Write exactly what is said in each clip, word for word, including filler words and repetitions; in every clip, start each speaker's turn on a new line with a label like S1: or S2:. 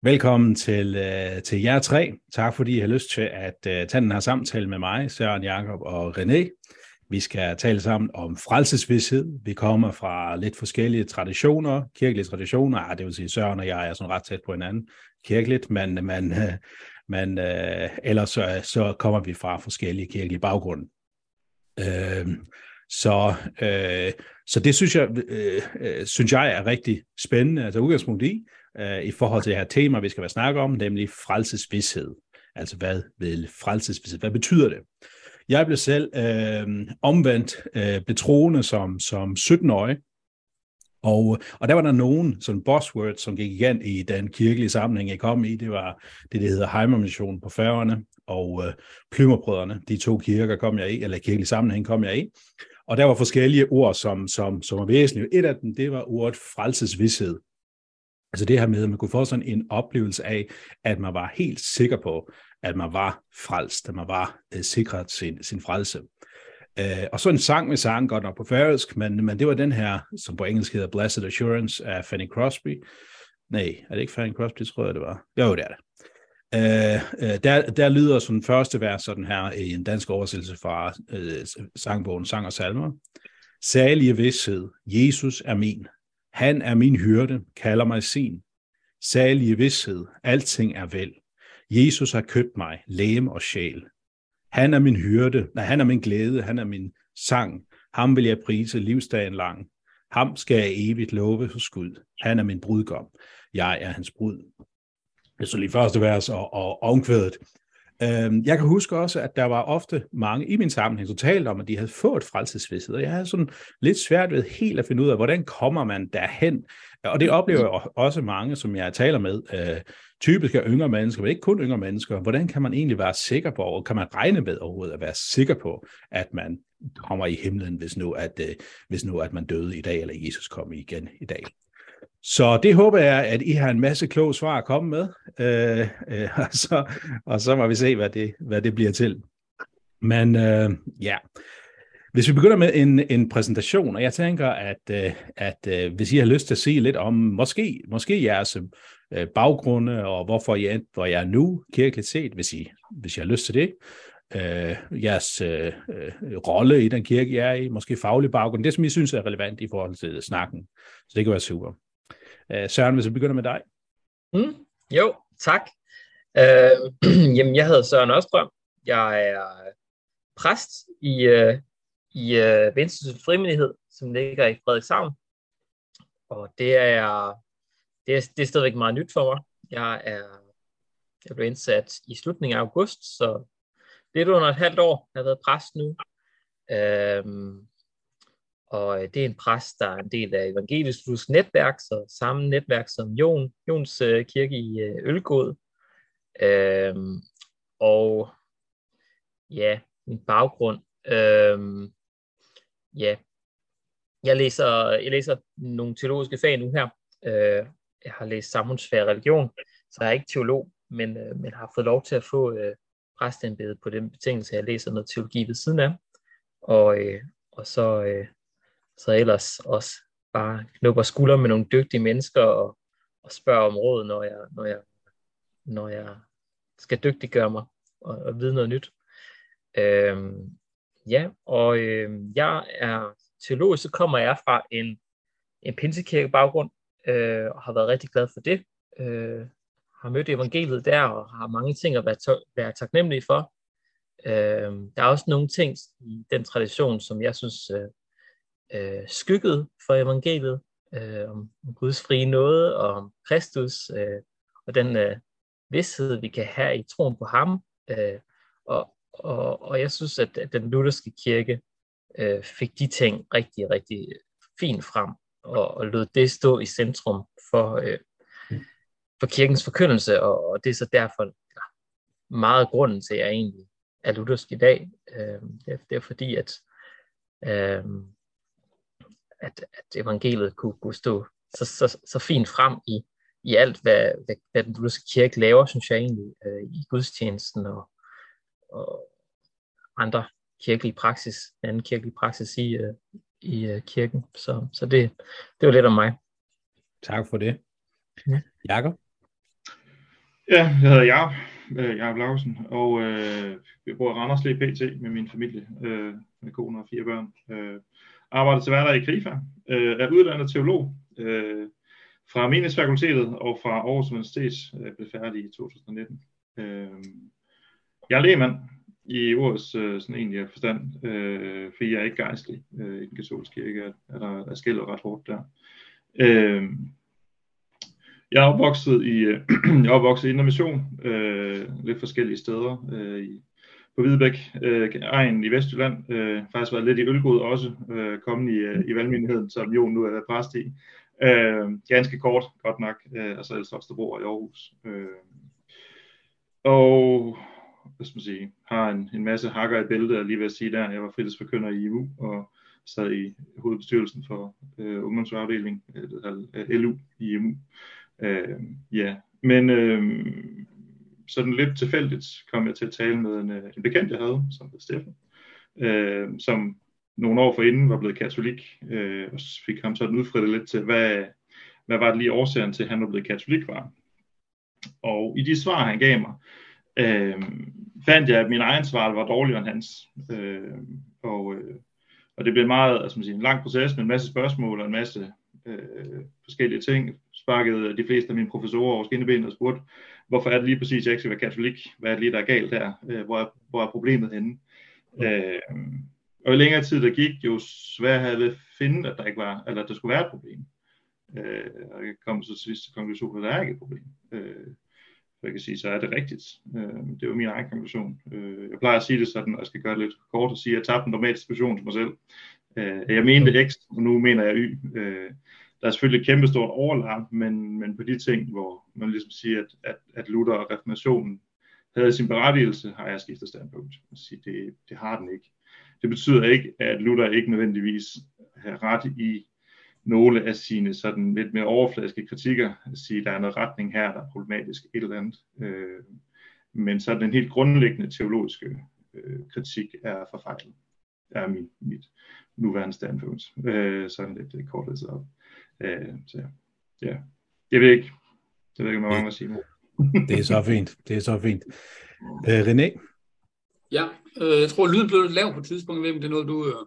S1: Velkommen til, øh, til jer tre. Tak fordi I har lyst til at øh, tage den her samtale med mig, Søren, Jakob og René. Vi skal tale sammen om frelsesvidshed. Vi kommer fra lidt forskellige traditioner, kirkelige traditioner. Ah, det vil sige, Søren og jeg er sådan ret tæt på hinanden kirkeligt, men, men, øh, men øh, ellers så, så kommer vi fra forskellige kirkelige baggrunde. Øh, så, øh, så det synes jeg, øh, øh, synes jeg er rigtig spændende at tage udgangspunkt i, øh, i forhold til det her tema, vi skal være snakke om, nemlig frelsesvidshed. Altså, hvad vil frelsesvidshed? Hvad betyder det? Jeg blev selv øh, omvendt øh, betroende som, som sytten-årig, og, og der var der nogen sådan buzzwords, som gik igen i den kirkelige sammenhæng, jeg kom i. Det var det, der hedder Heimermissionen på Færøerne og øh, Plymouthbrødrene. De to kirker kom jeg i, eller kirkelige sammenhæng kom jeg i. Og der var forskellige ord, som, som, som var væsentlige. Et af dem, det var ordet frelsesvidshed. Altså det her med, at man kunne få sådan en oplevelse af, at man var helt sikker på, at man var frelst, at man var øh, sikret sin, sin frelse. Uh, og så en sang med sang, godt nok på færøsk, men, men det var den her, som på engelsk hedder Blessed Assurance af Fanny Crosby. Nej, er det ikke Fanny Crosby, tror jeg det var? Jo, det er det. Uh, uh, der, der lyder sådan første vers sådan her i en dansk oversættelse fra uh, sangbogen Sang og Salmer. Salige vished, Jesus er min. Han er min hyrde, kalder mig sin. Salige vished, alting er vel. Jesus har købt mig, legem og sjæl. Han er min hyrde, nej, han er min glæde, han er min sang. Ham vil jeg prise livsdagen lang. Ham skal jeg evigt love for skud. Han er min brudgom. Jeg er hans brud. Det er så lige første vers og, og omkvædet. Øhm, jeg kan huske også, at der var ofte mange i min sammenhæng, som talte om, at de havde fået frelsesvidshed. Og jeg havde sådan lidt svært ved helt at finde ud af, hvordan kommer man derhen? Og det oplever jeg også mange, som jeg taler med. Øh, typisk er yngre mennesker, men ikke kun yngre mennesker. Hvordan kan man egentlig være sikker på, og kan man regne med overhovedet at være sikker på, at man kommer i himlen, hvis nu at, øh, hvis nu at man døde i dag, eller Jesus kom igen i dag? Så det håber jeg, at I har en masse kloge svar at komme med, øh, øh, og, så, og så må vi se, hvad det, hvad det bliver til. Men øh, ja, hvis vi begynder med en, en præsentation, og jeg tænker, at, øh, at øh, hvis I har lyst til at sige lidt om måske, måske jeres øh, baggrunde, og hvorfor I er, hvor jeg er nu kirkeligt set, hvis I, hvis I har lyst til det, øh, jeres øh, øh, rolle i den kirke, jeg er i, måske faglig baggrund, det som I synes er relevant i forhold til snakken. Så det kan være super. Søren, hvis vi begynder med dig.
S2: Mm, jo, tak. Øh, jamen, jeg hedder Søren Østrøm. Jeg er præst i, uh, i uh, Vendsyssel Frimenighed, som ligger i Frederikshavn. Og det er, det er, det er stadigvæk meget nyt for mig. Jeg er jeg blev indsat i slutningen af august, så lidt under et halvt år jeg har været præst nu. Øh, Og det er en præst, der er en del af Evangelisk Luthersk Netværk, så samme netværk som Jon, Jons øh, kirke i øh, Ølgod. Øhm, og ja, min baggrund. Øhm, ja, jeg læser, jeg læser nogle teologiske fag nu her. Øh, jeg har læst samfundsfag og religion, så jeg er ikke teolog, men, øh, men har fået lov til at få øh, præstembedet på den betingelse, at jeg læser noget teologi ved siden af. Og, øh, og så... Øh, Så ellers også bare knupper skulder med nogle dygtige mennesker og, og spørger om råd, når jeg, når jeg, når jeg skal dygtiggøre mig og, og vide noget nyt. Øhm, ja, og øhm, jeg er teolog, så kommer jeg fra en, en pinsekirkebaggrund øh, og har været rigtig glad for det. Øh, har mødt evangeliet der og har mange ting at være, to- være taknemmelig for. Øh, der er også nogle ting i den tradition, som jeg synes... Øh, Øh, skygget for evangeliet, øh, om Guds frie nåde, og om Kristus, øh, og den øh, vidsthed, vi kan have i troen på ham. Øh, og, og, og jeg synes, at, at den lutherske kirke øh, fik de ting rigtig, rigtig fint frem, og, og lod det stå i centrum for, øh, for kirkens forkyndelse, og, og det er så derfor ja, meget grunden til, at jeg egentlig er luthersk i dag. Øh, det, er, det er fordi, at øh, At, at evangeliet kunne, kunne stå så, så, så fint frem i, i alt, hvad, hvad, hvad den lutherske kirke laver, synes jeg egentlig, øh, i gudstjenesten og, og andre kirkelige praksis, anden kirkelige praksis i, øh, i øh, kirken. Så, så det, det var lidt om mig.
S1: Tak for det.
S2: Ja.
S1: Jakob?
S3: Ja, jeg hedder Jacob, øh, Jacob Lausen, og øh, jeg bor i Randers lige pt. Med min familie, øh, med kone og fire børn. Øh, arbejder til hverdag i Krifa, øh, er uddannet teolog øh, fra Menighedsfakultetet og fra Aarhus Universitet, øh, blev færdig i to tusind nitten. Øh, jeg er lægmand i ordets øh, sådan egentlig forstand, øh, fordi jeg er ikke gejstlig øh, i den katolske kirke, er, er der er skældet ret hårdt der. Øh, Jeg er opvokset i, øh, jeg er opvokset i Indre Mission, øh, lidt forskellige steder, øh, i, på Hvidebæk, øh, egen i Vestjylland, øh, faktisk været lidt i Ølgod også, øh, kommet i, øh, i valgmenigheden, som Jon nu er præst i. Øh, ganske kort, godt nok, øh, altså ellers Holstebro i Aarhus. Øh, og, hvad skal man sige, har en, en masse hakker i bæltet, lige ved at sige der. Jeg var fritidsforkynder i I M U, og sad i hovedbestyrelsen for øh, ungdomsafdelingen, øh, L U i I M U. Øh, ja, men øh, sådan lidt tilfældigt kom jeg til at tale med en, en bekendt, jeg havde, som hed Steffen, øh, som nogle år forinden var blevet katolik, øh, og fik ham sådan udfrittet lidt til, hvad, hvad var det lige årsagen til, at han var blevet katolik var. Og i de svar, han gav mig, øh, fandt jeg, at min egen svar var dårligere end hans. Øh, og, øh, og det blev meget, altså man siger, en lang proces med en masse spørgsmål og en masse øh, forskellige ting. Sparkede de fleste af mine professorer over skinnebenet og spurgte, hvorfor er det lige præcis, at jeg ikke skal være katolik? Hvad er det lige, der er galt her? Øh, hvor, er, hvor er problemet henne? Mm. Øh, og jo længere tid der gik, jo sværere havde jeg ved at finde, at der ikke var, eller at der skulle være et problem. Øh, og jeg kom så til sidste konklusion, at der er ikke et problem. Øh, jeg kan sige, så er det rigtigt. Øh, det var min egen konklusion. Øh, jeg plejer at sige det sådan, og jeg skal gøre det lidt kort og sige, at jeg tabte en normal diskussion til mig selv. Øh, jeg mente X, og nu mener jeg Y. Øh, der er selvfølgelig et kæmpestort overlap, men, men på de ting, hvor man ligesom siger, at, at, at Luther og reformationen havde sin berettigelse, har jeg skiftet standpunkt. Det, det har den ikke. Det betyder ikke, at Luther ikke nødvendigvis har ret i nogle af sine sådan lidt mere overfladiske kritikker, at sige, at der er noget retning her, der er problematisk, et eller andet. Øh, men så den helt grundlæggende teologiske øh, kritik er forfejlet, er mit, mit nuværende standpunkt. Øh, sådan lidt det kort lidt op. Øh, så ja, jeg ved ikke, jeg ved ikke, om jeg mangler at sige noget.
S1: Det er så fint, det er så fint. Øh, René?
S4: Ja, øh, jeg tror, lyden blev lidt lav på et tidspunkt. Jeg ved, om det er noget, du... Øh,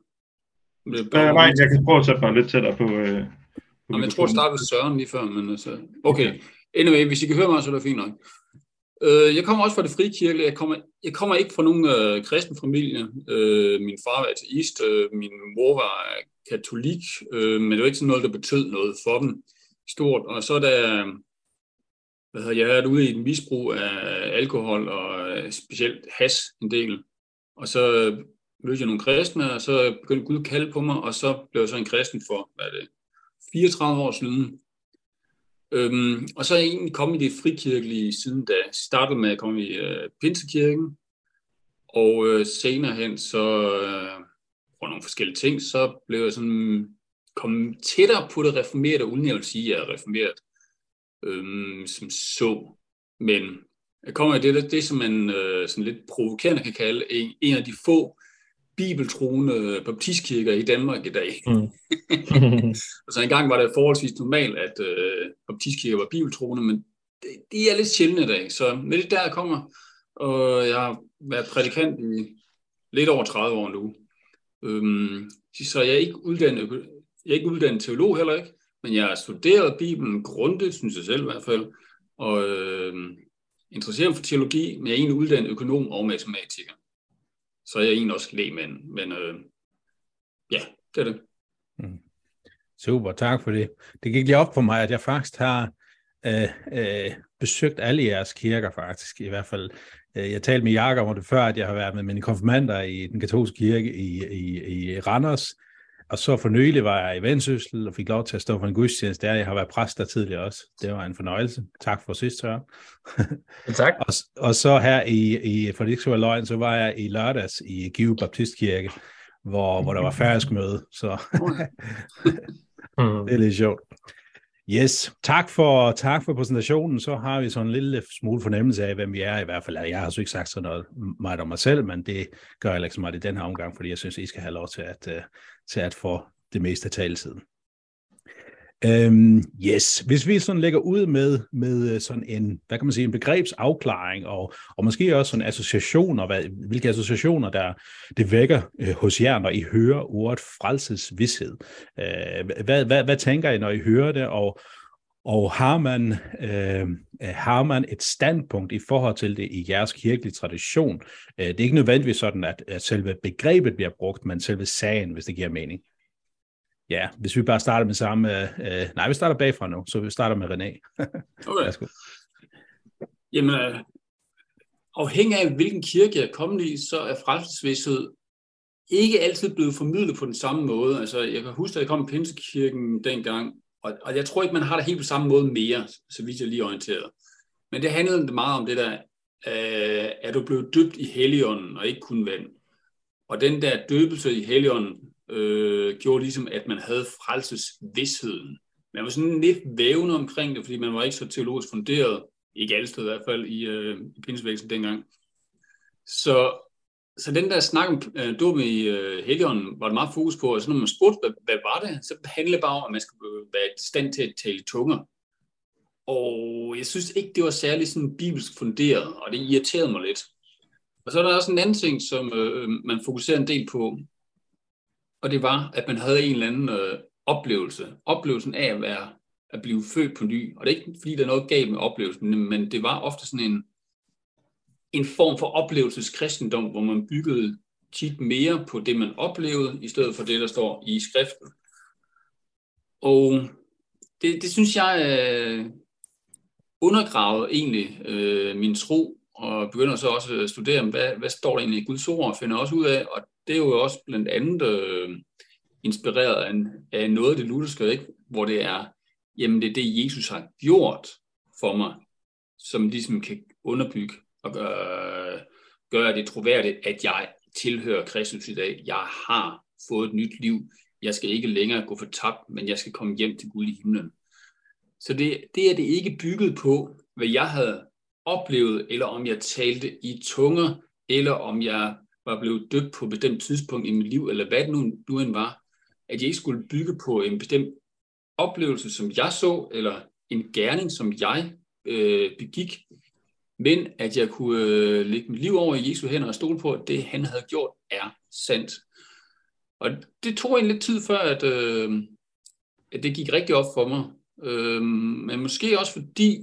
S3: øh, nej, jeg kan prøve at tage mig lidt tættere på... Øh, på
S4: Jamen, jeg tror, jeg startede med Søren lige før, men altså... Okay, anyway, hvis I kan høre mig, så er det fint nok. Øh, jeg kommer også fra det frikirkelige. Jeg kommer, jeg kommer ikke fra nogen øh, kristen familie. Øh, min far var ateist, øh, min mor var katolik, øh, men det var ikke sådan noget, der betød noget for dem stort. Og så da hvad hedder, jeg havde været ude i et misbrug af alkohol og øh, specielt hash en del, og så mødte jeg nogle kristne, og så begyndte Gud at kalde på mig, og så blev jeg så en kristen for, hvad er det, fireogtredive år siden. Øhm, og så er jeg egentlig kommet i det frikirkelige siden da. Jeg startede med at komme i øh, Pinsekirken, og øh, senere hen, så øh, på nogle forskellige ting, så blev jeg sådan kommet tættere på det reformerede, uden jeg vil sige, at jeg er reformeret øhm, som så. Men jeg kommer i det, det som man øh, sådan lidt provokerende kan kalde en, en af de få bibeltroende baptistkirker i Danmark i dag. Mm. Altså engang var det forholdsvis normalt, at øh, baptistkirker var bibeltroende, men det, de er lidt sjældne i dag. Så med det der kommer, og jeg har været prædikant i lidt over tredive år nu. Øhm, så jeg er ikke uddannet, jeg er ikke uddannet teolog heller ikke, men jeg har studeret Bibelen grundigt, synes jeg selv i hvert fald, og øh, interesseret mig for teologi, men jeg er egentlig uddannet økonom og matematiker. Så er jeg egentlig også lægmand, men øh, ja, det er det.
S1: Mm. Super, tak for det. Det gik lige op for mig, at jeg faktisk har øh, øh, besøgt alle jeres kirker faktisk, i hvert fald. Jeg talte med Jacob om det før, at jeg har været med mine konfirmander i den katolske kirke i, i, i Randers, og så for nylig var jeg i Vendsyssel og fik lov til at stå for en gudstjeneste der. Jeg har været præst der tidligere også. Det var en fornøjelse. Tak for sidst, Søren.
S2: Tak.
S1: og, og så her i, i for det ikke så var løgn, så var jeg i lørdags i Give Baptistkirke, hvor, hvor der var færøsk møde. Så det er lidt sjovt. Yes, tak for, tak for præsentationen. Så har vi sådan en lille smule fornemmelse af, hvem vi er i hvert fald. Jeg har så ikke sagt sådan noget meget om mig selv, men det gør jeg ikke så meget i den her omgang, fordi jeg synes, I skal have lov til at, uh, til at få det meste af taletiden. Um, yes, hvis vi sådan lægger ud med, med sådan en, hvad kan man sige, en begrebsafklaring, og, og måske også sådan associationer, hvad, hvilke associationer der det vækker øh, hos jer, når I hører ordet frelsesvished. Uh, hvad, hvad, hvad tænker I, når I hører det, og, og har, man, øh, har man et standpunkt i forhold til det i jeres kirkelige tradition? Uh, det er ikke nødvendigvis sådan, at, at selve begrebet bliver brugt, men selve sagen, hvis det giver mening. Ja, hvis vi bare starter med samme... Øh, nej, vi starter bagfra nu, så vi starter med René.
S4: Okay. Jamen, øh, afhængig af hvilken kirke jeg er kommet i, så er frelsesvished ikke altid blevet formidlet på den samme måde. Altså, jeg kan huske, at jeg kom i Pinsekirken dengang, og, og jeg tror ikke, man har det helt på samme måde mere, så vidt jeg lige orienteret. Men det handlede meget om det der, øh, er du blevet døbt i Helligånden og ikke kun vand. Og den der døbelse i Helligånden, Øh, gjorde ligesom, at man havde frelsesvisheden. Man var sådan lidt vævende omkring det, fordi man var ikke så teologisk funderet, ikke alle steder i hvert fald, i, øh, i pinsevægelsen dengang. Så, så den der snak om øh, dåben i øh, Helligånden var det meget fokus på, og så når man spurgte, hvad, hvad var det, så handlede det bare om, at man skulle være i stand til at tale i tunger. Og jeg synes ikke, det var særlig sådan bibelsk funderet, og det irriterede mig lidt. Og så er der også en anden ting, som øh, man fokuserer en del på, og det var, at man havde en eller anden øh, oplevelse. Oplevelsen af at, være, at blive født på ny. Og det er ikke, fordi der er noget galt med oplevelsen, men det var ofte sådan en, en form for oplevelseskristendom, hvor man byggede tit mere på det, man oplevede, i stedet for det, der står i skriften. Og det, det synes jeg øh, undergravede egentlig øh, min tro, og begynder så også at studere, hvad, hvad står der egentlig i Guds ord, og finder også ud af, og det er jo også blandt andet øh, inspireret af, af noget af det lutherske, ikke? Hvor det er, jamen det er det, Jesus har gjort for mig, som ligesom kan underbygge og gøre, gøre det troværdigt, at jeg tilhører Kristus i dag. Jeg har fået et nyt liv. Jeg skal ikke længere gå fortabt, men jeg skal komme hjem til Gud i himlen. Så det, det er det ikke bygget på, hvad jeg havde oplevet, eller om jeg talte i tunger, eller om jeg var blevet døbt på et bestemt tidspunkt i mit liv, eller hvad det nu, nu end var, at jeg ikke skulle bygge på en bestemt oplevelse, som jeg så, eller en gerning, som jeg øh, begik, men at jeg kunne øh, lægge mit liv over i Jesu hænder og stole på, at det, han havde gjort, er sandt. Og det tog en lidt tid før, at, øh, at det gik rigtig op for mig. Øh, men måske også fordi,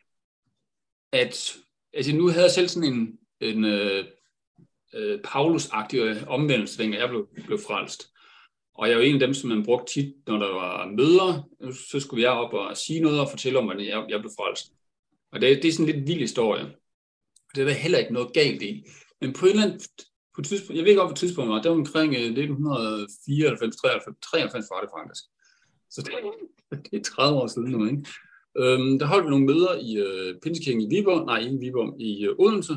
S4: at altså nu havde jeg selv sådan en, en øh, øh, Paulus-agtig omvendelse, dengang jeg blev, blev frelst. Og jeg er jo en af dem, som man brugte tit, når der var møder, så skulle jeg op og sige noget og fortælle om, hvordan jeg, jeg blev frelst. Og det, det er sådan en lidt vild historie. Og det er der heller ikke noget galt i. Men på et eller andet på tidspunkt, jeg ved ikke op på tidspunkt, det var omkring nitten fireoghalvfems treoghalvfems, treoghalvfems var det faktisk. Så det, det er tredive år siden nu, ikke? Øhm, der holdt vi nogle møder i øh, Pinsekirken i Viborg, nej ikke i Viborg, i øh, Odense.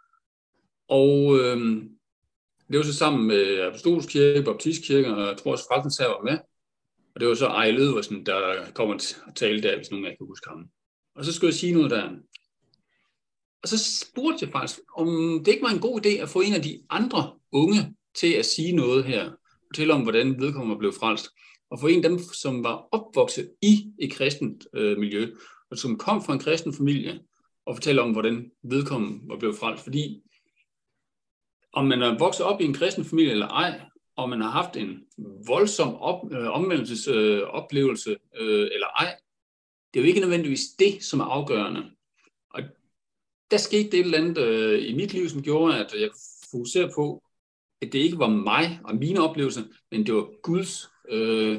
S4: Og øhm, det var så sammen med Apostolsk Kirke, Baptistkirke, og jeg tror også Frelsens Hær var med. Og det var så Ejl Edvardsen, der kom og tale der, hvis nogen af jer kan huske ham. Og så skulle jeg sige noget der. Og så spurgte jeg faktisk, om det ikke var en god idé at få en af de andre unge til at sige noget her. Fortælle om, hvordan vedkommende blev frelst. Og få en af dem, som var opvokset i et kristent øh, miljø, og som kom fra en kristen familie, og fortælle om, hvordan vedkommende var blevet frelst. Fordi om man er vokset op i en kristen familie eller ej, og man har haft en voldsom op, øh, omvendelsesoplevelse øh, øh, eller ej, det er jo ikke nødvendigvis det, som er afgørende. Og der skete det et eller andet øh, i mit liv, som gjorde, at jeg fokuserede på, at det ikke var mig og mine oplevelser, men det var Guds, øh,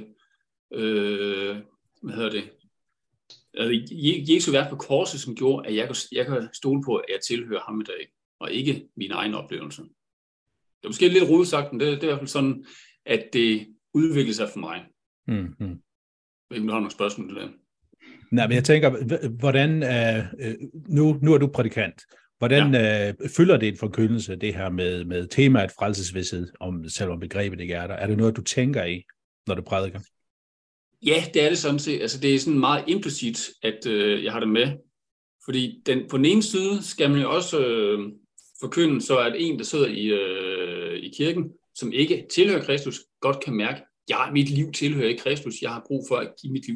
S4: øh, hvad hedder det, altså, Jesu værk på korset, som gjorde, at jeg kan, jeg kan stole på, at jeg tilhører ham i dag, og ikke mine egne oplevelser. Det er måske lidt rodet sagt, men det, det er i hvert fald sådan, at det udvikler sig for mig.
S1: Mm-hmm.
S4: Jeg ved ikke, om du har nogle spørgsmål til det.
S1: Nej, men jeg tænker, hvordan, øh, nu, nu er du prædikant, hvordan ja. øh, fylder det en forkyndelse, det her med, med temaet frelsesvished, om selvom begrebet ikke er der? Er det noget, du tænker i, når du prædiker?
S4: Ja, det er det sådan set. Altså, det er sådan meget implicit, at øh, jeg har det med. Fordi den, på den ene side skal man jo også øh, forkynde, så at en, der sidder i, øh, i kirken, som ikke tilhører Kristus, godt kan mærke, ja, mit liv tilhører ikke Kristus, jeg har brug for at give mit liv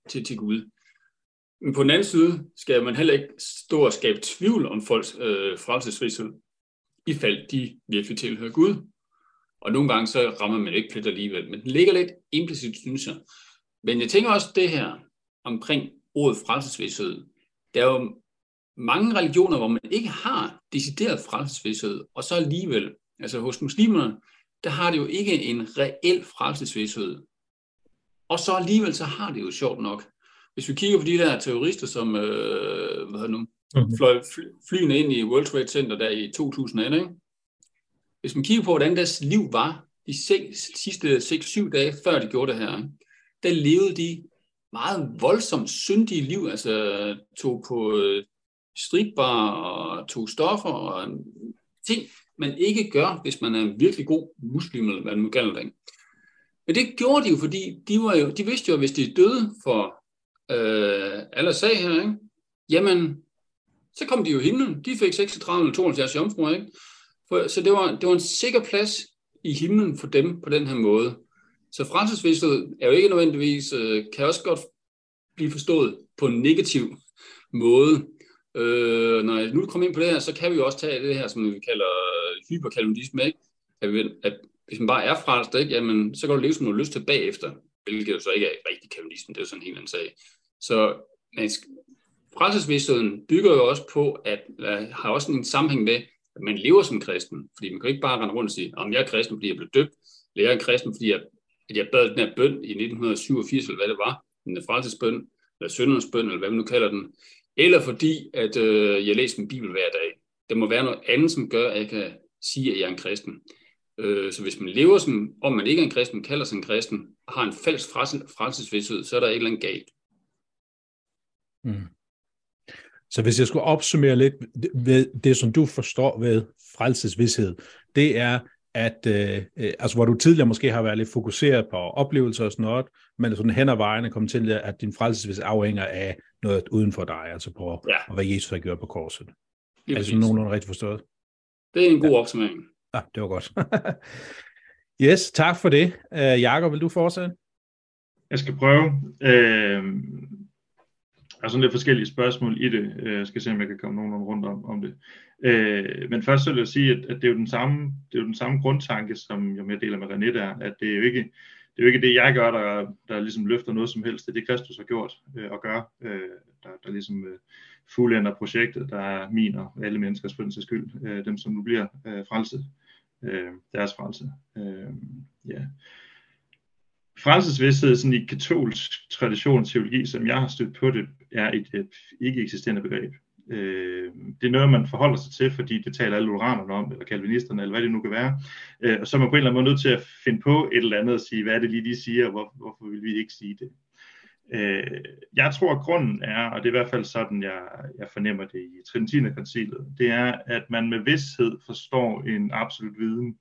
S4: til, til Gud. Men på den anden side skal man heller ikke stå og skabe tvivl om folks øh, frelsesvidshed, i fald de virkelig tilhører Gud. Og nogle gange så rammer man ikke plet alligevel, men den ligger lidt implicit, synes jeg. Men jeg tænker også det her omkring ordet frelsesvidshed. Der er jo mange religioner, hvor man ikke har decideret frelsesvidshed, og så alligevel, altså hos muslimerne, der har det jo ikke en reel frelsesvidshed. Og så alligevel, så har det jo sjovt nok. Hvis vi kigger på de der terrorister, som øh, hvad nu, mm-hmm. fløj fly, flyene ind i World Trade Center der i to tusind et, ikke? Hvis man kigger på, hvordan deres liv var de seks, sidste seks syv dage, før de gjorde det her, ikke? Der levede de meget voldsomt syndige liv, altså tog på øh, stripbar og tog stoffer og ting, man ikke gør, hvis man er en virkelig god muslim, eller hvad man kalder det. Men det gjorde de jo, fordi de, var jo, de vidste jo, at hvis de døde for øh, alle sag her, ikke? Jamen, så kom de jo i himlen. De fik seksogtredive eller tooghalvfjerds jomfruer, ikke? For, så det var, det var en sikker plads i himlen for dem på den her måde. Så frelsesvidshed er jo ikke nødvendigvis, øh, kan også godt blive forstået på en negativ måde. Øh, når jeg nu kommer ind på det her, så kan vi jo også tage det her, som vi kalder hyperkalvinisme, ikke? At, vi, at hvis man bare er frelst, ikke? Jamen, så kan du leve, som du har lyst til bagefter, hvilket jo så ikke er rigtig kalvinisme, det er jo sådan en helt anden sag. Så frelsesvidsheden bygger jo også på, at der har også en sammenhæng med, at man lever som kristen, fordi man kan ikke bare rende rundt og sige, om jeg er kristen, fordi jeg blev døbt, eller jeg er kristen, fordi jeg, at jeg bad den her bøn i nitten syvogfirs, eller hvad det var, den frelsesbøn, eller syndernes bøn, eller hvad man nu kalder den, eller fordi, at øh, jeg læser min bibel hver dag. Der må være noget andet, som gør, at jeg kan sige, at jeg er en kristen. Øh, så hvis man lever som, om man ikke er en kristen, kalder sig en kristen, og har en falsk frelsesvidshed, så er der et eller andet galt.
S1: Mm. Så hvis jeg skulle opsummere lidt ved det, som du forstår ved frelsesvidshed, det er, at øh, altså hvor du tidligere måske har været lidt fokuseret på oplevelser og sådan noget, men sådan hen ad vejene kommer til, at din frelsesvidshed afhænger af noget uden for dig, altså på, ja. Hvad Jesus har gjort på korset. Lige er det sådan nogenlunde rigtig forstået?
S4: Det er en god ja. opsummering.
S1: Ja, det var godt. Yes, tak for det. Uh, Jakob, vil du fortsætte?
S3: Jeg skal prøve. Øh, der er sådan lidt forskellige spørgsmål i det. Jeg skal se, om jeg kan komme nogenlunde rundt om, om det. Øh, men først så vil jeg sige, at, at det er jo den samme, det er jo den samme grundtanke, som jeg deler med René der, at det er jo ikke det, er jo ikke det jeg gør, der, der ligesom løfter noget som helst. Det er det, Kristus har gjort øh, og gør, øh, der, der ligesom øh, fuldender projektet, der er min og alle menneskers for den til skyld. Øh, dem, som nu bliver øh, frelset. Øh, deres frelse. Øh, yeah. Frelsesvidshed sådan i katolsk tradition og teologi, som jeg har stødt på det, er et, et ikke eksisterende begreb. Øh, det er noget, man forholder sig til, fordi det taler alle lutheranerne om, eller kalvinisterne, eller hvad det nu kan være. Øh, og så er man på en eller anden måde nødt til at finde på et eller andet og sige, hvad er det lige, de siger, og hvor, hvorfor vil vi ikke sige det. Øh, jeg tror, at grunden er, og det er i hvert fald sådan, jeg, jeg fornemmer det i Tridentinerkoncilet, det er, at man med vidshed forstår en absolut viden.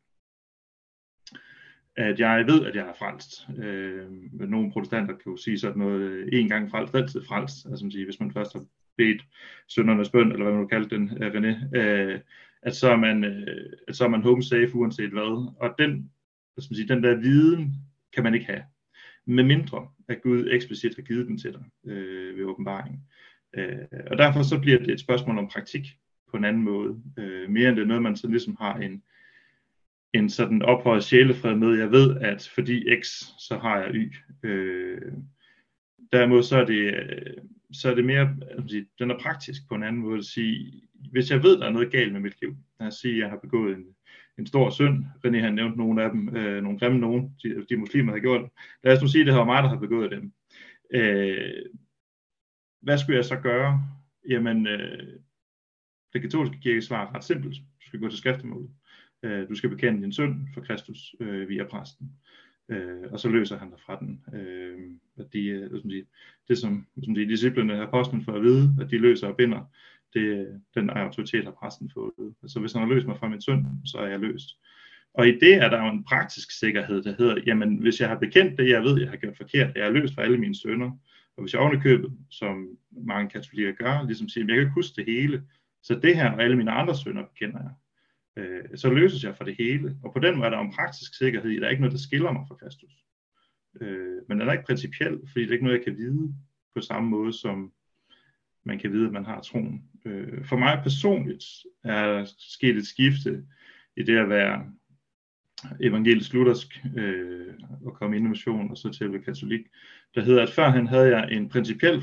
S3: At jeg ved, at jeg er frelst. Øh, nogle protestanter kan jo sige sådan noget, en gang frelst, altid frelst. Altså man siger, hvis man først har bedt syndernes bøn, eller hvad man nu kalder den, René, øh, at, så er man, øh, at så er man home safe uanset hvad. Og den, hvad skal man sige, den der viden kan man ikke have, med mindre at Gud eksplicit har givet den til dig øh, ved åbenbaringen. Øh, og derfor så bliver det et spørgsmål om praktik på en anden måde. Øh, mere end det er noget, man så ligesom har en en sådan ophøjet sjælefred med, jeg ved, at fordi X, så har jeg Y. Øh, derimod så er det, så er det mere, sige, den er praktisk på en anden måde at sige, hvis jeg ved, der er noget galt med mit liv, lad os sige, at jeg har begået en, en stor synd, René har nævnt nogle af dem, øh, nogle grimme nogen, de, de muslimer har gjort, lad os nu sige, at det var mig, der har begået dem. Øh, hvad skulle jeg så gøre? Jamen, øh, det katolske kirkesvar er ret simpelt. Du skal gå til skriftemålet. Du skal bekende din synd for Kristus øh, via præsten, øh, og så løser han dig fra den. Øh, at de, øh, som de, det som, som de disciplene af apostlen får at vide, at de løser og binder, det, den autoritet har præsten fået. Altså hvis han har løst mig fra min synd, så er jeg løst. Og i det er der jo en praktisk sikkerhed, der hedder, jamen hvis jeg har bekendt det, jeg ved, jeg har gjort forkert, jeg er løst fra alle mine synder, og hvis jeg ovenikøbet, som mange katolikker gør, ligesom siger, jeg kan ikke huske det hele, så det her og alle mine andre synder bekender jeg. Så løses jeg for det hele. Og på den måde er der en praktisk sikkerhed i, der er ikke noget, der skiller mig fra Kristus. Øh, men den er ikke principiel, fordi det er ikke noget, jeg kan vide. på samme måde, som man kan vide, at man har troen. Øh, for mig personligt er der sket et skifte i det at være evangelisk luthersk øh, og komme ind i mission og så til at blive katolik, der hedder, at førhen havde jeg en principiel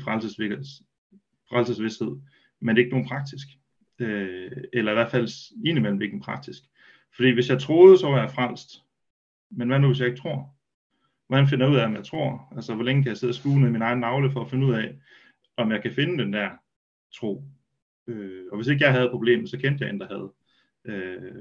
S3: frelsesvidshed, men ikke nogen praktisk. Øh, eller i hvert fald indimellem ikke en praktisk. Fordi hvis jeg troede, så var jeg frelst. Men hvad nu, hvis jeg ikke tror? Hvordan finder jeg ud af, om jeg tror? Altså, hvor længe kan jeg sidde og skue ned i min egen navle for at finde ud af, om jeg kan finde den der tro? Øh, og hvis ikke jeg havde problemer, så kendte jeg en, der havde. Øh,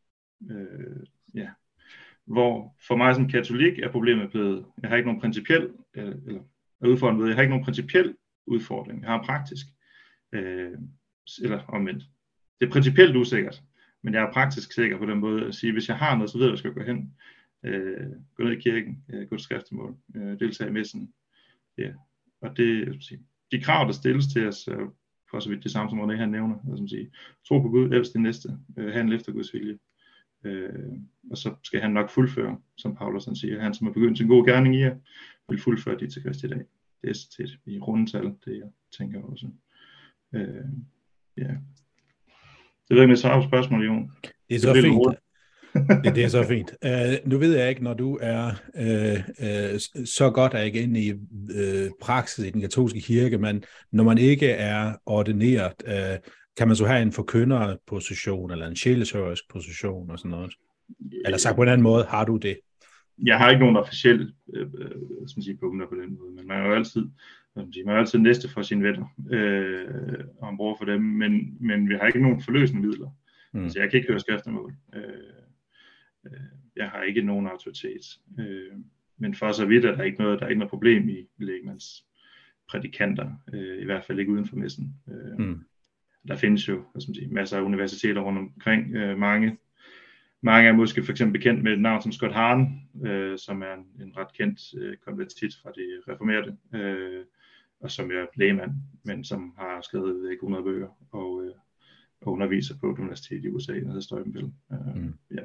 S3: øh, ja. Hvor for mig som katolik er problemet blevet, jeg har ikke nogen principiel, eller, eller udfordring ved, jeg har ikke nogen principiel udfordring. Jeg har en praktisk. Øh, eller omvendt. Det er principielt usikkert, men jeg er praktisk sikker på den måde at sige, hvis jeg har noget, så ved jeg, hvor jeg skal gå hen. Øh, gå ned i kirken, øh, gå til skriftemål, øh, deltage i messen. Ja. Og det, jeg sige, de krav, der stilles til os, er for så vidt det samme, som René han nævner. Altså, sige, tro på Gud, elsk din næste, øh, handle efter Guds vilje. Øh, og så skal han nok fuldføre, som Paulus han siger, han som har begyndt en god gerning i jer, vil fuldføre det til Kristi dag. Det er til i rundetal, det jeg tænker også. Øh, ja. Det ved jeg, om jeg svarer på spørgsmålet, Jon.
S1: Det er så det er fint. det, det er så fint. Uh, nu ved jeg ikke, når du er uh, uh, så godt er ikke inde i uh, praksis i den katolske kirke, men når man ikke er ordineret, uh, kan man så have en forkynderposition eller en sjælesørgerisk position og sådan noget? Eller sagt på en anden måde, har du det?
S3: Jeg har ikke nogen officielle øh, øh, punkter på den måde, men man er jo altid, man er jo altid næste for sine venner, øh, og man bruger for dem, men, men vi har ikke nogen forløsende midler. Mm. Altså, jeg kan ikke høre skriftemål. Øh, øh, jeg har ikke nogen autoritet. Øh, men for så vidt er der ikke noget, der er ikke noget problem i lægmands prædikanter, øh, i hvert fald ikke uden for messen. Øh, mm. Der findes jo hvad skal man sige, masser af universiteter rundt omkring, øh, mange Mange er måske for eksempel bekendt med et navn som Scott Hahn, øh, som er en, en ret kendt øh, konvertit fra de reformerede, øh, og som er lægmand, men som har skrevet ikke hundrede bøger og, øh, og underviser på et universitet i U S A, der hedder Steubenville. Øh, mm. Ja.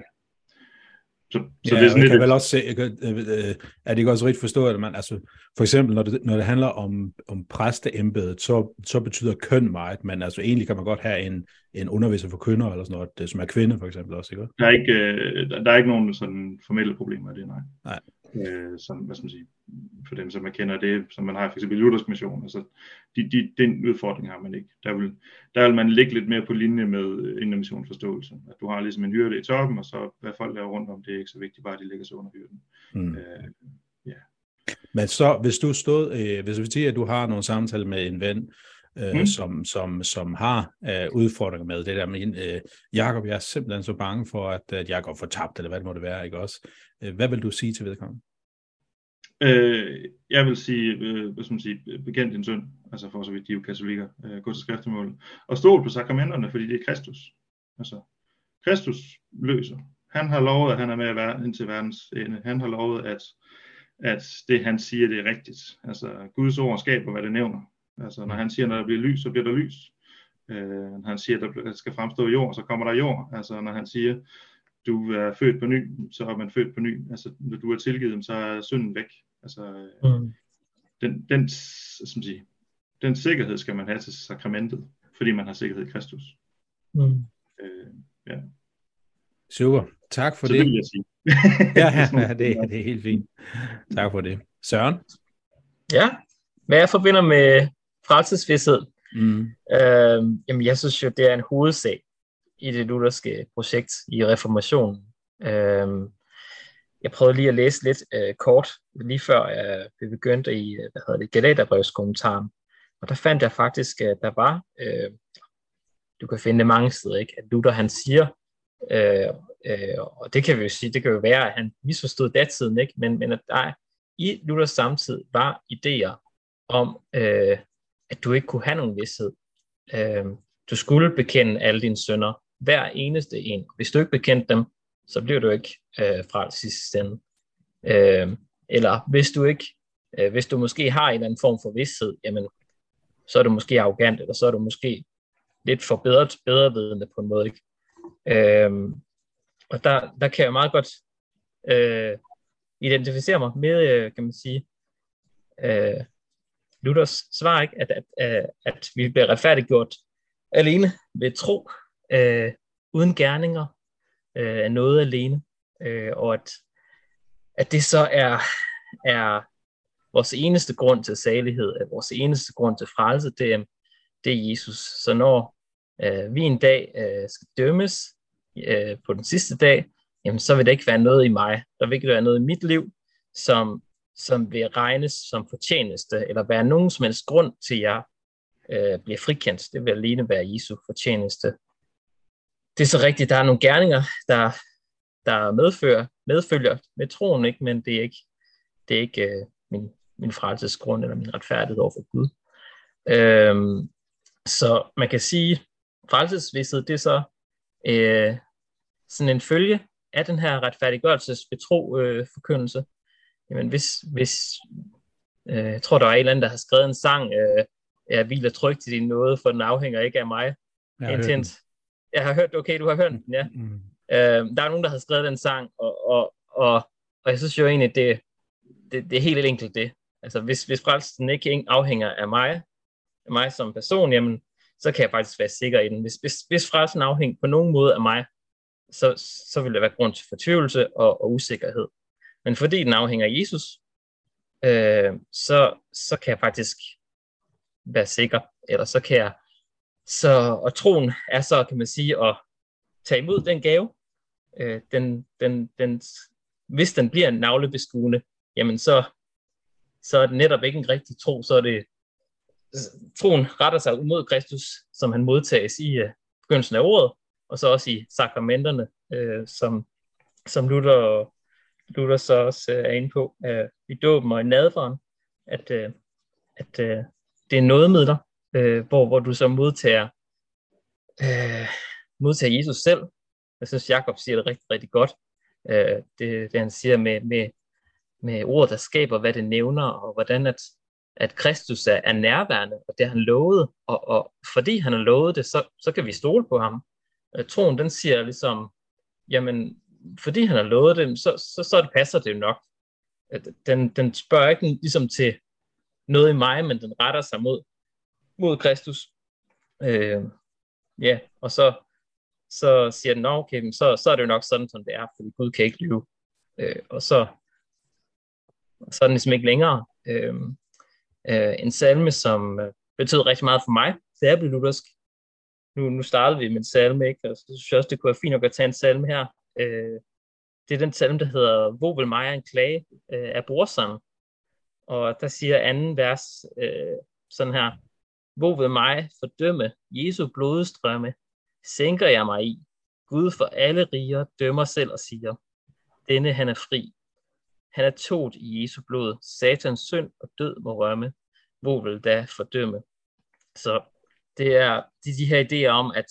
S3: Så, så
S1: ja,
S3: det er sådan
S1: jeg
S3: lidt...
S1: kan vel også se, kan, øh, er det ikke også rigtigt forstået, at man, altså, for eksempel, når det, når det handler om, om præsteembedet, så, så betyder køn meget, men altså egentlig kan man godt have en, en underviser for kønner, eller sådan noget, det, som er kvinde, for eksempel også, ikke?
S3: Der er ikke, øh, der, der er ikke nogen sådan formelle problemer i det, nej.
S1: Nej.
S3: Øh, som, hvad skal man sige, for dem, som man kender det, som man har for eksempel i luthersk mission, altså, de, de, den udfordring har man ikke. Der vil, der vil man ligge lidt mere på linje med indremissionforståelse. At du har ligesom en hyrde i toppen, og så hvad folk laver rundt om, det er ikke så vigtigt, bare de ligger så under hyrden. Mm. Øh, ja.
S1: Men så, hvis du stod, øh, hvis vi siger, at du har nogle samtaler med en ven, øh, mm. som, som, som har øh, udfordringer med det der med, øh, Jakob, jeg er simpelthen så bange for, at, at jeg går fortabt, eller hvad det må det være, ikke også? Øh, hvad vil du sige til vedkommende?
S3: Øh, jeg vil sige, øh, hvad skal man sige, bekendt din synd, altså for så vidt de er jo katolikker, øh, gå til skriftemålet, og stol på sakramenterne, fordi det er Kristus. Altså, Kristus løser. Han har lovet, at han er med at være indtil verdens ende. Han har lovet, at, at det han siger, det er rigtigt. Altså, Guds ord skaber, hvad det nævner. Altså, når han siger, når der bliver lys, så bliver der lys. Øh, når han siger, at der skal fremstå jord, så kommer der jord. Altså, når han siger, du er født på ny, så er man født på ny. Altså, når du er tilgivet, så er synden væk. Altså, mm. den, den, som siger, den sikkerhed skal man have til sakramentet, fordi man har sikkerhed i Kristus. Mm. Øh, ja.
S1: Super, tak for
S3: så
S1: det.
S3: det vil jeg sige.
S1: ja, ja det, det er helt fint. Tak for det. Søren?
S2: Ja, hvad jeg forbinder med frelsesvidshed? Mm. Øh, jamen, jeg synes jo, det er en hovedsag i det lutherske projekt i reformationen. Øh, jeg prøvede lige at læse lidt øh, kort, lige før øh, vi begyndte i, hvad hedder det, Galaterbrevskommentaren. Og der fandt jeg faktisk, at der var, øh, du kan finde det mange steder, ikke? At Luther han siger, øh, øh, og det kan vi jo sige, det kan jo være, at han misforstod datiden, ikke? Men, men at der i Luthers samtid var idéer om, øh, at du ikke kunne have nogen vished. Øh, du skulle bekende alle dine synder, hver eneste en. Hvis du ikke bekendte dem, så bliver du ikke øh, frelst i sidste ende. Øh, eller hvis du ikke, øh, hvis du måske har en eller anden form for vidsthed, jamen, så er du måske arrogant, eller så er du måske lidt for bedre, bedrevidende på en måde, ikke? Øh, og der, der kan jeg meget godt øh, identificere mig med, øh, kan man sige, øh, Luthers svar, ikke? At, at, at vi bliver retfærdiggjort alene ved tro, øh, uden gerninger, øh, af noget alene, øh, og at, at det så er, er vores eneste grund til salighed, at vores eneste grund til frelse, det er, det er Jesus. Så når øh, vi en dag øh, skal dømmes øh, på den sidste dag, jamen så vil der ikke være noget i mig. Der vil ikke være noget i mit liv, som, som vil regnes som fortjeneste, eller være nogen som helst grund til, at jeg øh, bliver frikendt. Det vil alene være Jesu fortjeneste. Det er så rigtigt, der er nogle gerninger, der, der medfører, medfølger med troen, ikke? Men det er ikke, det er ikke øh, min, min frelsesgrund eller min retfærdighed over for Gud. Øhm, så man kan sige, frelsesvidshed, det er så øh, sådan en følge af den her retfærdiggørelses betro øh, forkyndelse. Jamen hvis, hvis øh, jeg tror der var en eller anden, der har skrevet en sang, øh, jeg hviler trygt til din nåde, for den afhænger ikke af mig.
S1: Jeg har,
S2: Intent. Jeg har hørt, okay, du har hørt den, ja. Mm. Øh, der er nogen, der har skrevet den sang, og, og, og, og jeg synes jo egentlig, det, det, det er helt enkelt det. Altså hvis, hvis frelsen ikke afhænger af mig, af mig som person, jamen så kan jeg faktisk være sikker i den. Hvis, hvis, hvis frelsen afhænger på nogen måde af mig, så, så vil der være grund til fortvivlelse og, og usikkerhed. Men fordi den afhænger af Jesus, øh, så, så kan jeg faktisk være sikker, eller så kan jeg, så, og troen er så, kan man sige, at tage imod den gave. Øh, den, den, den, hvis den bliver navlebeskuende, jamen så, så er det netop ikke en rigtig tro, så er det, troen retter sig mod Kristus, som han modtages i uh, begyndelsen af året, og så også i sakramenterne, øh, som, som Luther, Luther så også øh, er inde på, øh, i dåben og i nadveren, at, øh, at øh, det er nådemidler, øh, hvor, hvor du så modtager, øh, modtager Jesus selv. Jeg synes, Jakob siger det rigtig, rigtig godt. Øh, det, det han siger med, med, med ord, der skaber, hvad det nævner, og hvordan at, at Kristus er, er nærværende, og det han lovede, og, og fordi han har lovet det, så, så kan vi stole på ham. Troen, den siger ligesom, jamen, fordi han har lovet det, så, så, så det passer det jo nok. Den, den spørger ikke ligesom til noget i mig, men den retter sig mod, mod Kristus. Øh, ja, og så, så siger den, okay, så, så er det jo nok sådan, som det er, fordi Gud kan ikke lyve. Øh, og så, så er den ligesom ikke længere. Øh, øh, en salme, som betød rigtig meget for mig, det er blevet luthersk. Nu, nu startede vi med en salme, ikke? Og så synes jeg også, det kunne være fint nok at tage en salme her. Øh, det er den salme, der hedder Hvor vil mig en klage øh, af Brorson. Og der siger anden vers øh, sådan her. Hvor vil mig fordømme Jesu blodstrømme, sænker jeg mig i. Gud for alle riger dømmer selv og siger, denne han er fri. Han er tot i Jesu blod. Satans synd og død må rømme. Hvor vil da fordømme? Så det er de, de her idéer om, at,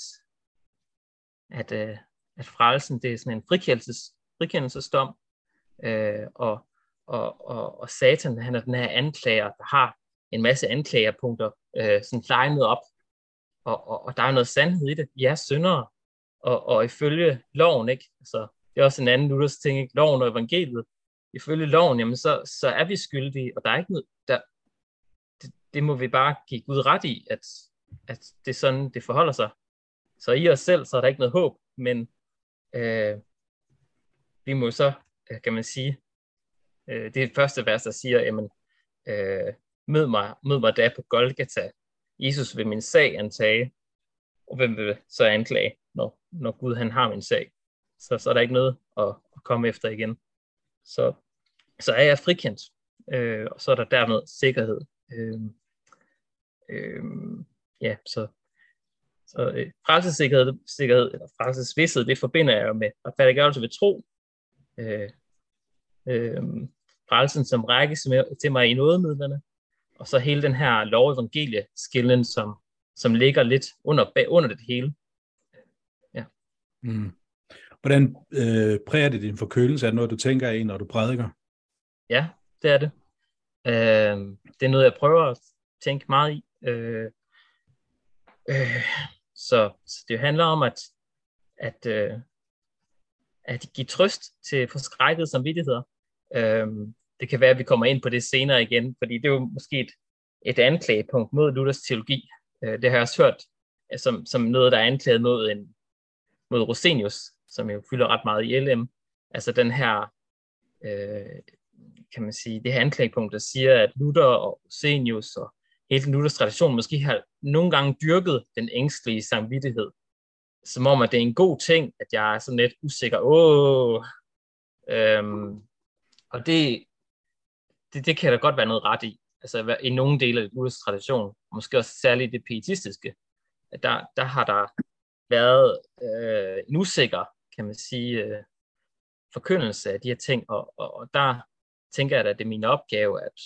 S2: at, øh, at frelsen, det er sådan en frikendelses, frikendelsesdom, øh, og, og, og, og Satan, han er den her anklager, der har en masse anklagerpunkter, øh, sådan legnet op, og, og, og der er noget sandhed i det. Vi er syndere, og, og ifølge loven, ikke? Altså, det er også en anden Luthers ting, ikke? Loven og evangeliet. Ifølge loven, jamen så, så er vi skyldige, og der er ikke noget, der, det, det må vi bare give Gud ret i, at at det er sådan, det forholder sig. Så i os selv, så er der ikke noget håb, men øh, vi må så, kan man sige, øh, det er det første vers, der siger, jamen, øh, mød mig, mød mig da på Golgata. Jesus vil min sag antage, og hvem vil så anklage, når, når Gud han har min sag. Så, så er der ikke noget at, at komme efter igen. Så, så er jeg frikendt, øh, og så er der dermed sikkerhed. Øh, øh, Ja, så, så øh, frelsessikkerhed, sikkerhed, eller frelsesvidshed, det forbinder jeg jo med retfærdiggørelse ved tro. Øh, øh, frelsen, som rækkes med, til mig i nådemidlerne, og så hele den her lov evangelie-skillen, som, som ligger lidt under, bag, under det hele. Ja.
S1: Mm. Hvordan øh, præger det din forkyndelse? Er det noget, du tænker i, når du prædiker?
S2: Ja, det er det. Øh, det er noget, jeg prøver at tænke meget i. Øh, Øh, så, så det handler om at, at, øh, at give trøst til forskrækkede samvittigheder. Øh, det kan være, at vi kommer ind på det senere igen, fordi det er jo måske et, et anklagepunkt mod Luthers teologi. Øh, det har jeg også hørt øh, som, som noget, der er anklaget mod, en, mod Rosenius, som jo fylder ret meget i L M. Altså den her, øh, kan man sige, det her anklagepunkt, der siger, at Luther og Rosenius og hele den Luthers tradition måske har nogle gange dyrket den ængstlige samvittighed, som om, at det er en god ting, at jeg er sådan lidt usikker. Åh, øhm, og det, det, det kan der godt være noget ret i. Altså i nogle dele af Luthers tradition, måske også særligt det pietistiske, at der, der har der været øh, en usikker, kan man sige, øh, forkyndelse af de her ting, og, og, og der tænker jeg, at det er min opgave at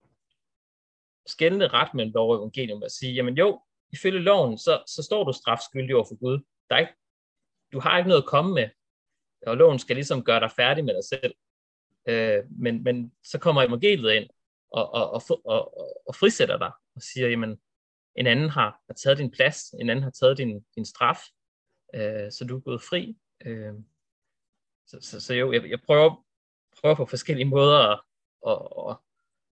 S2: skelne ret mellem lov og evangelium og sige, jamen jo, ifølge loven, så, så står du strafskyldig over for Gud. Der er ikke, du har ikke noget at komme med, og loven skal ligesom gøre dig færdig med dig selv. Øh, men, men så kommer evangeliet ind og, og, og, og, og frisætter dig og siger, jamen, en anden har, har taget din plads, en anden har taget din, din straf, øh, så du er gået fri. Øh, så, så, så jo, jeg, jeg prøver, prøver på forskellige måder at, at, at,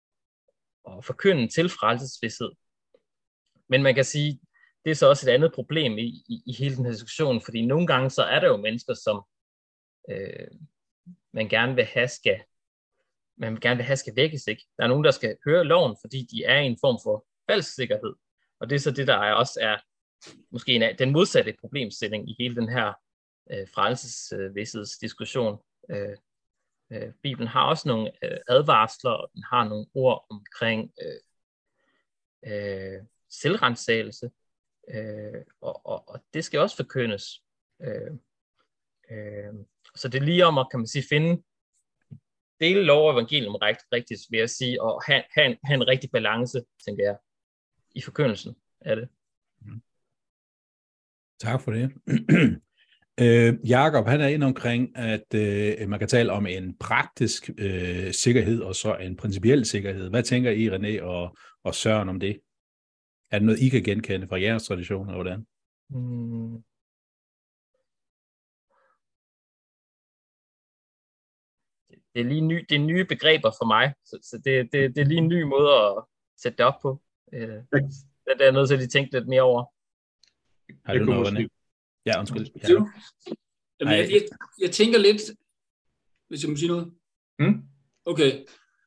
S2: at forkynde til frelsesvidshed. Men man kan sige, det er så også et andet problem i, i, i hele den her diskussion, fordi nogle gange så er der jo mennesker, som øh, man gerne vil have skal, man gerne vil have skal vækkes, ikke? Der er nogen, der skal høre loven, fordi de er i en form for falsk sikkerhed. Og det er så det, der er også er måske en af, den modsatte problemstilling i hele den her øh, frelsesvidshedsdiskussion. Øh, øh, Bibelen har også nogle øh, advarsler, og den har nogle ord omkring øh, øh, selvrensagelse, øh, og, og, og det skal også forkyndes. Øh, øh, så det er lige om at, kan man sige, finde dele lov og evangelium rigt, rigtigt, vil jeg sige, og have, have, en, have en rigtig balance, tænker jeg, i forkyndelsen af det.
S1: Tak for det. øh, Jakob, han er inde omkring, at øh, man kan tale om en praktisk øh, sikkerhed, og så en principiel sikkerhed. Hvad tænker I, René og, og Søren, om det? Er det noget, I kan genkende fra jeres tradition, eller hvordan?
S2: Hmm. Det er lige ny, det er nye begreber for mig, så, så det, det, det er lige en ny måde at sætte det op på. Øh, det er nødt til at tænke lidt mere over.
S1: Har du noget, René? Ja, undskyld. Ja.
S4: Jamen, jeg, jeg, jeg tænker lidt, hvis jeg må sige noget.
S3: Hmm?
S4: Okay.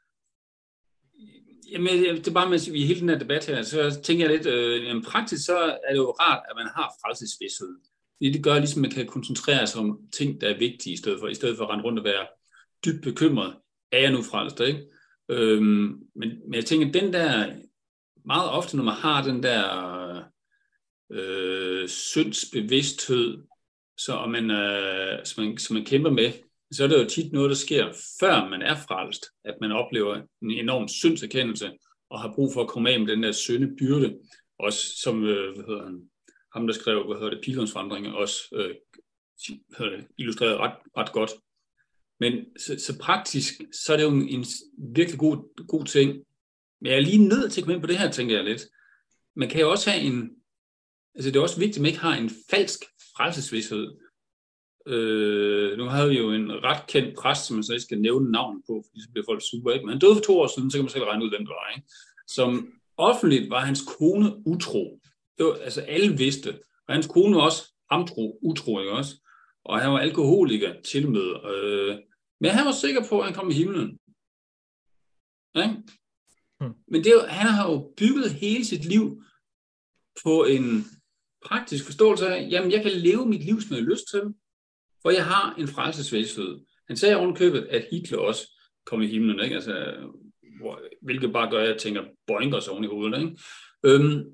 S4: Jamen, det er bare med, at vi i hele den her debat her, så tænker jeg lidt, øh, jamen, praktisk så er det jo rart, at man har frelsesvidshed. Det, det gør ligesom, at man kan koncentrere sig om ting, der er vigtige, i stedet for, i stedet for at rende rundt og være dybt bekymret. Er jeg nu frelst, ikke? Øhm, men, men jeg tænker, den der, meget ofte, når man har den der øh, syndsbevidsthed, så, og man, øh, som, man, som man kæmper med, så er det jo tit noget, der sker, før man er frelst, at man oplever en enorm syndserkendelse, og har brug for at komme af med den der syndebyrde, også som, øh, hvad hedder han, ham der skrev, hvad hedder det, Pilgrimsvandringer, også øh, illustreret ret, ret godt. Men så, så praktisk, så er det jo en, en virkelig god, god ting. Men jeg er lige nødt til at komme ind på det her, tænker jeg lidt. Man kan jo også have en, altså det er også vigtigt, at man ikke har en falsk frelsesvidshed. Øh, nu havde vi jo en ret kendt præst, som man så ikke skal nævne navn på, fordi så bliver folk super, ikke? Men han døde for to år siden, så kan man selv regne ud, hvem det var, ikke? Som offentligt var hans kone utro. Det var, altså alle vidste, og hans kone var også hamtro, utro, ikke også? Og han var alkoholiker til med. Øh, men han var sikker på, at han kom i himlen. Ja? Hmm. Men det er jo, han har jo bygget hele sit liv på en praktisk forståelse af, jamen jeg kan leve mit liv, som jeg har lyst til, for jeg har en frelsesvidshed. Han sagde ovenkøbet, at Hitler også kom i himlen, ikke? Altså, hvor, hvilket bare gør, at jeg tænker, boinker sig oven i hovedet. Ikke? Øhm,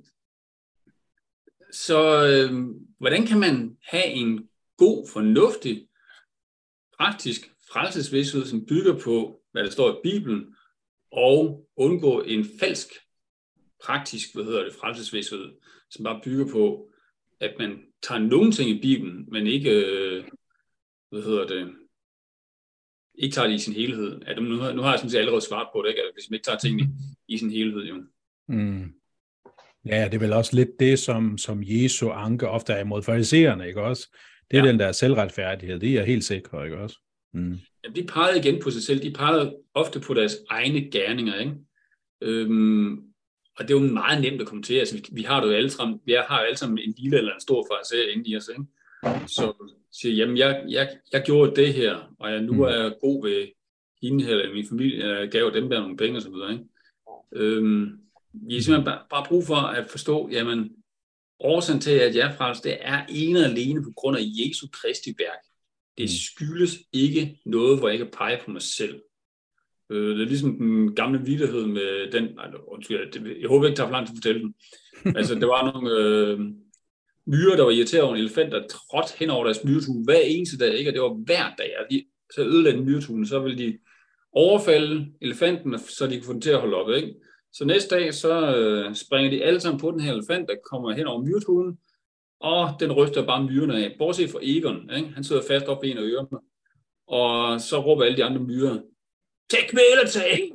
S4: så øh, hvordan kan man have en god, fornuftig, praktisk frelsesvidshed, som bygger på, hvad der står i Bibelen, og undgå en falsk, praktisk, hvad hedder det, frelsesvidshed, som bare bygger på, at man tager nogle ting i Bibelen, men ikke, øh, hvad hedder det, ikke tager det i sin helhed. Ja, nu, nu har jeg sådan set allerede svaret på det, ikke? Hvis man ikke tager tingene i sin helhed, jo.
S1: Mm. Ja, det er vel også lidt det, som, som Jesu anke ofte er imod farisererne, ikke også? Det er ja. Den der selvretfærdighed, det er jeg helt sikker, ikke også? Mm.
S4: Jamen, de pegede igen på sig selv, de pegede ofte på deres egne gerninger, ikke? Øhm, og det er jo meget nemt at kommentere. Altså, vi, vi har det jo alle sammen, vi har jo alle sammen en lille eller en stor fariser inde i os, ikke? Så siger, jamen, jeg, jeg, jeg gjorde det her, og jeg nu mm. er god ved hende her, eller min familie, jeg gav dem der nogle penge og så videre, ikke? Øhm, vi er simpelthen bare, bare brug for at forstå, jamen, årsagen til, at jeg er frelst, det er ene og alene på grund af Jesu Kristi værk. Det skyldes ikke noget, hvor jeg kan pege på mig selv. Øh, det er ligesom den gamle vittighed med den, nej, undskyld, jeg håber ikke, det tager for langt til at fortælle den. Altså, der var nogle øh, myrer, der var irriteret over en elefant, der trådte hen over deres myretue hver eneste dag, ikke? Og det var hver dag, og de så ødelagde den myretuen, så ville de overfalde elefanten, så de kunne få den til at holde op, ikke? Så næste dag, så øh, springer de alle sammen på den her elefant, der kommer hen over myretuen, og den ryster bare myrerne af, bortset fra Egon, ikke? Han sidder fast op i en af ørerne, og så råber alle de andre myrer, tag kvælertag!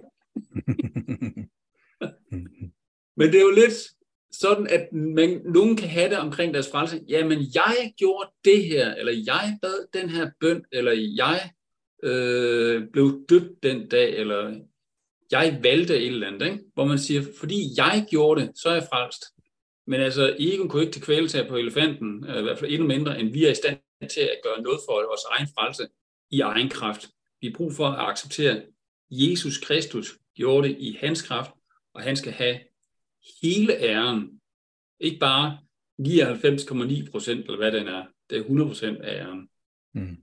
S4: Men det er jo lidt sådan, at man, nogen kan have det omkring deres frelse. Jamen, jeg gjorde det her, eller jeg bad den her bøn, eller jeg øh, blev døbt den dag, eller jeg valgte et eller andet, ikke? Hvor man siger, fordi jeg gjorde det, så er jeg frelst. Men altså, Egon kunne ikke til kvæletag på elefanten, i hvert fald endnu mindre, end vi er i stand til at gøre noget for vores egen frelse i egen kraft. Vi har brug for at acceptere, Jesus Kristus gjorde det i hans kraft, og han skal have hele æren. Ikke bare nioghalvfems komma ni procent, eller hvad den er. Det er hundrede procent af æren.
S1: Mm.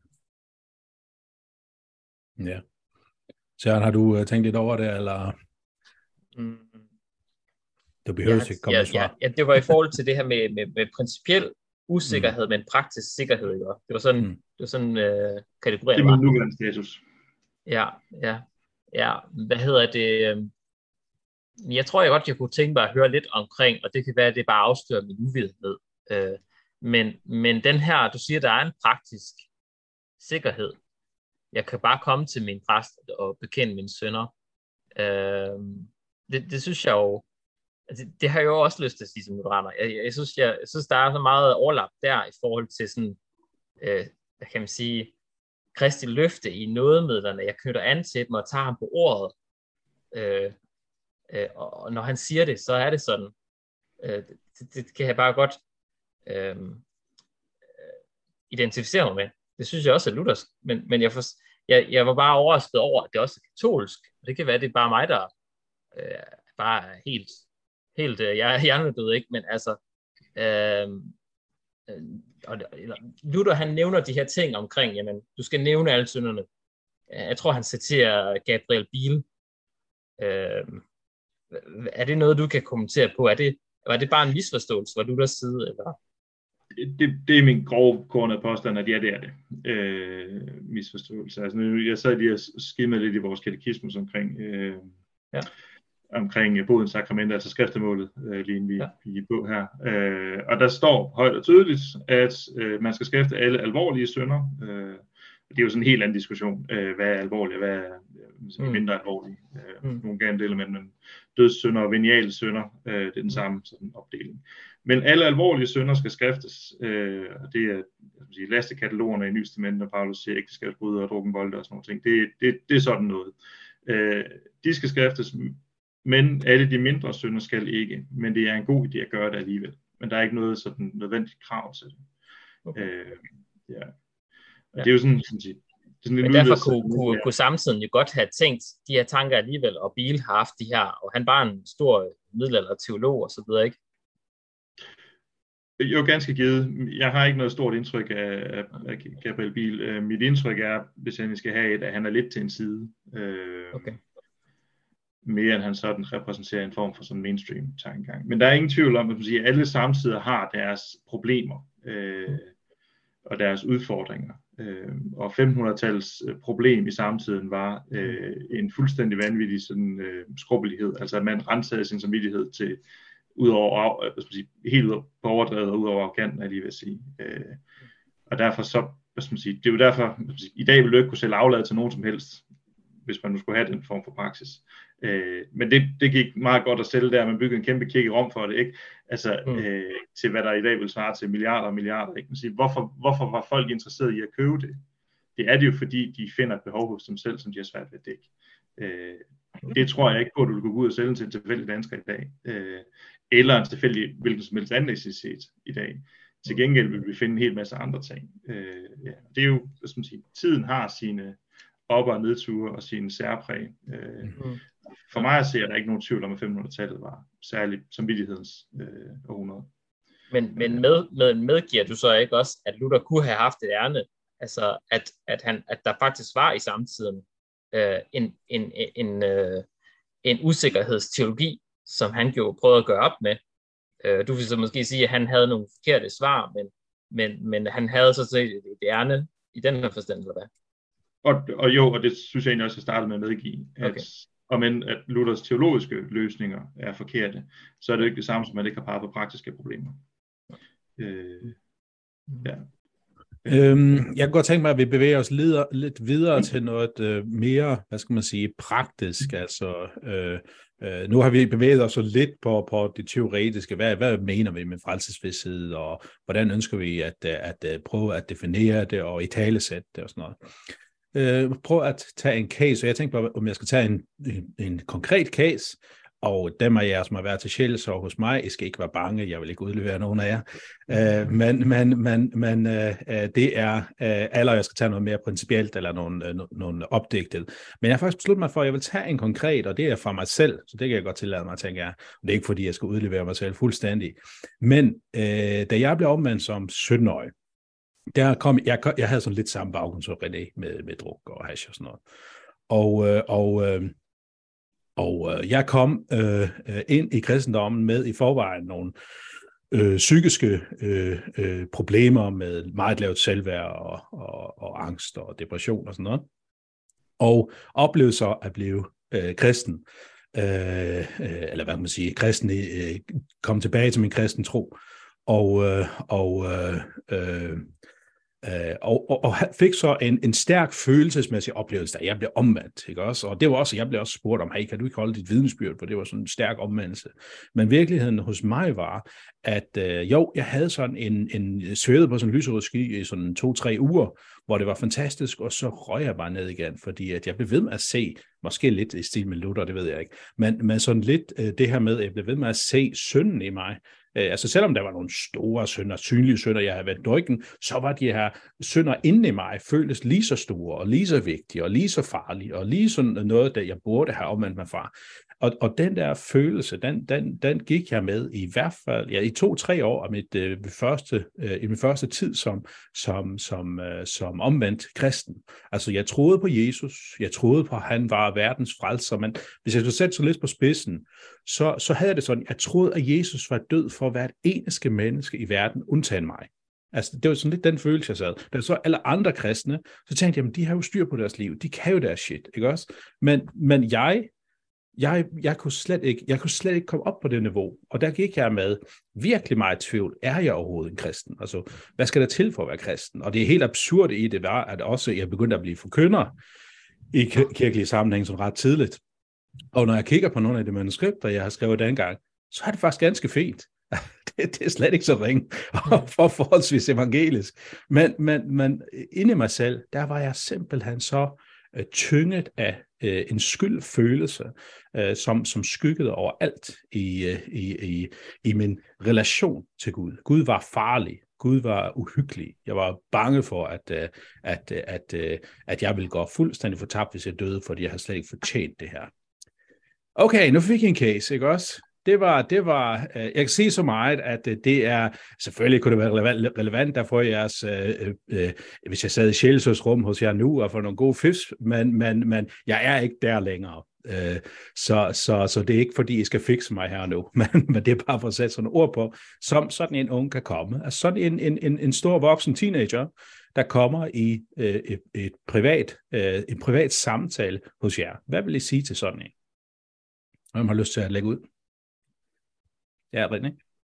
S1: Ja. Søren, har du uh, tænkt lidt over det, eller? Mm. Du behøver ja, ikke komme
S2: ja,
S1: og svare.
S2: Ja, ja, det var i forhold til det her med, med, med principiel usikkerhed, mm. men praktisk sikkerhed. Ikke? Det var sådan, mm. det var sådan uh, kategorien.
S3: Det er min nuværende status.
S2: Ja, ja, ja. Hvad hedder det? Jeg tror jeg godt, jeg kunne tænke mig at høre lidt omkring, og det kan være, at det bare afslører min uvidenhed. Uh, men, men den her, du siger, der er en praktisk sikkerhed. Jeg kan bare komme til min præst og bekende mine synder. Uh, det, det synes jeg jo, altså, det har jeg jo også lyst til at sige som moderater. Jeg, jeg, synes, jeg, jeg synes, der er så meget overlap der i forhold til sådan, øh, hvad kan man sige, Kristi løfte i nådemidlerne. Jeg knytter an til dem og tager ham på ordet. Øh, øh, og når han siger det, så er det sådan. Øh, det, det kan jeg bare godt øh, identificere mig med. Det synes jeg også er luthersk. Men, men jeg, for, jeg, jeg var bare overrasket over, at det også er katolsk. Det kan være, det er bare mig, der øh, bare er helt helt, øh, jeg er hjernedød, ikke? Men altså, øh, øh, og, Luther, han nævner de her ting omkring, jamen, du skal nævne alle synderne. Jeg tror, han citerer Gabriel Biel. Øh, er det noget, du kan kommentere på? Er det, var det bare en misforståelse fra Luthers side, eller?
S3: Det, det er min grove kornede påstand, at ja, det er det. Øh, misforståelse. Altså, nu, jeg sad lige og skimmede lidt i vores katekismus omkring, øh, ja. omkring bodens sakrament, altså skriftemålet, øh, lige vi, ja. vi er på her. Øh, og der står højt og tydeligt, at øh, man skal skrifte alle alvorlige synder. Øh, det er jo sådan en helt anden diskussion. Øh, hvad er alvorligt, hvad er øh, mindre alvorligt? Øh, mm. Nogle gange deler man med dødssynder og veniale synder. Øh, det er den samme sådan opdeling. Men alle alvorlige synder skal skriftes, øh, og det er sige, lastekatalogerne i Nye Testament, når Paulus siger ægteskabsbrud og drukkenvold og sådan noget ting. Det, det, det er sådan noget. Øh, de skal skriftes, men alle de mindre synder skal ikke. Men det er en god idé at gøre det alligevel. Men der er ikke noget sådan nødvendigt krav til det. Okay. Øh, ja. Og ja. Det er jo sådan, sådan sige, sådan
S2: men derfor kunne, kunne, kunne samtiden jo godt have tænkt de her tanker alligevel, og Biel har haft de her, og han var en stor middelalder teolog og så videre, ikke?
S3: Jo, ganske givet. Jeg har ikke noget stort indtryk af, af Gabriel Biel. Mit indtryk er, hvis jeg skal have et, at han er lidt til en side. Okay. Mere end han sådan repræsenterer en form for sådan mainstream tankegang. Men der er ingen tvivl om, at man siger, at alle samtider har deres problemer øh, og deres udfordringer. Øh, og femtenhundredetallets problem i samtiden var øh, en fuldstændig vanvittig sådan, øh, skruppelighed. Altså at man rensede sin samvittighed til udover, hvad skal man sige, helt ud på overdrevet og ud over kanten, er lige ved at sige. Øh, og derfor så, hvad skal man sige, det er jo derfor, sige, i dag vil du ikke kunne sælge aflad til nogen som helst, hvis man nu skulle have den form for praksis. Øh, men det, det gik meget godt at sælge der, man byggede en kæmpe kirke i Rom for det, ikke? Altså, mm. øh, til hvad der i dag vil svare til milliarder og milliarder, ikke? Man siger, hvorfor, hvorfor var folk interesseret i at købe det? Det er det jo, fordi de finder et behov hos dem selv, som de har svært ved at dække. Øh, Det tror jeg ikke på, at du vil gå ud og sælge til en tilfældig dansker i dag, øh, eller en tilfældig hvilken som helst anden etnicitet i dag. Til gengæld vil vi finde en hel masse andre ting. Øh, ja. Det er jo, hvad skal man sige, tiden har sine op- og nedture og sine særpræg. Øh, mm. For mig at se, er der ikke nogen tvivl om, at femtenhundredetallet var særligt samvittighedens øh, århundrede.
S2: Men, men med, med, medgiver du så ikke også, at Luther kunne have haft et ærne, altså at, at, han, at der faktisk var i samtiden øh, en, en, en, øh, en usikkerhedsteologi, som han jo prøvede at gøre op med. Øh, du vil så måske sige, at han havde nogle forkerte svar, men, men, men han havde så set et ærne i den her forstand, eller hvad?
S3: Og, og jo, og det synes jeg egentlig også, jeg startede med at medgive, at okay. Og men at Luthers teologiske løsninger er forkerte, så er det ikke det samme, som at man ikke har peget på praktiske problemer. Øh, ja.
S1: Øhm, jeg kan godt tænke mig, at vi bevæger os lidt, lidt videre til noget øh, mere, hvad skal man sige, praktisk. Altså, øh, øh, nu har vi bevæget os lidt på, på det teoretiske. Hvad, hvad mener vi med frelsesvidshed, og hvordan ønsker vi at, at, at prøve at definere det og italesætte det og sådan noget. Øh, prøv at tage en case, og jeg tænker på, om jeg skal tage en, en, en konkret case, og dem af jer, som har været til sjælsår hos mig, I skal ikke være bange, jeg vil ikke udlevere nogen af jer. Uh, men men, men, men uh, det er, uh, eller jeg skal tage noget mere principielt, eller nogle, uh, nogle opdigtet. Men jeg har faktisk besluttet mig for, at jeg vil tage en konkret, og det er fra mig selv, så det kan jeg godt tillade mig at tænke, og det er ikke fordi, jeg skal udlevere mig selv fuldstændig. Men uh, da jeg blev omvendt som sytten-årig, der kom, jeg, jeg havde sådan lidt samme baggrund som René med, med druk og hash og sådan noget. Og, uh, og uh, Og øh, jeg kom øh, ind i kristendommen med i forvejen nogle øh, psykiske øh, øh, problemer med meget lavt selvværd og, og, og angst og depression og sådan noget. Og oplevede så at blive øh, kristen, øh, øh, eller hvad kan man sige, kristen, øh, kom tilbage til min kristen tro, og, øh, og øh, øh, Uh, og, og, og fik så en, en stærk følelsesmæssig oplevelse, da jeg blev omvendt, ikke også? Og det var også, jeg blev også spurgt om, hey, kan du ikke holde dit vidnesbyrd, for det var sådan en stærk omvendelse. Men virkeligheden hos mig var, at uh, jo, jeg havde sådan en, en svævet på sådan en lyserød sky i sådan to-tre uger, hvor det var fantastisk, og så røg jeg bare ned igen, fordi at jeg blev ved med at se, måske lidt i stil med Luther, det ved jeg ikke, men, men sådan lidt uh, det her med, at jeg blev ved med at se synden i mig. Uh, altså selvom der var nogle store synder, synlige synder, jeg havde været ryggen, så var de her synder inde i mig føltes lige så store, og lige så vigtige, og lige så farlige, og lige sådan noget, der jeg burde have omvendt mig fra. Og, og den der følelse, den, den, den gik jeg med i hvert fald, ja, i to-tre år af mit, øh, første, øh, i min første tid som, som, som, øh, som omvendt kristen. Altså jeg troede på Jesus, jeg troede på, at han var verdens frelser, men hvis jeg skulle sætte så lidt på spidsen, så, så havde jeg det sådan, jeg troede, at Jesus var død for hvert eneste menneske i verden, undtagen mig. Altså, det var sådan lidt den følelse, jeg sad. Da så alle andre kristne, så tænkte jeg, jamen, de har jo styr på deres liv. De kan jo deres shit, ikke også? Men, men jeg, jeg, jeg, kunne slet ikke, jeg kunne slet ikke komme op på det niveau. Og der gik jeg med virkelig meget tvivl. Er jeg overhovedet en kristen? Altså, hvad skal der til for at være kristen? Og det er helt absurd i det var, at også jeg begyndte at blive forkynder i kirkelige sammenhæng som ret tidligt. Og når jeg kigger på nogle af de manuskripter, jeg har skrevet dengang, så er det faktisk ganske fint. Det, det er slet ikke så ringe og for forholdsvis evangelisk. Men, men, men inde i mig selv, der var jeg simpelthen så uh, tynget af uh, en skyldfølelse, uh, som, som skyggede over alt i, uh, i, i, i min relation til Gud. Gud var farlig. Gud var uhyggelig. Jeg var bange for, at, uh, at, uh, at, uh, at jeg ville gå fuldstændig fortabt, hvis jeg døde, fordi jeg havde slet ikke fortjent det her. Okay, nu fik jeg en case, ikke også? Det var, det var, jeg kan sige så meget, at det er, selvfølgelig kunne det være relevant, relevant der for jeres, øh, øh, hvis jeg sad i Sjælsøs rum hos jer nu og får nogle gode fifs, men, men, men jeg er ikke der længere. Øh, så, så, så det er ikke fordi, I skal fikse mig her nu, men, men det er bare for at sætte sådan et ord på, som sådan en ung kan komme. Altså sådan en, en, en, en stor voksen teenager, der kommer i øh, et, et privat, øh, en privat samtale hos jer. Hvad vil I sige til sådan en? Hvem har lyst til at lægge ud? Ja, René.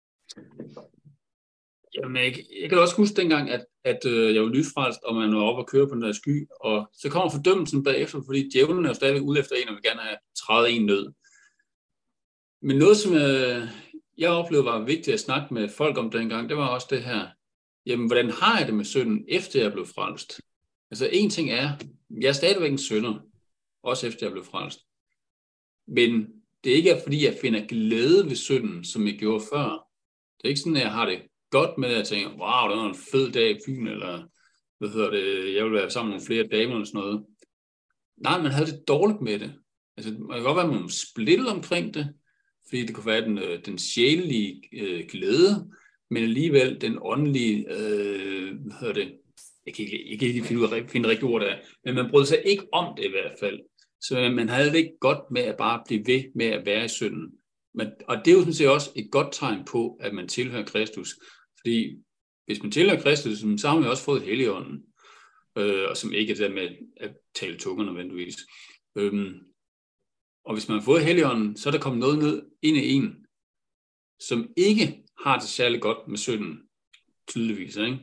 S4: Jamen, jeg, jeg kan også huske dengang, at, at øh, jeg var nyfrelst, og man var oppe og køre på den der sky, og så kommer fordømmelsen bagefter, fordi djævlen er jo stadigvæk ude efter en, og vil gerne have trædet en ned. Men noget, som øh, jeg oplevede var vigtigt at snakke med folk om dengang, det var også det her, jamen, hvordan har jeg det med synden, efter jeg blev frelst? Altså, en ting er, jeg er stadigvæk en synder, også efter jeg blev frelst. Men det er ikke fordi, jeg finder glæde ved synden, som jeg gjorde før. Det er ikke sådan, at jeg har det godt med, at jeg tænker, wow, det var en fed dag i byen, eller hvad hedder det, jeg vil være sammen med flere damer eller sådan noget. Nej, man havde det dårligt med det. Altså, det kan godt være, at man splittede omkring det, fordi det kunne være den, den sjælelige øh, glæde, men alligevel den åndelige, øh, hvad hedder det, jeg kan ikke, jeg kan ikke finde, ud af, finde rigtig ord der, men man brød sig ikke om det i hvert fald. Så man havde det ikke godt med at bare blive ved med at være i synden. Men, og det er jo sådan set også et godt tegn på, at man tilhører Kristus. Fordi hvis man tilhører Kristus, så har man jo også fået Helligånden, øh, og som ikke er det med at tale tunger nødvendigvis. Øhm, og hvis man har fået Helligånden, så er der kommet noget ned ind i en, som ikke har det særlig godt med synden, tydeligvis, ikke?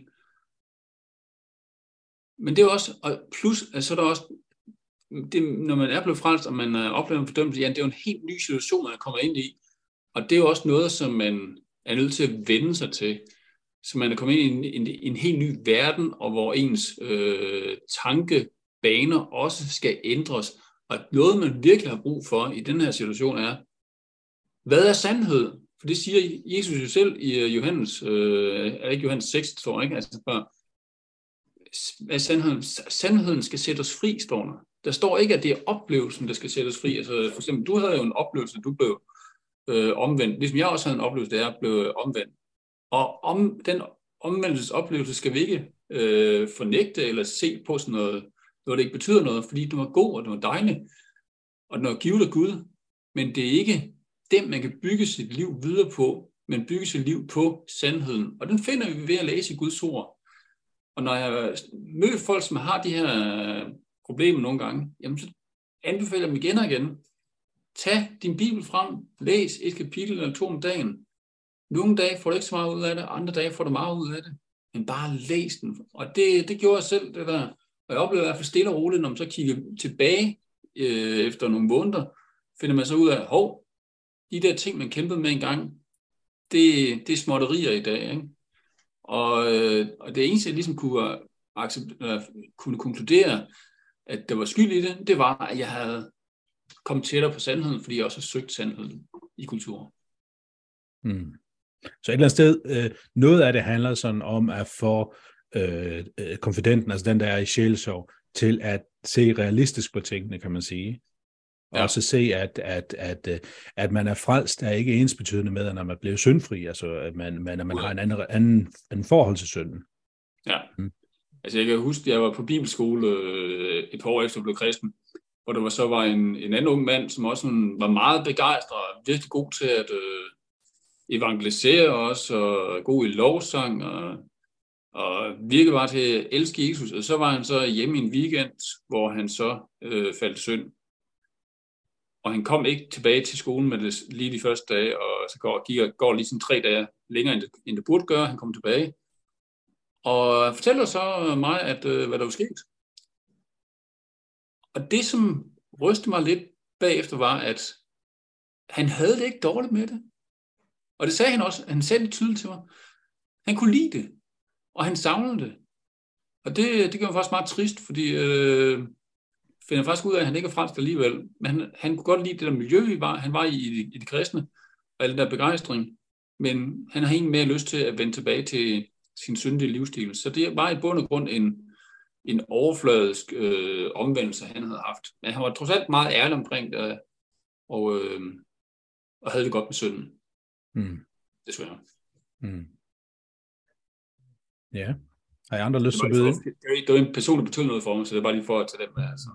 S4: Men det er også, og plus, så er der også, det, når man er blevet frelst, og man oplever en fordømmelse, ja, det er jo en helt ny situation, man kommer ind i. Og det er jo også noget, som man er nødt til at vende sig til. Så man er kommet ind i en, en, en helt ny verden, og hvor ens øh, tankebaner også skal ændres. Og noget, man virkelig har brug for i den her situation er, hvad er sandhed? For det siger Jesus jo selv i Johannes, øh, er ikke Johannes seks, står ikke? Altså bare, hvad sandheden? Sandheden skal sætte os fri, står der. Der står ikke, at det er oplevelsen, der skal sætte os fri. Altså for eksempel, du havde jo en oplevelse, du blev øh, omvendt. Ligesom jeg også havde en oplevelse, der jeg blev omvendt. Og om, den omvendelsesoplevelse skal vi ikke øh, fornægte eller se på sådan noget, når det ikke betyder noget, fordi det var god, og det var dejligt, og det var givet af Gud. Men det er ikke det, man kan bygge sit liv videre på, men bygge sit liv på sandheden. Og den finder vi ved at læse i Guds ord. Og når jeg møder folk, som har de her problemer nogle gange, jamen så anbefaler jeg dem igen og igen. Tag din bibel frem, læs et kapitel eller to om dagen. Nogle dage får du ikke så meget ud af det, andre dage får du meget ud af det. Men bare læs den. Og det, det gjorde jeg selv, det der. Og jeg oplevede i hvert fald stille og roligt, når man så kigger tilbage øh, efter nogle måneder, finder man så ud af, hov, de der ting, man kæmpede med engang, det, det er småtterier i dag, ikke? Og, øh, og det eneste, jeg ligesom kunne, accept, kunne konkludere, at der var skyld i det, det var, at jeg havde kommet tættere på sandheden, fordi jeg også har søgt sandheden i kulturen.
S1: Hmm. Så et eller andet sted, øh, noget af det handler sådan om at få øh, konfidenten, altså den der er i sjælsorg, til at se realistisk på tingene, kan man sige. Og ja. Også se, at, at, at, at man er frelst, er ikke ensbetydende med, at man bliver syndfri, altså at man, man, at man har en anden, anden, anden forhold til synden.
S4: Ja, hmm. Altså jeg kan huske, at jeg var på bibelskole øh, et par år efter jeg blev kristen, hvor der var, så var en, en anden ung mand, som også sådan, var meget begejstret og virkelig god til at øh, evangelisere os, og god i lovsang, og, og virkelig var til at elske Jesus. Og så var han så hjemme i en weekend, hvor han så øh, faldt i synd. Og han kom ikke tilbage til skolen med det lige de første dage, og så går, gik, går lige sådan tre dage længere, end det, end det burde gøre. Han kom tilbage. Og fortæller så mig, at øh, hvad der var sket. Og det, som rystede mig lidt bagefter, var, at han havde det ikke dårligt med det. Og det sagde han også. Han sagde det tydeligt til mig. Han kunne lide det. Og han savnede det. Og det, det gjorde mig faktisk meget trist, fordi øh, finder faktisk ud af, at han ikke er frelst alligevel. Men han, han kunne godt lide det der miljø, vi var. Han var i, i, i de kristne, og al den der begejstring. Men han har egentlig mere lyst til at vende tilbage til sin syndige livsstil. Så det var i bund og grund en, en overfladisk øh, omvendelse, han havde haft. Men han var trods alt meget ærlig omkring det, og, øh, og havde det godt med synden. Mm. Desværre.
S1: Mm. Ja. Har I andre lyst til at byde ind?
S4: Det var en person, der betød noget for mig, så det er bare lige for at tage dem med. Altså.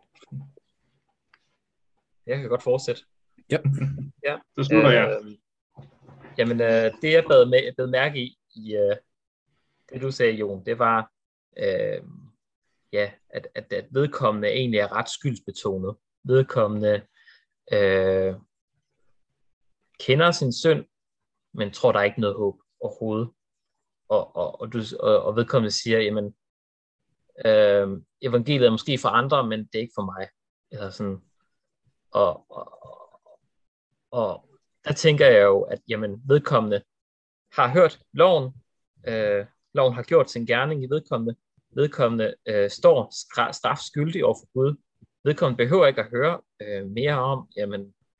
S2: Jeg kan godt fortsætte.
S1: Ja.
S2: Ja.
S3: Så slutter jeg.
S2: Øh, jamen, øh, det jeg bed, med, bed mærke i, i øh, det du sagde, Jon, det var, øh, ja, at, at, at vedkommende egentlig er ret skyldsbetonet. Vedkommende øh, kender sin synd, men tror, der er ikke noget håb overhovedet. Og, og, og, du, og, og vedkommende siger, jamen, øh, evangeliet er måske for andre, men det er ikke for mig. Eller sådan. Og, og, og der tænker jeg jo, at jamen, vedkommende har hørt loven, øh, loven har gjort sin gerning i vedkommende, vedkommende øh, står strafskyldig over for Gud. Vedkommende behøver ikke at høre øh, mere om, jamen,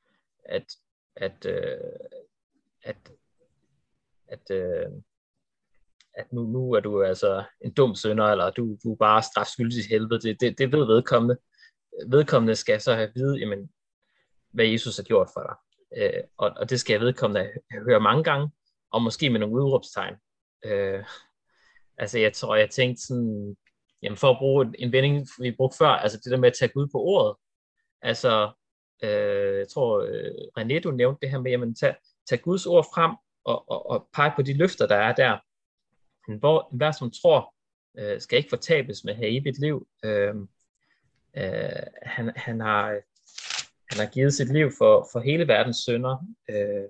S2: at, at, øh, at, at, øh, at nu, nu er du altså en dum synder, eller du, du er bare strafskyldig til helvede. Det, det, det ved vedkommende. Vedkommende skal så have vide, jamen, hvad Jesus har gjort for dig. Øh, og, og det skal jeg vedkommende høre mange gange, og måske med nogle udråbstegn. Øh, altså jeg tror, jeg tænkte sådan, jamen for at bruge en vending, vi brugte før, altså det der med at tage Gud på ordet. Altså, øh, jeg tror, øh, René, du nævnte det her med, jamen tag, tag Guds ord frem, og, og, og pege på de løfter, der er der. Hvor enhver som tror, øh, skal ikke fortabes med at have evigt liv. Øh, øh, han, han har... Han har givet sit liv for, for hele verdens synder. Øh,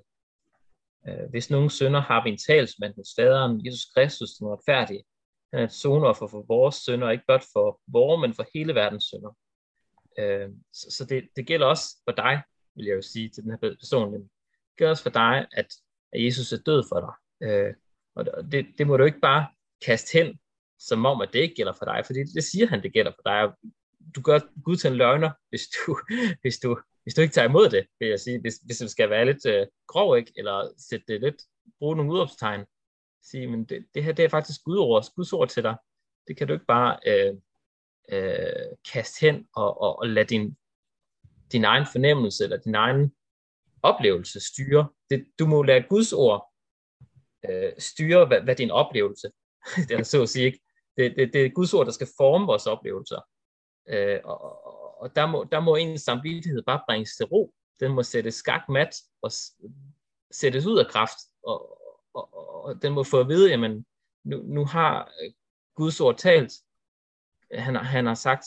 S2: øh, hvis nogen synder, har vi en talsmand hos faderen, Jesus Kristus, den retfærdige. Han er et sonoffer for vores synder, ikke blot for vores, men for hele verdens synder. Øh, så så det, det gælder også for dig, vil jeg jo sige til den her person. Det gælder også for dig, at, at Jesus er død for dig. Øh, og det, det må du ikke bare kaste hen, som om, at det ikke gælder for dig, for det, det siger han, det gælder for dig. Du gør Gud til en løgner, hvis du, hvis du, hvis du ikke tager imod det, vil jeg sige. Hvis, hvis det skal være lidt øh, grov, ikke? Eller sætte det lidt, bruge nogle udopstegn. Sige, men det, det her, det er faktisk Guds ord, Guds ord til dig. Det kan du ikke bare øh, øh, kaste hen og, og, og lade din, din egen fornemmelse eller din egen oplevelse styre. Det, du må lade Guds ord øh, styre, hvad, hvad din oplevelse, det er så at sige, ikke? Det, det, det er Guds ord, der skal forme vores oplevelser. Øh, og og der, må, der må ens samvittighed bare bringes til ro. Den må sættes skakmat og s- sættes ud af kraft. Og, og, og, og den må få at vide, jamen, nu, nu har Guds ord talt. Han, han har sagt,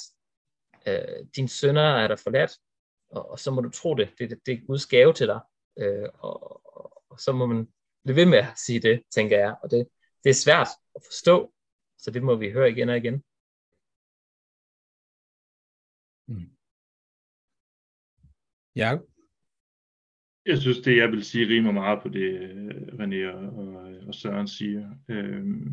S2: øh, din synder er der forladt, og, og så må du tro det. Det, det, det er Guds gave til dig. Øh, og, og, og så må man blive ved med at sige det, tænker jeg. Og det, det er svært at forstå, så det må vi høre igen og igen.
S1: Mm. Ja.
S3: Jeg synes, det jeg vil sige rimer meget på det, René og, og Søren siger. Øhm,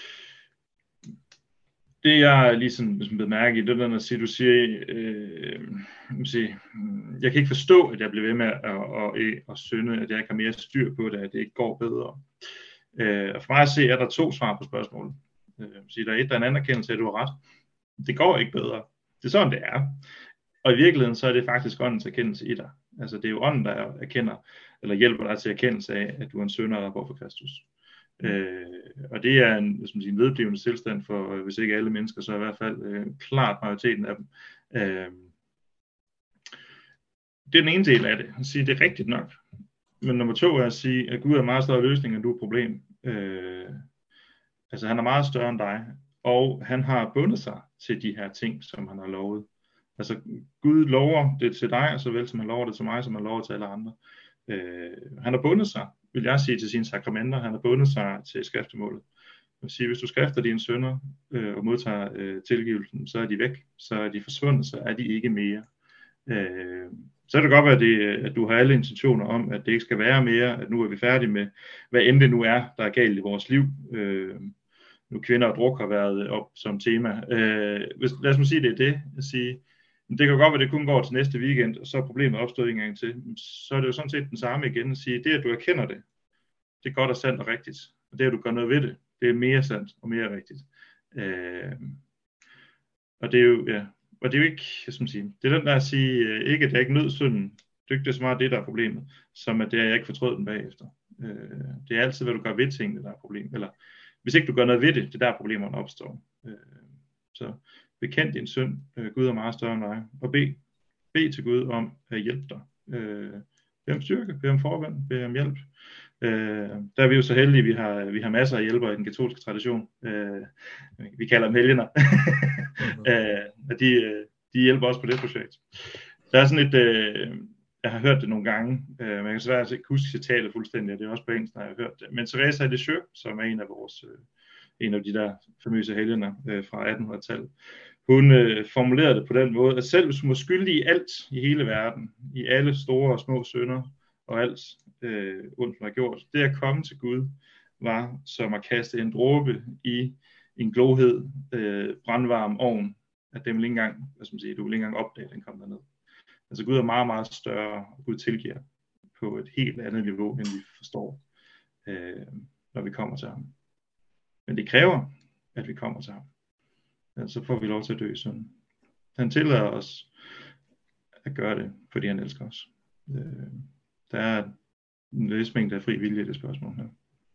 S3: det jeg ligesom, hvis man bemærker i det der, at sige, du siger, øh, sige, jeg kan ikke forstå, at jeg bliver ved med at, at, at, at synde, at jeg ikke har mere styr på det, at det ikke går bedre. Øh, og for mig at se, er der to svar på spørgsmålet. Øh, sige, der er et, der er en anerkendelse af, at du har ret. Det går ikke bedre. Det er sådan, det er. Og i virkeligheden, så er det faktisk åndens erkendelse i dig. Altså, det er jo ånden, der erkender, eller hjælper dig til erkendelse af, at du er en synder og har brug for Kristus. Mm. Øh, og det er en, hvis man siger, en vedblivende tilstand for, hvis ikke alle mennesker, så i hvert fald øh, klart majoriteten af dem. Øh, det er den ene del af det. At sige, det er rigtigt nok. Men nummer to er at sige, at Gud er meget større løsning, end du er et problem. Øh, altså, han er meget større end dig. Og han har bundet sig til de her ting, som han har lovet. Altså, Gud lover det til dig, såvel som han lover det til mig, som han lover til alle andre. Øh, han har bundet sig, vil jeg sige, til sine sakramenter. Han har bundet sig til skriftemålet. Jeg vil sige, hvis du skrifter dine synder øh, og modtager øh, tilgivelsen, så er de væk. Så er de forsvundet, så er de ikke mere. Øh, så er det godt være, at, det, at du har alle intentioner om, at det ikke skal være mere, at nu er vi færdige med, hvad end det nu er, der er galt i vores liv. Øh, nu kvinder og druk har været op som tema. Øh, hvis, lad os sige, det er det. At sige, det kan godt være, at det kun går til næste weekend, og så er problemet opstået en gang til. Så er det jo sådan set den samme igen at sige, det at du erkender det, det er godt og sandt og rigtigt. Og det at du gør noget ved det, det er mere sandt og mere rigtigt. Øh, og det er jo, ja, og det er jo ikke, jeg skal sige, det er den der at sige, ikke at jeg ikke nød synden, det er ikke det så meget det, der er problemet, som at det er, at jeg ikke fortrød den bagefter. Øh, det er altid, hvad du gør ved tingene, der er problem. Eller hvis ikke du gør noget ved det, det er der problemerne opstår. Øh, så bekend din synd, øh, Gud er meget større end dig, og bed, bed til Gud om at hjælpe dig. Øh, bed om styrke, bed om forvand, bed om hjælp. Øh, der er vi jo så heldige, vi har, vi har masser af hjælpere i den katolske tradition. Øh, vi kalder dem helgener. øh, og de, de hjælper også på det projekt. Der er sådan et, øh, jeg har hørt det nogle gange, øh, man kan svært ikke huske citatet fuldstændig, og det er også på engelsk, når jeg har hørt det. Men Teresa af Lisieux, som er en af vores, øh, en af de der famøse helgener øh, fra attenhundredetallet, hun øh, formulerede det på den måde, at selv hvis hun var skyldig i alt i hele verden, i alle store og små synder, og alt øh, ondt, hun har gjort, det at komme til Gud, var som at kaste en dråbe i en glohed, øh, brandvarm ovn, at det vil ikke engang, hvad skal man sige, du vil ikke engang opdage, at den kom derned. Altså Gud er meget, meget større, og Gud tilgiver på et helt andet niveau, end vi forstår, øh, når vi kommer til ham. Men det kræver, at vi kommer til ham. Ja, så får vi lov til at dø i synden. Han tillader os at gøre det, fordi han elsker os. Øh, der er en løsning, der er fri vilje i det spørgsmål her.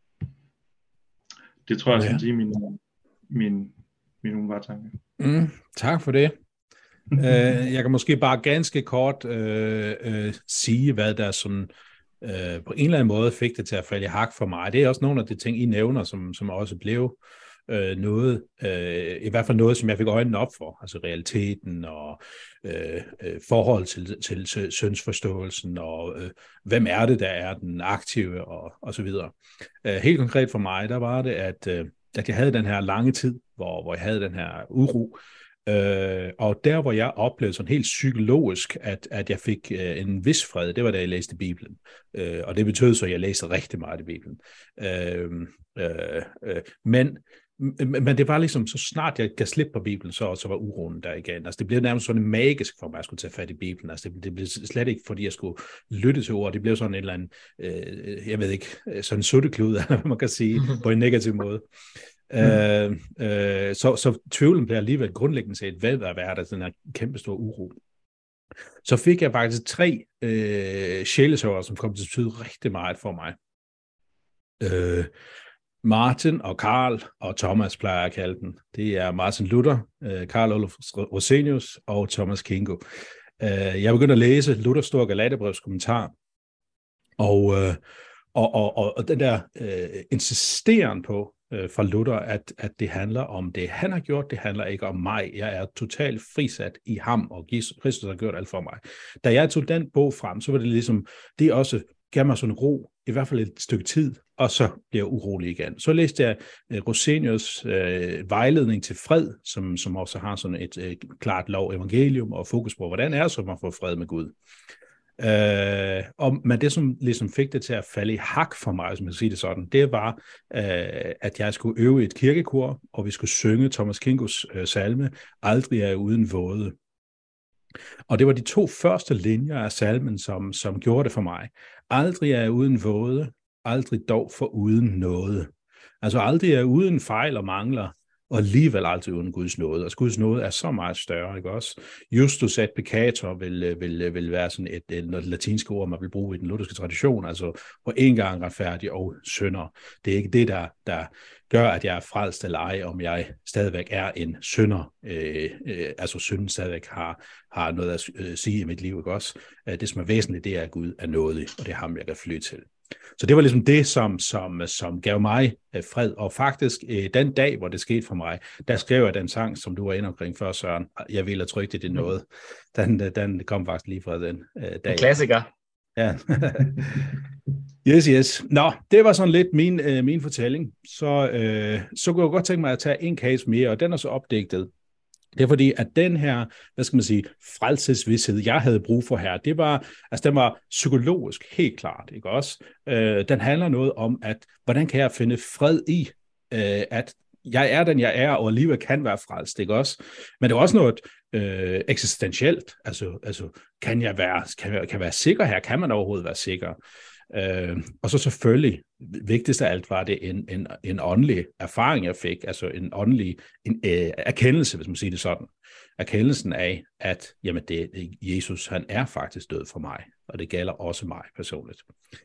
S3: Det tror jeg, ja. Skal sige min, min, min umiddelbare tanke.
S1: Mm, tak for det. uh, jeg kan måske bare ganske kort uh, uh, sige, hvad der sådan, uh, på en eller anden måde fik det til at falde i hak for mig. Det er også nogle af de ting, I nævner, som, som også blev uh, noget, uh, i hvert fald noget, som jeg fik øjnene op for, altså realiteten og uh, uh, forhold til, til, til syndsforståelsen, og uh, hvem er det, der er den aktive, og, og så videre. Uh, helt konkret for mig, der var det, at uh, at jeg havde den her lange tid, hvor, hvor jeg havde den her uro, øh, og der, hvor jeg oplevede sådan helt psykologisk, at, at jeg fik øh, en vis fred, det var da jeg læste Bibelen, øh, og det betød så, at jeg læste rigtig meget i Bibelen. Øh, øh, øh, men, men det var ligesom, så snart jeg gav slip på Bibelen, så, så var uroen der igen. Altså, det blev nærmest sådan magisk for mig, at jeg skulle tage fat i Bibelen. Altså, det, det blev slet ikke, fordi jeg skulle lytte til ord. Det blev sådan en eller anden, øh, jeg ved ikke, sådan en sutteklud, man kan sige, på en negativ måde. Mm. Øh, øh, så, så tvivlen blev alligevel grundlæggende set ved at være der, den her kæmpe store uro. Så fik jeg faktisk tre øh, sjælesørger, som kom til at betyde rigtig meget for mig. Øh, Martin og Karl og Thomas plejer jeg at kalde den. Det er Martin Luther, Karl Olof Rosenius og Thomas Kingo. Jeg begyndte at læse Luthers store Galaterbrevs kommentar, og, og, og, og den der uh, insisteren på uh, fra Luther, at, at det handler om det, han har gjort, det handler ikke om mig. Jeg er totalt frisat i ham, og Kristus har gjort alt for mig. Da jeg tog den bog frem, så var det ligesom, det også gav mig sådan en ro, i hvert fald et stykke tid, og så bliver jeg urolig igen. Så læste jeg uh, Rosenius uh, vejledning til fred, som, som også har sådan et uh, klart lov evangelium og fokus på, hvordan er det så, man får fred med Gud. Uh, og, men det, som ligesom fik det til at falde i hak for mig, som jeg siger det sådan, det var, uh, at jeg skulle øve i et kirkekor, og vi skulle synge Thomas Kingos uh, salme, Aldrig er jeg uden våde. Og det var de to første linjer af salmen, som, som gjorde det for mig. Aldrig er jeg uden våde, aldrig dog for uden noget. Altså aldrig er jeg uden fejl og mangler, og alligevel altid uden Guds nåde. Og Guds nåde er så meget større, ikke også? Justus et peccator vil, vil, vil være sådan et, et, et latinsk ord, man vil bruge i den lutherske tradition, altså på en gang retfærdig og synder. Det er ikke det, der, der gør, at jeg er frelst eller ej, om jeg stadigvæk er en synder. Øh, øh, altså synden stadigvæk har, har noget at øh, sige i mit liv, ikke også? Det, som er væsentligt, det er, at Gud er nådig, og det er ham, jeg kan fly til. Så det var ligesom det, som, som, som gav mig øh, fred. Og faktisk øh, den dag, hvor det skete for mig, der skrev jeg den sang, som du var inde omkring før, Søren. Jeg ville have trygt det, det er noget. Den, den kom faktisk lige fra den øh, dag.
S2: En klassiker.
S1: Ja. Yes, yes. Nå, det var sådan lidt min, øh, min fortælling. Så, øh, så kunne jeg godt tænke mig at tage en case mere, og den er så opdigtet. Det er fordi, at den her, hvad skal man sige, frelsesvidshed, jeg havde brug for her, det var, altså den var psykologisk helt klart, ikke også? Øh, den handler noget om, at hvordan kan jeg finde fred i, øh, at jeg er den, jeg er, og alligevel kan være frelst, ikke også? Men det er også noget øh, eksistentielt, altså, altså kan jeg være, kan jeg, kan jeg være sikker her? Kan man overhovedet være sikker? Øh, og så selvfølgelig, vigtigst af alt var det en, en, en åndelig erfaring, jeg fik, altså en åndelig en, øh, erkendelse, hvis man siger det sådan. Erkendelsen af, at jamen det, Jesus, han er faktisk død for mig, og det gælder også mig personligt.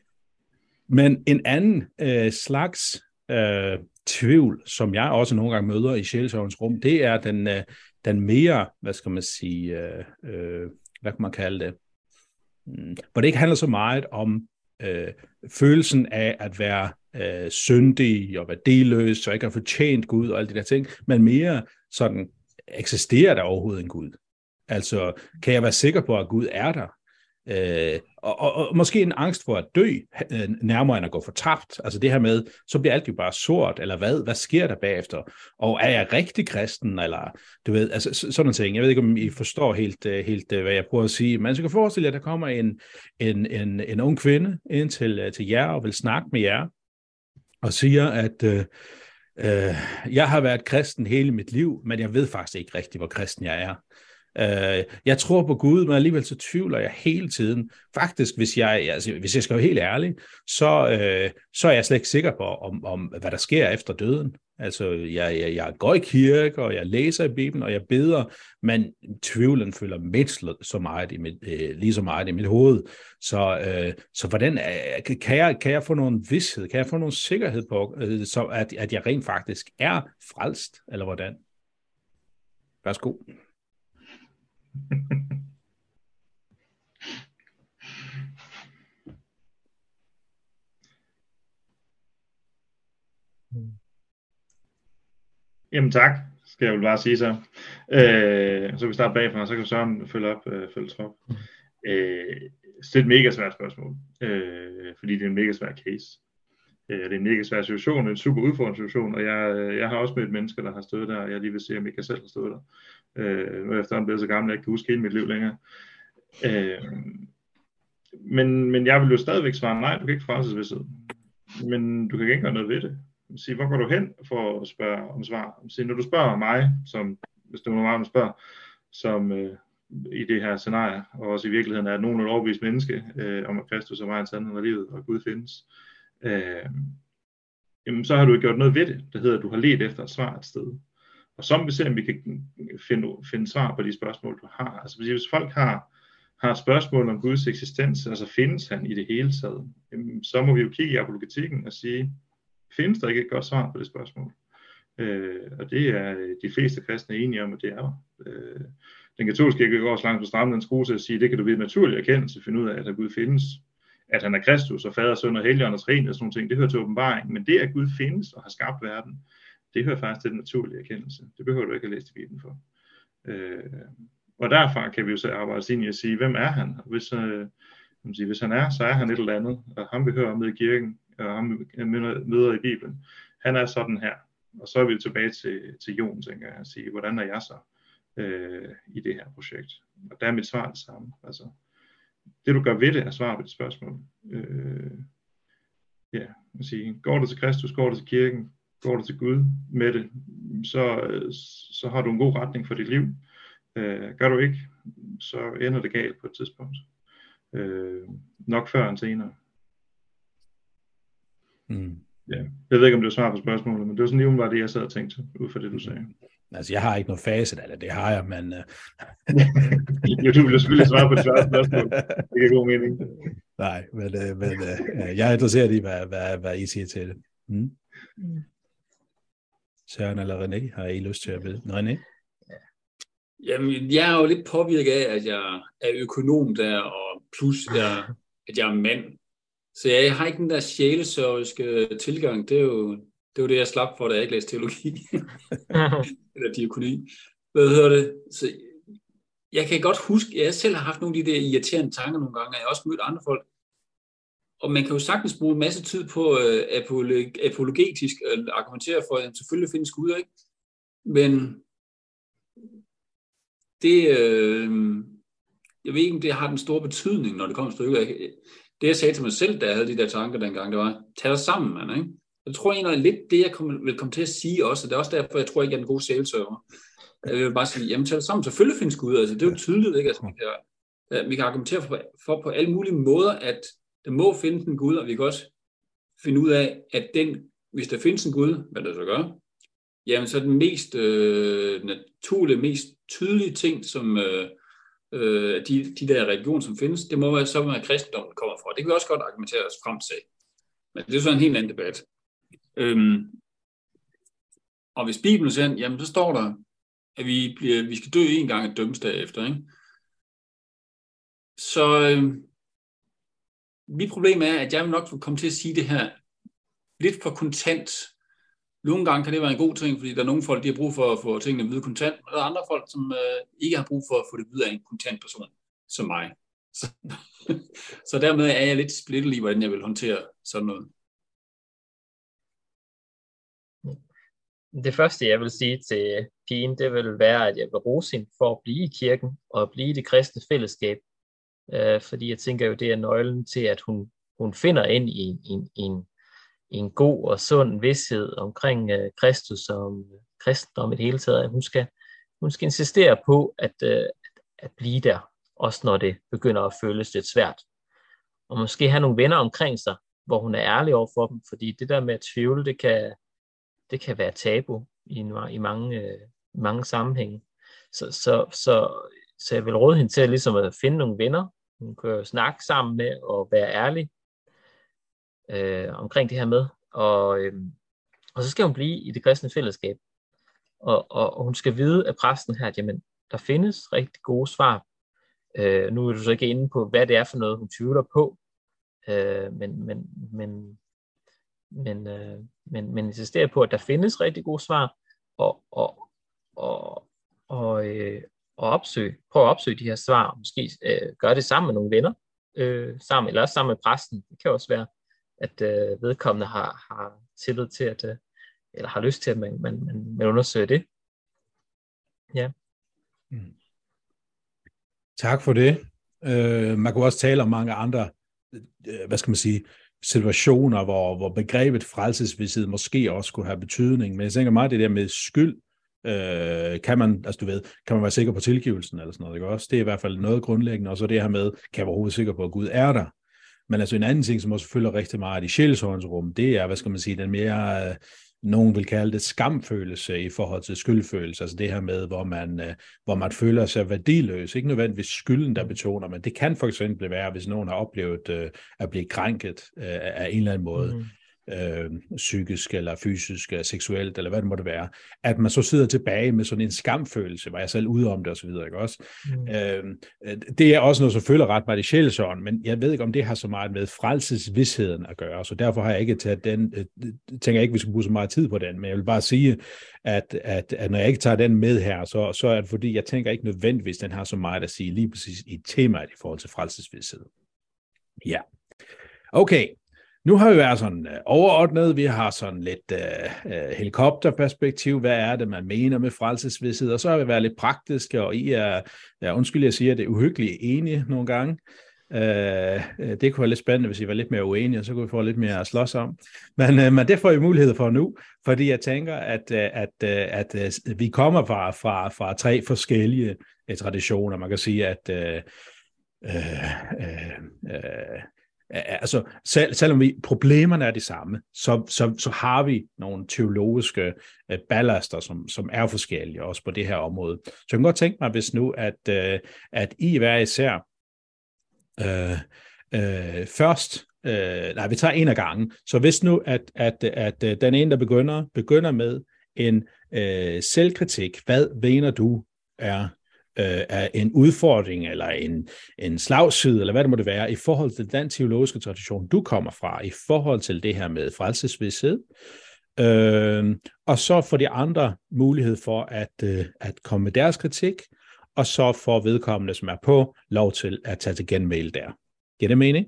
S1: Men en anden øh, slags øh, tvivl, som jeg også nogle gange møder i sjælesørgens rum, det er den, øh, den mere, hvad skal man sige, øh, øh, hvad kan man kalde det, hmm, hvor det ikke handler så meget om Øh, følelsen af at være øh, syndig og værdiløs og ikke have fortjent Gud og alle de der ting, men mere sådan, eksisterer der overhovedet en Gud? Altså, kan jeg være sikker på, at Gud er der? Øh, og, og, og måske en angst for at dø, øh, nærmere end at gå fortabt. Altså det her med, så bliver alt jo bare sort, eller hvad? Hvad sker der bagefter? Og er jeg rigtig kristen, eller du ved, altså sådan en ting. Jeg ved ikke, om I forstår helt, helt hvad jeg prøver at sige, men så kan forestille jer, at der kommer en, en, en, en ung kvinde ind til, til jer, og vil snakke med jer, og siger, at øh, øh, jeg har været kristen hele mit liv, men jeg ved faktisk ikke rigtig, hvor kristen jeg er. Øh, jeg tror på Gud, men alligevel så tvivler jeg hele tiden. Faktisk, hvis jeg, altså, hvis jeg skal være helt ærlig, så, øh, så er jeg slet ikke sikker på, om, om hvad der sker efter døden. Altså, jeg, jeg, jeg går i kirke, og jeg læser i Bibelen, og jeg beder, men tvivlen følger mindst så meget i mit, øh, lige så meget i mit hoved. Så, øh, så hvordan øh, kan, jeg, kan jeg få nogen vished, kan jeg få nogen sikkerhed på, øh, så at, at jeg rent faktisk er frelst, eller hvordan? Værsgo.
S3: Jamen tak, skal jeg vel bare sige så. Øh, så kan vi starte bagfra, så kan Søren følge op, øh, følge trop. Øh, så det er et mega svært spørgsmål, øh, fordi det er en mega svær case. Øh, det er en mega svær situation, en super udfordrende situation, og jeg, jeg har også mødt mennesker, der har stået der, og jeg lige vil se, om jeg kan selv have stået der. Øh, nu er jeg efterhånden blevet så gammel, at jeg ikke kan huske hele mit liv længere. Øh, men, men jeg vil jo stadigvæk svare nej, du kan ikke frelsesvished. Men du kan ikke gøre noget ved det. Sige, hvor går du hen for at spørge om svar? Sige, når du spørger mig, som, hvis det er mig, du spørger, som øh, i det her scenarie, og også i virkeligheden er nogen et overbevist menneske, øh, om at Kristus er vejen, sandheden og livet, og Gud findes, øh, jamen, så har du ikke gjort noget ved det. Det hedder, at du har let efter et svar et sted. Og så må vi se, om vi kan finde, finde svar på de spørgsmål, du har. Altså hvis folk har, har et spørgsmål om Guds eksistens, altså findes han i det hele taget, jamen, så må vi jo kigge i apologetikken og sige, findes der ikke et godt svar på det spørgsmål? Øh, og det er de fleste kristne enige om, at det er. Øh, den katolske kirke går også langt på strammen, den skole til at sige, det kan du ved naturlig erkendelse finde ud af, at Gud findes. At han er Kristus og fader, søn og helligånd og trin og sådan nogle ting, det hører til åbenbaring. Men det, at Gud findes og har skabt verden, det hører faktisk til den naturlige erkendelse. Det behøver du ikke at læse i Bibelen for. Øh, og derfra kan vi jo så arbejde os ind i at sige, hvem er han? Hvis, øh, hvis han er, så er han et eller andet, og ham vi hører om i kirken, og ham møder i Bibelen. Han er sådan her. Og så er vi tilbage til, til Jon, tænker jeg, at sige, hvordan er jeg så øh, i det her projekt? Og der er mit svar det samme. Altså, det du gør ved det, er svar på det spørgsmål. Øh, ja, at sige, går du til Kristus, går du til kirken, går du til Gud med det, så, så har du en god retning for dit liv. Øh, gør du ikke, så ender det galt på et tidspunkt. Øh, nok før end senere.
S1: Mm.
S3: Ja. Jeg ved ikke, om det var svar på spørgsmålet, men det var sådan lige var det, jeg sad og tænkte, ud fra det, du sagde.
S1: Altså, jeg har ikke noget facit, eller det har jeg, men... Uh...
S3: jo, du ville selvfølgelig svare på et spørgsmål. Det giver god mening.
S1: Nej, men, uh, men uh, jeg er interesseret i, hvad, hvad, hvad I siger til det. Mm? Mm. Søren eller René, har I lyst til at vide? René?
S4: Jamen, jeg er jo lidt påvirket af, at jeg er økonom der, og plus, jeg, at jeg er mand. Så jeg har ikke den der sjælesørgiske tilgang. Det er jo det, er jo det jeg slap for, da jeg ikke læste teologi. Eller diakoni. Hvad hedder det? Så jeg kan godt huske, at jeg selv har haft nogle af de der irriterende tanker nogle gange, og jeg har også mødt andre folk. Og man kan jo sagtens bruge en masse tid på øh, apologetisk at argumentere for, at selvfølgelig findes Gud, ikke? Men det, øh, jeg ved ikke, om det har den store betydning, når det kommer til stykket. Det, jeg sagde til mig selv, da jeg havde de der tanker dengang, det var, tag dig sammen, mand, ikke? Jeg tror egentlig, at lidt det, jeg kom, vil komme til at sige også, og det er også derfor, jeg tror ikke, jeg er en god salesøver. Jeg vil bare sige, jamen tag dig sammen, selvfølgelig findes Gud, altså det er jo tydeligt, ikke? Altså, vi, kan, vi kan argumentere for, for på alle mulige måder, at der må findes en Gud, og vi kan også finde ud af, at den, hvis der findes en Gud, hvad der så gør, jamen så er den mest øh, naturlige, mest tydelige ting, som øh, øh, de, de der religioner, som findes, det må være så, hvad kristendommen kommer fra. Det kan vi også godt argumentere os frem til. Men det er så en helt anden debat. Øhm, og hvis Bibelen siger, jamen så står der, at vi, bliver, vi skal dø en gang et dømmes derefter, ikke? Så øh, mit problem er, at jeg vil nok komme til at sige det her lidt for kontant. Nogle gange kan det være en god ting, fordi der er nogle folk, de har brug for at få tingene at vide kontant, og der er andre folk, som øh, ikke har brug for at få det videre af en kontant person, som mig. Så, så dermed er jeg lidt splittet i, hvordan jeg vil håndtere sådan noget.
S2: Det første, jeg vil sige til pigen, det vil være, at jeg vil rose hende for at blive i kirken og blive i det kristne fællesskab. Øh, fordi jeg tænker jo, det er nøglen til, at hun, hun finder ind i, i, i, en, i en god og sund vidsthed omkring øh, Kristus og om kristendom i det hele taget. Hun skal, hun skal insistere på, at, øh, at blive der, også når det begynder at føles lidt svært. Og måske have nogle venner omkring sig, hvor hun er ærlig over for dem, fordi det der med at tvivle, det kan, det kan være tabu i, i mange, øh, mange sammenhænge. Så, så, så, så jeg vil råde hende til at, ligesom at finde nogle venner, hun kan snakke sammen med og være ærlig øh, omkring det her med. Og, øh, og så skal hun blive i det kristne fællesskab. Og, og, og hun skal vide af præsten her, at jamen, der findes rigtig gode svar. Øh, nu er du så ikke inde på, hvad det er for noget, hun tvivler på. Øh, men, men, men, men, øh, men, men insisterer på, at der findes rigtig gode svar. Og, og, og, og, øh, og opsøge, prøv at opsøge de her svar, og måske øh, gøre det sammen med nogle venner, øh, sammen, eller også sammen med præsten. Det kan også være, at øh, vedkommende har, har tillid til, at, øh, eller har lyst til, at man, man, man, man undersøger det. Ja.
S1: Mm. Tak for det. Øh, man kunne også tale om mange andre, øh, hvad skal man sige, situationer, hvor, hvor begrebet frelsesvished måske også kunne have betydning, men jeg tænker meget det der med skyld, Øh, kan man, altså du ved, kan man være sikker på tilgivelsen eller sådan noget, ikke også? Det er i hvert fald noget grundlæggende, og så det her med, kan jeg være overhovedet sikker på, at Gud er der? Men altså en anden ting, som også følger rigtig meget i sjælsåndsrum, det er, hvad skal man sige, den mere, øh, nogen vil kalde det skamfølelse i forhold til skyldfølelse, altså det her med, hvor man, øh, hvor man føler sig værdiløs, ikke nødvendigvis skylden, der betoner, men det kan for eksempel være, hvis nogen har oplevet øh, at blive krænket øh, af en eller anden måde, mm. Øh, psykisk eller fysisk eller seksuelt, eller hvad det måtte være, at man så sidder tilbage med sådan en skamfølelse, var jeg selv ude om det og så videre, ikke også? Mm. Øh, det er også noget, som føler ret meget i sjælsånden, men jeg ved ikke, om det har så meget med frelsesvidsheden at gøre, så derfor har jeg ikke taget den, øh, tænker jeg ikke, vi skal bruge så meget tid på den, men jeg vil bare sige, at, at, at når jeg ikke tager den med her, så, så er det fordi, jeg tænker ikke nødvendigvis, den har så meget at sige lige præcis i temaet i forhold til frelsesvidshed. Ja. Okay. Nu har vi været sådan uh, overordnet, vi har sådan lidt uh, uh, helikopterperspektiv, hvad er det, man mener med frelsesvidshed, og så har vi været lidt praktiske, og I er, ja, undskyld, jeg siger, at det er uhyggeligt enige nogle gange. Uh, det kunne være lidt spændende, hvis I var lidt mere uenige, og så kunne vi få lidt mere at slås om. Men, uh, men det får I mulighed for nu, fordi jeg tænker, at, uh, at, uh, at uh, vi kommer fra, fra, fra tre forskellige uh, traditioner. Man kan sige, at uh, uh, uh, uh, altså, selv, selvom vi, problemerne er de samme, så, så, så har vi nogle teologiske øh, ballaster, som, som er forskellige også på det her område. Så jeg kan godt tænke mig, hvis nu, at, øh, at I hver især øh, øh, først, øh, nej, vi tager en af gangen, så hvis nu, at, at, at, at den ene, der begynder, begynder med en øh, selvkritik, hvad mener du er er en udfordring, eller en, en slagside, eller hvad det måtte være, i forhold til den teologiske tradition, du kommer fra, i forhold til det her med frelsesvidshed, øh, og så får de andre mulighed for at, øh, at komme med deres kritik, og så får vedkommende, som er på, lov til at tage til genmæle der. Giver det mening?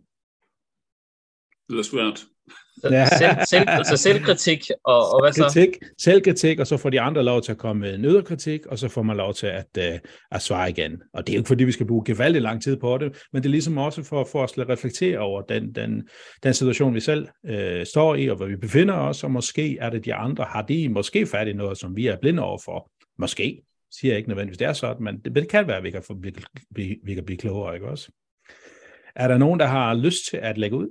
S4: Det er svært.
S2: Ja. Selv, selv, altså selvkritik, og, og hvad så?
S1: Selvkritik, selvkritik, og så får de andre lov til at komme med en yderkritik, og så får man lov til at, uh, at svare igen. Og det er jo ikke, fordi vi skal bruge gevaldigt lang tid på det, men det er ligesom også for, for os at reflektere over den, den, den situation, vi selv uh, står i, og hvor vi befinder os, og måske er det de andre, har de måske fat i noget, som vi er blinde overfor. Måske, siger jeg ikke nødvendigvis, det er sådan, men det, det kan være, at vi kan, få, vi, vi, vi kan blive klogere, ikke også? Er der nogen, der har lyst til at lægge ud?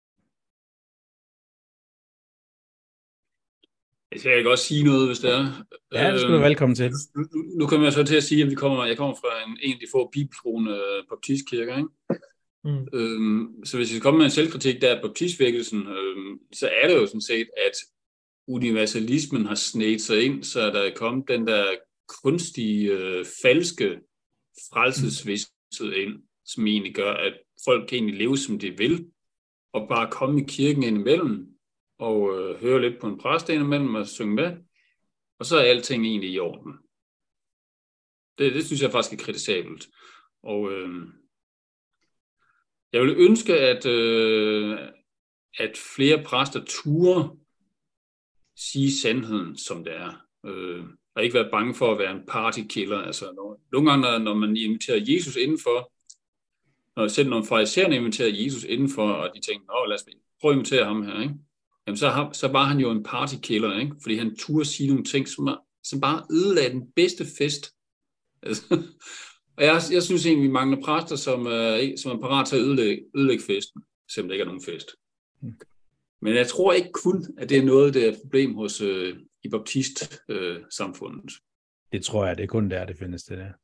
S4: Jeg kan også sige noget, hvis det er.
S1: Ja, det skal du velkommen til.
S4: Nu, nu kommer jeg så til at sige, at vi kommer, jeg kommer fra en, en af de få bibeltroende baptistkirker, ikke? Mm. Øhm, så hvis vi kommer med en selvkritik, der er baptistvækkelsen, øhm, så er det jo sådan set, at universalismen har snedt sig ind, så der er kommet den der kunstige, øh, falske frelsesvidshed ind, som egentlig gør, at folk kan egentlig leve, som de vil, og bare komme i kirken indimellem, og øh, høre lidt på en præst indimellem og synge med, og så er alting egentlig i orden. Det, det synes jeg faktisk er kritisabelt. Og øh, jeg vil ønske, at, øh, at flere præster turde sige sandheden, som det er. Øh, og ikke være bange for at være en partykiller. Altså, når, nogle gange, når man inviterer Jesus indenfor, når selv når farisæerne inviterer Jesus indenfor, og de tænker, åh, lad os prøve at invitere ham her, ikke? Jamen, så, har, så var han jo en partykiller, ikke? Fordi han turde sige nogle ting, som, er, som bare ødelagde den bedste fest. Altså, Og jeg, jeg synes egentlig, vi mangler præster, som, øh, som er parat til at ødelægge, ødelægge festen, selvom der ikke er nogen fest. Men jeg tror ikke kun, at det er noget, der er et problem hos øh, i baptist-samfundet. Øh,
S1: det tror jeg, det er kun der, det findes det der.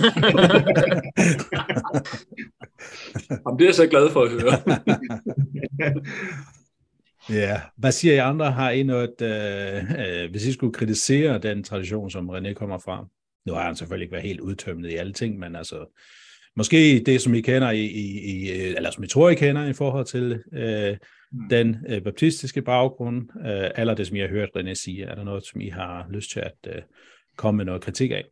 S4: Jamen, det er jeg så glad for at høre.
S1: Ja, hvad siger I andre? Har I noget, øh, øh, hvis I skulle kritisere den tradition, som René kommer fra? Nu har han selvfølgelig ikke været helt udtømmet i alle ting, men altså, måske det, som I kender, i, i, i, eller som I tror, I kender i forhold til øh, mm. den øh, baptistiske baggrund, øh, eller det, som I har hørt René sige. Er der noget, som I har lyst til at øh, komme med noget kritik af?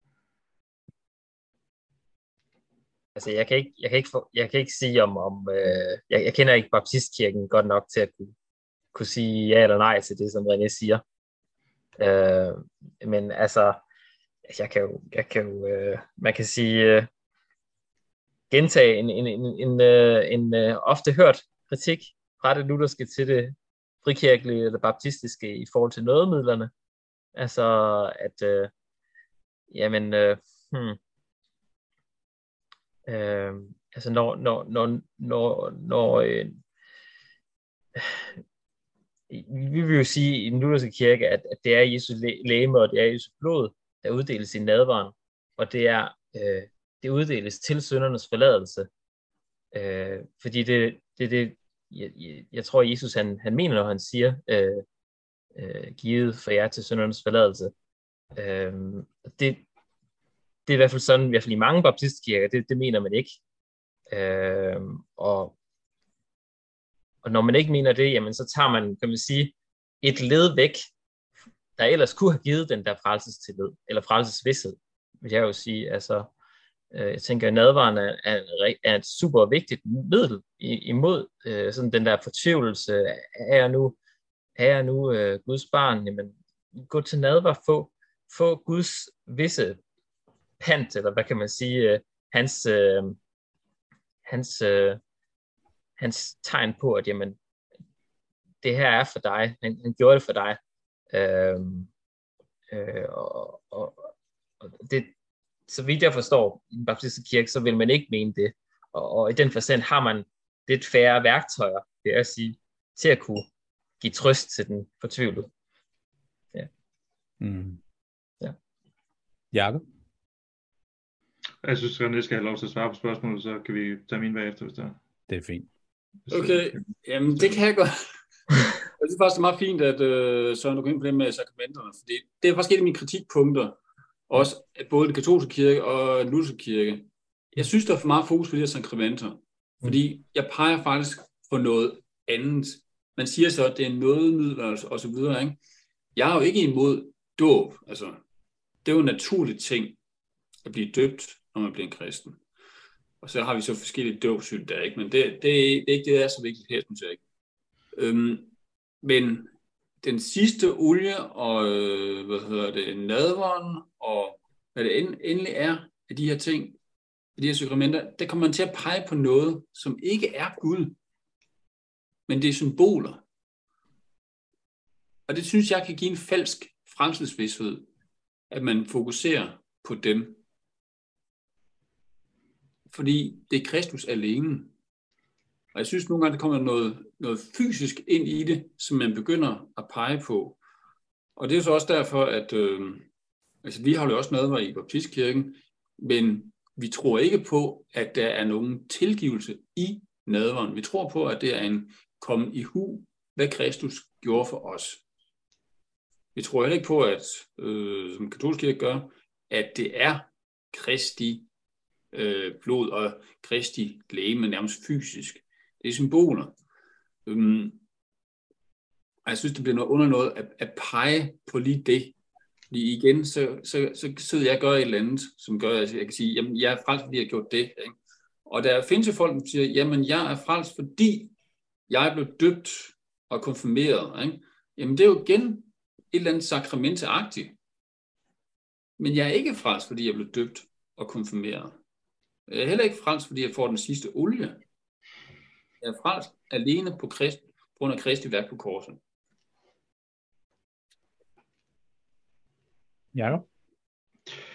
S2: Altså, jeg kan ikke, jeg kan ikke, for, jeg kan ikke sige om, om øh, jeg, jeg kender ikke baptistkirken godt nok til at kunne, kunne sige ja eller nej til det, som René siger. Øh, men altså, jeg kan jo, jeg kan jo øh, man kan sige, øh, gentage en, en, en, en, øh, en øh, ofte hørt kritik fra det lutherske til det frikirkelige eller baptistiske i forhold til nådemidlerne. Altså, at, øh, jamen, øh, hmm, Øh, altså når når når når, når øh, vi vil jo sige i den lutherske kirke, at, at det er Jesu legeme og det er Jesu blod, der uddeles i nadveren, og det er øh, det uddeles til syndernes forladelse, øh, fordi det det det jeg, jeg, jeg tror Jesus han han mener, når han siger øh, øh, givet for jer til syndernes forladelse. Øh, det Det er i hvert fald sådan, i hvert fald i mange baptistkirker, det, det mener man ikke. Øh, og, og når man ikke mener det, jamen så tager man, kan man sige, et led væk, der ellers kunne have givet den der frelsestillid, eller frelsesvidshed, vil jeg jo sige. Altså, øh, jeg tænker, at nadveren er, er, er et super vigtigt middel imod øh, sådan den der fortvivlelse. Er jeg nu, er jeg nu øh, Guds barn? Jamen, gå til nadver, få, få Guds visse pant, eller hvad kan man sige, øh, hans, øh, hans, øh, hans tegn på, at jamen, det her er for dig, han, han gjorde det for dig, øh, øh, og, og, og det, så vidt jeg forstår, i den baptistiske kirke, så vil man ikke mene det, og, og i den forstand har man lidt færre værktøjer, vil jeg sige, til at kunne give trøst til den fortvivlede. Ja.
S1: Mm.
S2: Ja.
S1: Jakob?
S3: Jeg synes, at René skal have lov til at svare på spørgsmålet, så kan vi tage min bagefter, hvis det er.
S1: Det er fint.
S4: Okay, jamen det kan jeg godt. Jeg synes faktisk, det er meget fint, at øh, Søren, du går ind på det med sakramenterne, fordi det er faktisk et af mine kritikpunkter, også at både den katolske kirke og den lutherske kirke. Jeg synes, der er for meget fokus på de her sakramenter, fordi jeg peger faktisk på noget andet. Man siger så, at det er nådemidler og så videre, ikke? Jeg er jo ikke imod dåb, altså det er jo en naturlig ting at blive døbt, når man bliver en kristen. Og så har vi så forskellige dåbssyn der, ikke? Men det, det, det er ikke det, der er så vigtigt her, synes jeg ikke. Øhm, men den sidste olie og, øh, hvad hedder det, nadveren og hvad det end, endelig er af de her ting, af de her sakramenter, der kommer man til at pege på noget, som ikke er Gud, men det er symboler. Og det synes jeg kan give en falsk frelsesvidshed, at man fokuserer på dem. Fordi det er Kristus alene. Og jeg synes nogle gange, der kommer noget, noget fysisk ind i det, som man begynder at pege på. Og det er så også derfor, at øh, altså, vi holder også nadver i baptistkirken, men vi tror ikke på, at der er nogen tilgivelse i nadveren. Vi tror på, at det er en komme i hu, hvad Kristus gjorde for os. Vi tror heller ikke på, at øh, som katolsk kirke gør, at det er Kristi øh, blod og Kristi legeme, nærmest fysisk. Det er symboler. Øhm, og jeg synes, det bliver noget under noget at, at pege på lige det. Fordi igen, så, så, så sidder jeg og gør et eller andet, som gør, at jeg kan sige, jamen jeg er frelst, fordi jeg har gjort det. Ikke? Og der findes jo folk, som siger, jamen jeg er frelst, fordi jeg er blevet døbt og konfirmeret. Ikke? Jamen det er jo igen et eller andet sakramenteagtigt. Men jeg er ikke frelst, fordi jeg blev døbt og konfirmeret. Jeg er heller ikke frelst, fordi jeg får den sidste olie. Jeg er frelst alene på, Christ, på grund af Kristi værk på korset.
S1: Ja.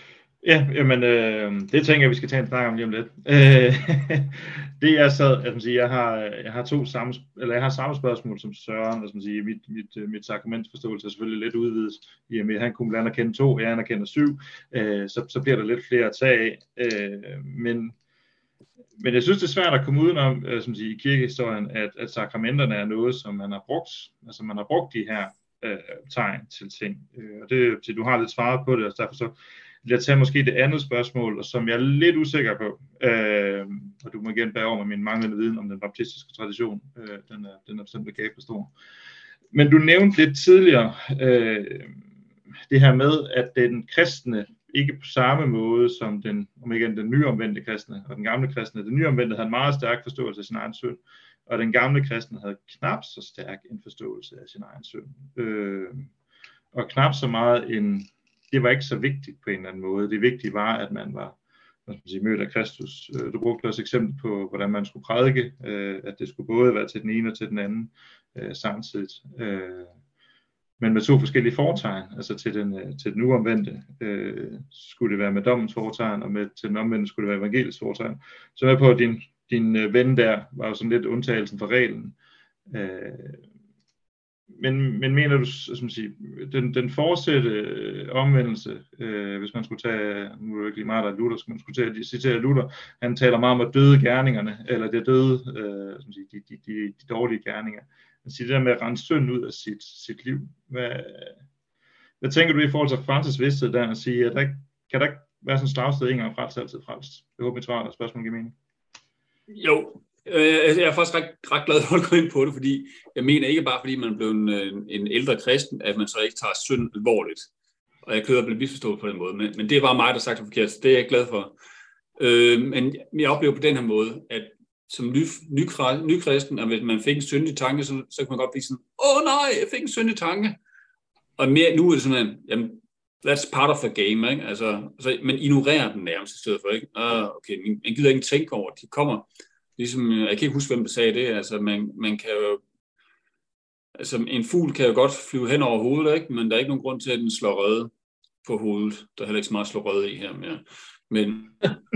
S3: Ja, jamen, øh, det tænker jeg, vi skal tage en snak om lige om lidt. Øh, det er så, at man siger, jeg har, jeg har to samme, eller jeg har samme spørgsmål som Søren, at man siger, mit, mit, mit sakramentsforståelse er selvfølgelig lidt udvidet, i og med, at han kunne anerkende to, jeg anerkender syv, øh, så, så bliver der lidt flere at tage af, øh, men, men jeg synes, det er svært at komme udenom, øh, som siger, i kirkehistorien, at, at sakramenterne er noget, som man har brugt, altså man har brugt de her øh, tegn til ting, øh, og det, du har lidt svaret på det, og derfor så jeg tager måske det andet spørgsmål, som jeg er lidt usikker på, øh, og du må igen bære over med min manglende viden om den baptistiske tradition, øh, den, er, den er bestemt begavet for stor. Men du nævnte lidt tidligere øh, det her med, at den kristne ikke på samme måde som den, om ikke den nyomvendte kristne og den gamle kristne, den nyomvendte havde en meget stærk forståelse af sin egen synd, og den gamle kristne havde knap så stærk en forståelse af sin egen synd, øh, og knap så meget en det var ikke så vigtigt på en eller anden måde. Det vigtige var, at man var hvad skal man sige, mødt af Kristus. Du brugte også eksempel på, hvordan man skulle prædike, at det skulle både være til den ene og til den anden samtidig. Men med to forskellige fortegn, altså til den, til den uomvendte skulle det være med dommens fortegn, og med, til den omvendte skulle det være evangelisk fortegn. Så med på, at din, din ven der var jo sådan lidt undtagelsen fra reglen. Men, men mener du, som siger, den, den fortsatte øh, omvendelse, øh, hvis man skulle tage, nu er det ikke lige meget, der er Luther, skulle man skulle tage, citere Luther, han taler meget om at døde gerningerne, eller det døde, øh, som siger, de, de, de, de dårlige gerninger. Han siger det der med at rense synd ud af sit, sit liv. Hvad, hvad tænker du i forhold til Francis vidsthed der, at sige, at der ikke, kan der ikke være sådan en slagsted en gang frelst, altid frelst? Jeg håber, mit svar og spørgsmål giver mening.
S4: Jo. Jeg er faktisk ret, ret glad for at gå ind på det, fordi jeg mener ikke bare, fordi man er blevet en, en ældre kristen, at man så ikke tager synd alvorligt. Og jeg kører at blive misforstået på den måde, men, men det er bare mig, der har sagt det forkert, så det er jeg glad for. Øh, men jeg oplever på den her måde, at som ny, ny, ny kristen, at hvis man fik en syndig tanke, så, så kan man godt blive sådan, åh nej, jeg fik en syndig tanke. Og mere, nu er det sådan, jamen, that's part of the game, ikke? Altså, så, man ignorerer den nærmest i stedet for, ikke? Ah, okay, man, man gider ikke tænke over, de kommer. Ligesom, jeg kan ikke huske, hvem der sagde det, altså man, man kan jo, altså en fugl kan jo godt flyve hen over hovedet, ikke? Men der er ikke nogen grund til, at den slår røde på hovedet. Der er heller ikke så meget at slå røde i her mere. Men,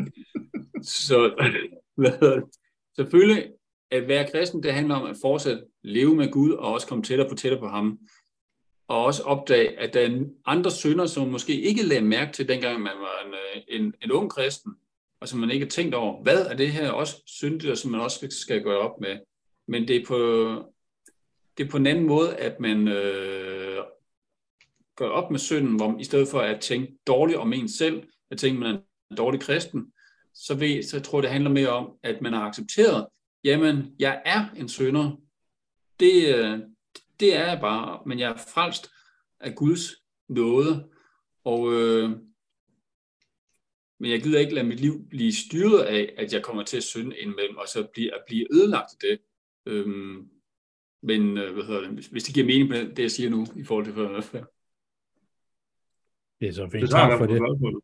S4: så, hvad hedder det? Selvfølgelig, at være kristen, det handler om at fortsat leve med Gud, og også komme tættere på tættere på ham. Og også opdage, at der er andre synder, som måske ikke lagde mærke til, dengang man var en, en, en ung kristen, og som man ikke har tænkt over, hvad er det her også syndigt, som man også skal gøre op med. Men det er på, det er på en anden måde, at man øh, gør op med synden, hvor i stedet for at tænke dårligt om en selv, at tænke, man er en dårlig kristen, så, ved, så tror jeg, det handler mere om, at man har accepteret, jamen, jeg er en synder. Det, det er jeg bare, men jeg er frelst af Guds nåde, og øh, men jeg gider ikke lade mit liv blive styret af, at jeg kommer til at synde indimellem, og så blive, at blive ødelagt af det. Øhm, men hvad hedder det, hvis det giver mening på det, jeg siger nu, i forhold til før.
S1: Det er så fint. Tak for det.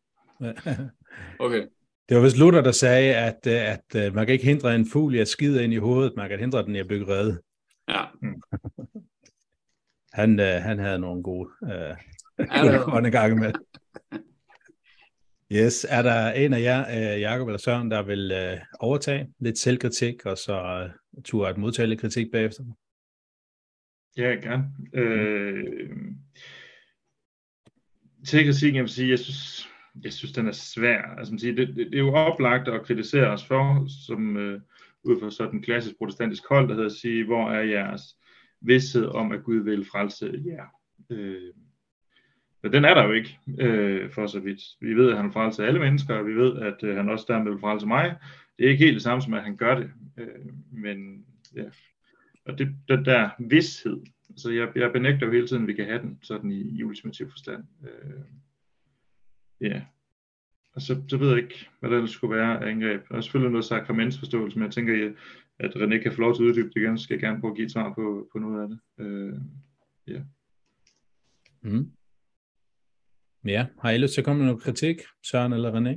S4: Okay.
S1: Det var vist Luther, der sagde, at, at, at man kan ikke hindre en fugl i at skide ind i hovedet, man kan hindre den i at blive reddet.
S4: Ja.
S1: han, han havde nogle gode øh, gange med. Yes, er der en af jer, Jakob eller Søren, der vil øh, overtage lidt selvkritik, og så øh, turde at modtage lidt kritik bagefter?
S3: Ja, gerne. Øh, selvkritikken, jeg vil sige, jeg synes, jeg synes den er svær. Altså, man siger, det, det, det er jo oplagt at kritisere os for, som øh, ud fra sådan en klassisk protestantisk hold, der hedder at sige, hvor er jeres vidsthed om, at Gud vil frelse jer? Øh, Men den er der jo ikke, øh, for så vidt. Vi ved, at han vil frelse alle mennesker, og vi ved, at øh, han også dermed vil frelse mig. Det er ikke helt det samme som, at han gør det. Øh, men ja, og det, det der vidshed, altså jeg, jeg benægter jo hele tiden, at vi kan have den, sådan i, i ultimativ forstand. Øh, ja, og så, så ved jeg ikke, hvad der skulle være af angreb. Der er selvfølgelig noget sakramentsforståelse, men jeg tænker, at René kan få lov til at uddybe det igen, så skal jeg gerne prøve at give et svar på, på noget af det. Øh, ja.
S1: Mm. Ja, har I lyst til at komme med noget kritik, Søren eller René?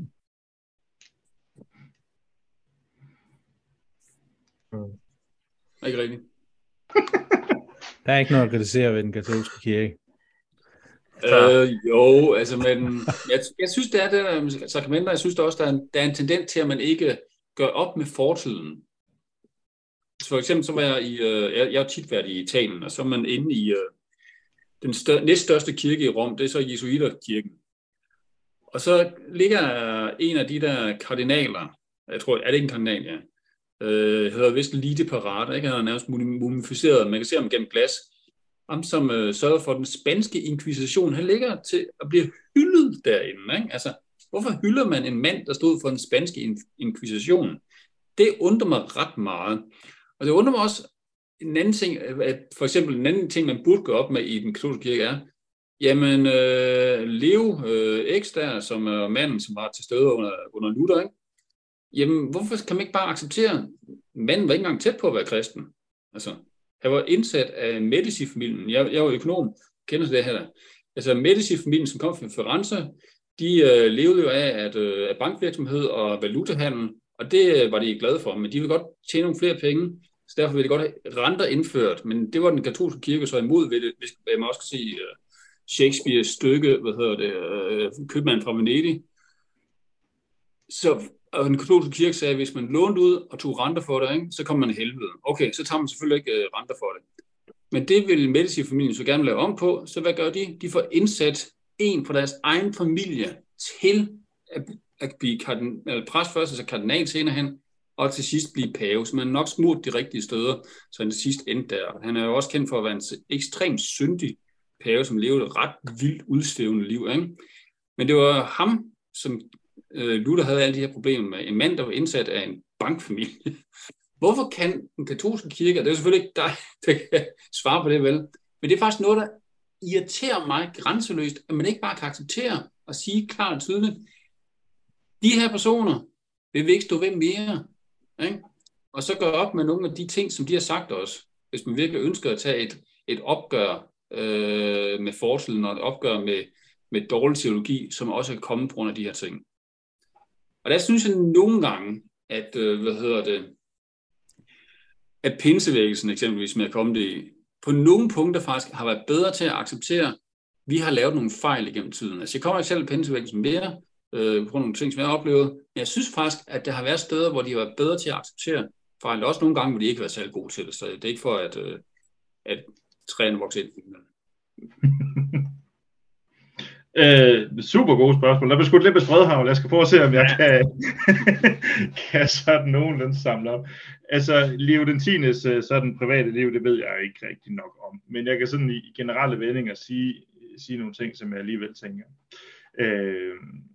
S4: Mm. Ikke rigtigt.
S1: Der er ikke noget at kritisere ved den katolske kirke.
S2: Så.
S4: Øh, jo, altså, men jeg, jeg synes, det er det der sakramenter. Jeg synes der også, der er, en, der er en tendens til, at man ikke gør op med fortiden. For eksempel, så var jeg i, øh, jeg, jeg har tit været i Italien, og så er man inde i øh, den stør, næststørste kirke i Rom, det er så Jesuiterkirken. Og så ligger en af de der kardinaler, jeg tror, er det ikke en kardinal, ja, øh, hedder vist Lide Parada, ikke? Han er nærmest mumificeret, man kan se ham gennem glas. Ham, som øh, sørger for den spanske inkvisition, han ligger til at blive hyldet derinde, ikke? Altså, hvorfor hylder man en mand, der stod for den spanske inkvisition? Det undrer mig ret meget. Og det undrer mig også en anden ting, at for eksempel en anden ting, man burde gå op med i den katolske kirke er, jamen, øh, Leo øh, X der, som er manden, som var til stede under, under Luther, ikke? Jamen, hvorfor kan man ikke bare acceptere, manden var ikke engang tæt på at være kristen? Altså, han var indsat af Medici-familien. Jeg, jeg var økonom, kender det her. Altså, Medici-familien, som kom fra Firenze, de øh, levede jo af, at, øh, af bankvirksomhed og valutahandel, og det øh, var de glade for, men de ville godt tjene nogle flere penge, så derfor ville de godt have renter indført, men det var den katolske kirke så imod ved det, hvis man også kan se uh, Shakespeares stykke, hvad hedder det, uh, Købmanden fra Venedig. Så og den katolske kirke sagde, at hvis man lånte ud og tog renter for det, ikke, så kom man i helvede. Okay, så tager man selvfølgelig ikke uh, renter for det. Men det vil Medici-familien så gerne lave om på, så hvad gør de? De får indsat en fra deres egen familie til at, at blive kardin, eller præst først, altså kardinal senere hen, og til sidst blive pave. Så man nok smurt de rigtige steder, så han til sidst endte der. Han er jo også kendt for at være en ekstremt syndig pave, som levede et ret vildt udsvævende liv, ikke? Men det var ham, som øh, Luther havde alle de her problemer med. En mand, der var indsat af en bankfamilie. Hvorfor kan den katolske kirke, og det er selvfølgelig ikke dig, der kan svare på det vel, men det er faktisk noget, der irriterer mig grænseløst, at man ikke bare kan acceptere og sige klart og tydeligt, de her personer vil vi ikke stå ved mere, ikke? Og så gøre op med nogle af de ting, som de har sagt os, hvis man virkelig ønsker at tage et, et opgør øh, med fortiden og et opgør med, med dårlig teologi, som også er kommet på grund af de her ting. Og der synes jeg nogle gange, at, øh, hvad hedder det, at pinsevægelsen eksempelvis, som jeg er kommet i, på nogle punkter faktisk har været bedre til at acceptere, at vi har lavet nogle fejl igennem tiden. Altså jeg kommer ikke selv pinsevægelsen mere, øh, på nogle ting, som jeg har oplevet, men jeg synes faktisk, at der har været steder, hvor de har været bedre til at acceptere fejl. Også nogle gange, hvor de ikke har været særlig gode til det, så det er ikke for, at, øh, at træerne vokser ind.
S3: Øh, super gode spørgsmål. Der blev skudt lidt med spredhavl. Jeg skal prøve at se, om jeg kan, kan sådan nogenlunde samle op. Altså, Leo den tiende sådan private liv, det ved jeg ikke rigtig nok om. Men jeg kan sådan i generelle vendinger sige, sige nogle ting, som jeg alligevel tænker. Øh,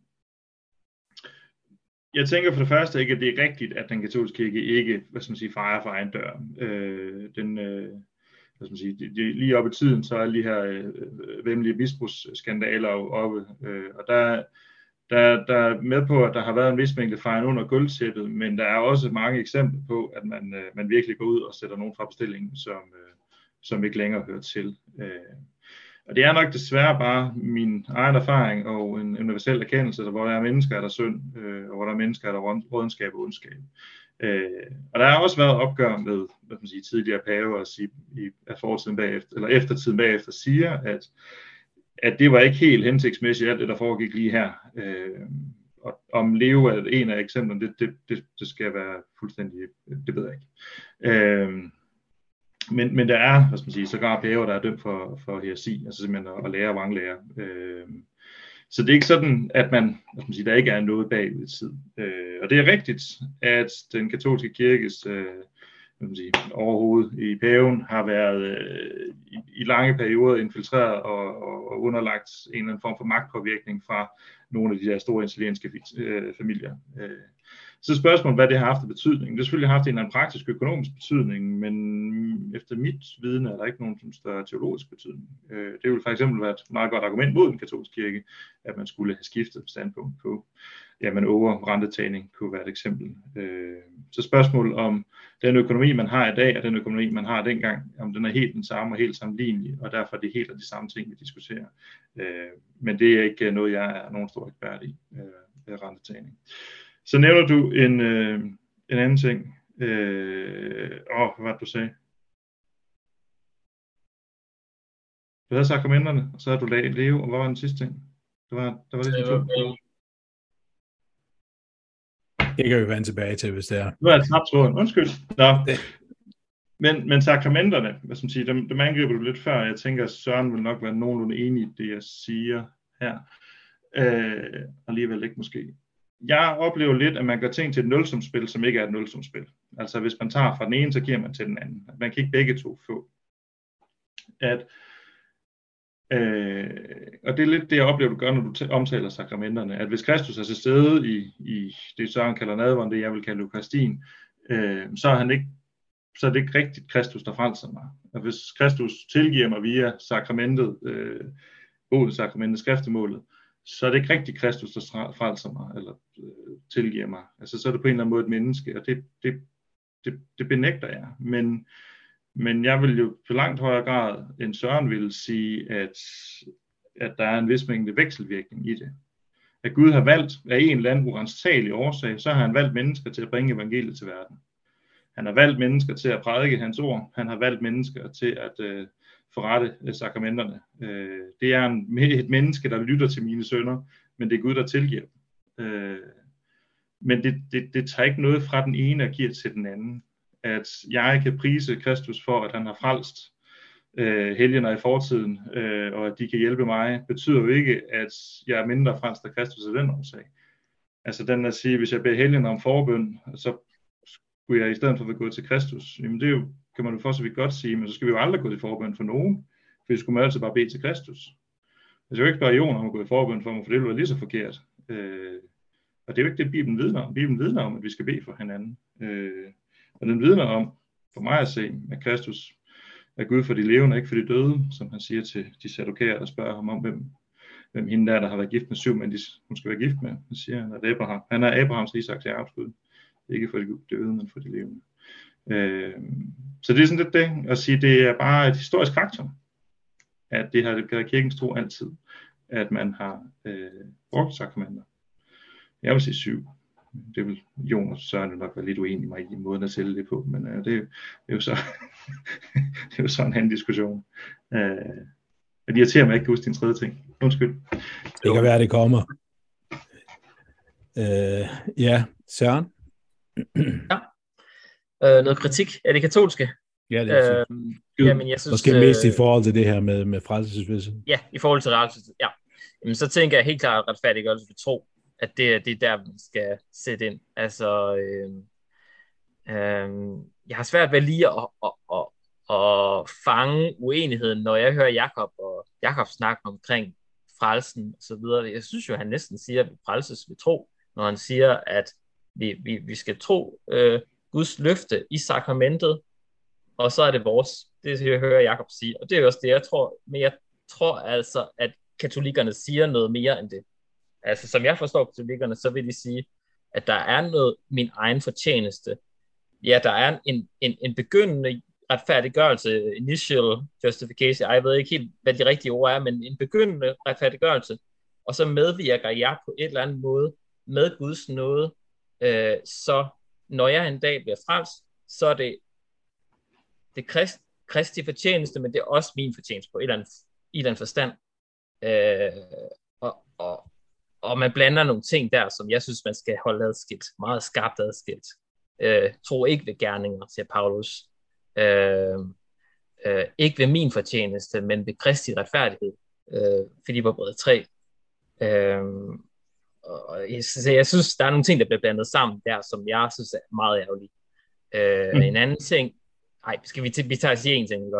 S3: jeg tænker for det første ikke, at det er rigtigt, at den katolske kirke ikke, hvad skal man sige, fejrer for egen dør. Øh, den... Øh, Hvad skal man sige, de, de, lige oppe i tiden, så er alle de her øh, væmmelige misbrugsskandaler oppe, øh, og der, der, der er med på, at der har været en vis mængde fejren under gulvtæppet, men der er også mange eksempler på, at man, øh, man virkelig går ud og sætter nogen fra bestillingen, som, øh, som ikke længere hører til. Øh, og det er nok desværre bare min egen erfaring og en universel erkendelse, hvor der er mennesker, der er synd, øh, og hvor der er mennesker, der er rådenskab og ondskab. Øh, og der har også været opgør med, hvad kan man sige, tidligere paver og sige, i, at fortiden bagefter, eller eftertiden bagefter siger, at, at det var ikke helt hensigtsmæssigt alt det, der foregik lige her. Øh, og om Leo er en af eksemplerne, det, det, det, det skal være fuldstændig, det ved jeg ikke. Øh, men, men der er, hvad skal man sige, sågar paver, der er dømt for, for heresi, altså simpelthen at, at lære og vranglære. Øh, Så det er ikke sådan, at man, hvad skal man sige, der ikke er noget bagud i tid. Øh, og det er rigtigt, at den katolske kirkes øh, hvad man sige, overhoved i paven har været øh, i, i lange perioder infiltreret og, og, og underlagt en eller anden form for magtpåvirkning fra nogle af de der store italienske øh, familier. Øh, så spørgsmålet, hvad det har haft af betydning. Det har selvfølgelig haft en eller anden praktisk økonomisk betydning, men efter mit viden er der ikke nogen større teologisk betydning. Øh, det vil for eksempel være et meget godt argument mod den katolske kirke, at man skulle have skiftet standpunkt på, jamen over rentetagning kunne være et eksempel. Øh, så spørgsmålet om den økonomi, man har i dag, og den økonomi, man har dengang, om den er helt den samme og helt sammenlignelig, og derfor er det helt af de samme ting, vi diskuterer. Øh, men det er ikke noget, jeg er nogen stor ekspert i, øh, rentetagning. Så nævner du en, øh, en anden ting. Øh, åh, hvad var det, du sagde? Du havde sakramenterne, og så havde du leve, og hvad var den sidste ting? Det var, der var ligesom to.
S1: Det kan vi vende tilbage til, hvis det er.
S3: Nu er jeg tabt tråden. Undskyld. Nå. Men, men sakramenterne, hvad skal man sige, dem, dem angriber du lidt før. Jeg tænker, at Søren vil nok være nogenlunde enig i det, jeg siger her. Øh, alligevel ikke måske. Jeg oplever lidt, at man gør ting til et nulsumsspil, som ikke er et nulsumsspil. Altså hvis man tager fra den ene, så giver man til den anden. Man kan ikke begge to få. At, øh, og det er lidt det, jeg oplever, du gør, når du t- omtaler sakramenterne. At hvis Kristus er til stede i, i det, Søren kalder nadveren, det jeg vil kalde eukaristien, øh, så er han ikke så er det ikke rigtigt Kristus, der frelser mig. Og hvis Kristus tilgiver mig via sakramentet, øh, bodelsakramentet, skriftemålet, så er det ikke rigtigt Kristus, der frelser mig, eller øh, tilgiver mig. Altså så er det på en eller anden måde et menneske, og det, det, det, det benægter jeg. Men, men jeg vil jo på langt højere grad end Søren vil sige, at, at der er en vis mængde vekselvirkning i det. At Gud har valgt af en eller anden uranstagelig årsag, så har han valgt mennesker til at bringe evangeliet til verden. Han har valgt mennesker til at prædike hans ord. Han har valgt mennesker til at øh, forrette øh, sakramenterne. Øh, det er en, et menneske, der lytter til mine sønner, men det er Gud, der tilgiver dem. Øh, men det, det, det tager ikke noget fra den ene og giver til den anden. At jeg kan prise Kristus for, at han har frelst øh, helgener i fortiden, øh, og at de kan hjælpe mig, betyder jo ikke, at jeg er mindre frelst af Kristus af den årsag. Altså den at sige, hvis jeg beder helgener om forbøn, så skulle jeg i stedet for at gå til Kristus, jamen det er jo, kan man jo for så vidt godt sige, men så skal vi jo aldrig gå til forbøn for nogen, for vi skulle man altid bare bede til Kristus. Altså jeg vil ikke spørge Jon om at gå i forbøn for mig, for det ville være lige så forkert. Øh, og det er jo ikke det, Bibelen vidner om. Bibelen vidner om, at vi skal bede for hinanden. Øh, og den vidner om, for mig at se, at Kristus er Gud for de levende, ikke for de døde, som han siger til de saddukerer, der spørger ham om, hvem, hvem hende der, der har været gift med syv mænd, hun skal være gift med. Han siger, han er Abraham. Han er Abrahams, Isaks og Jakobs Gud. Ikke for de døde, men for de levende. Øh, så det er sådan lidt det, at sige, det er bare et historisk faktum, at det har været kirkens tro altid, at man har øh, brugt sakramenter. Jeg vil sige syv. Det vil Jon og Søren nok være lidt uenige mig i måden at sælge det på, men øh, det, er, det er jo så det er jo sådan en anden diskussion. Øh, det irriterer mig ikke at huske din tredje ting. Undskyld.
S1: Det kan være, det kommer. Øh, ja, Søren?
S2: Ja. Øh, noget kritik af det katolske.
S1: Ja, det er
S2: øh, jamen, jeg synes,
S1: måske mest i forhold til det her med, med frelsesvished.
S2: Ja, i forhold til frelsesvished, ja. Jamen, så tænker jeg helt klart retfærdiggørelse ved tro, at det, det er der, man skal sætte ind. Altså, øh, øh, jeg har svært ved lige at, at, at, at fange uenigheden, når jeg hører Jakob og Jakob snakke omkring frelsen og så videre. Jeg synes jo, han næsten siger, at vi frelses ved tro, når han siger, at vi, vi, vi skal tro øh, Guds løfte i sakramentet, og så er det vores. Det jeg hører Jakob sige, og det er jo også det, jeg tror. Men jeg tror altså, at katolikkerne siger noget mere end det. Altså, som jeg forstår katolikkerne, så vil de sige, at der er noget min egen fortjeneste. Ja, der er en, en, en begyndende retfærdiggørelse, initial justification, jeg ved ikke helt, hvad de rigtige ord er, men en begyndende retfærdiggørelse, og så medvirker jeg på et eller andet måde med Guds nåde, øh, så når jeg en dag bliver frelst, så er det det krist, kristi fortjeneste, men det er også min fortjeneste på et eller andet, i den forstand. Øh, og, og, og man blander nogle ting der, som jeg synes, man skal holde adskilt, meget skarpt adskilt. Øh, tro ikke ved gerninger, siger Paulus. Øh, øh, ikke ved min fortjeneste, men ved Kristi retfærdighed. Øh, Filipperbrevet tre. Øh, og jeg, så jeg synes, der er nogle ting, der bliver blandet sammen der, som jeg synes er meget ærgerligt. Øh, mm. En anden ting, nej, skal vi, t- vi tager og sige en ting, ikke?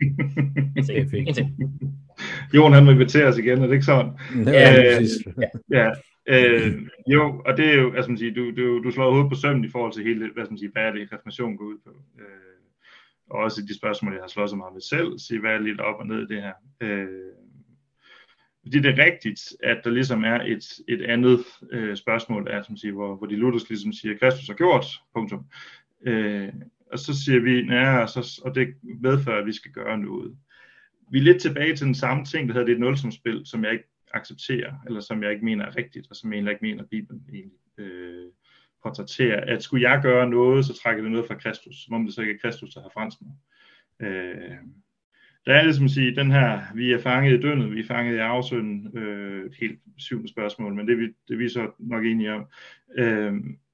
S2: En ting. En ting.
S3: Jon, han vil invitere os igen, er det ikke sådan?
S1: Ja,
S3: øh, ja. ja. Øh, jo, og det er jo, altså man siger, du, du, du slår hovedet på sømmen i forhold til hele, hvad skal man sige, hvad er det, reformation går ud på. Øh, og også de spørgsmål, jeg har slået så meget med selv, sige, hvad er lidt op og ned i det her. Øh, fordi det er rigtigt, at der ligesom er et, et andet øh, spørgsmål, er, som siger, hvor, hvor de lutherske ligesom siger, Kristus har gjort, punktum. Øh, og så siger vi, ja, og, så, og det medfører, at vi skal gøre noget. Vi er lidt tilbage til den samme ting, der hedder det et nulsumsspil, som jeg ikke accepterer, eller som jeg ikke mener er rigtigt, og som jeg ikke mener, at Bibelen egentlig øh, portrætterer. At skulle jeg gøre noget, så trækker det noget fra Kristus, som om det så ikke er Kristus, der har frelst mig. Øh, der er ligesom at sige, den her, vi er fanget i døgnet, vi er fanget i arvesynden, øh, et helt syvende spørgsmål, men det er vi, det er vi så nok enige om. Øh,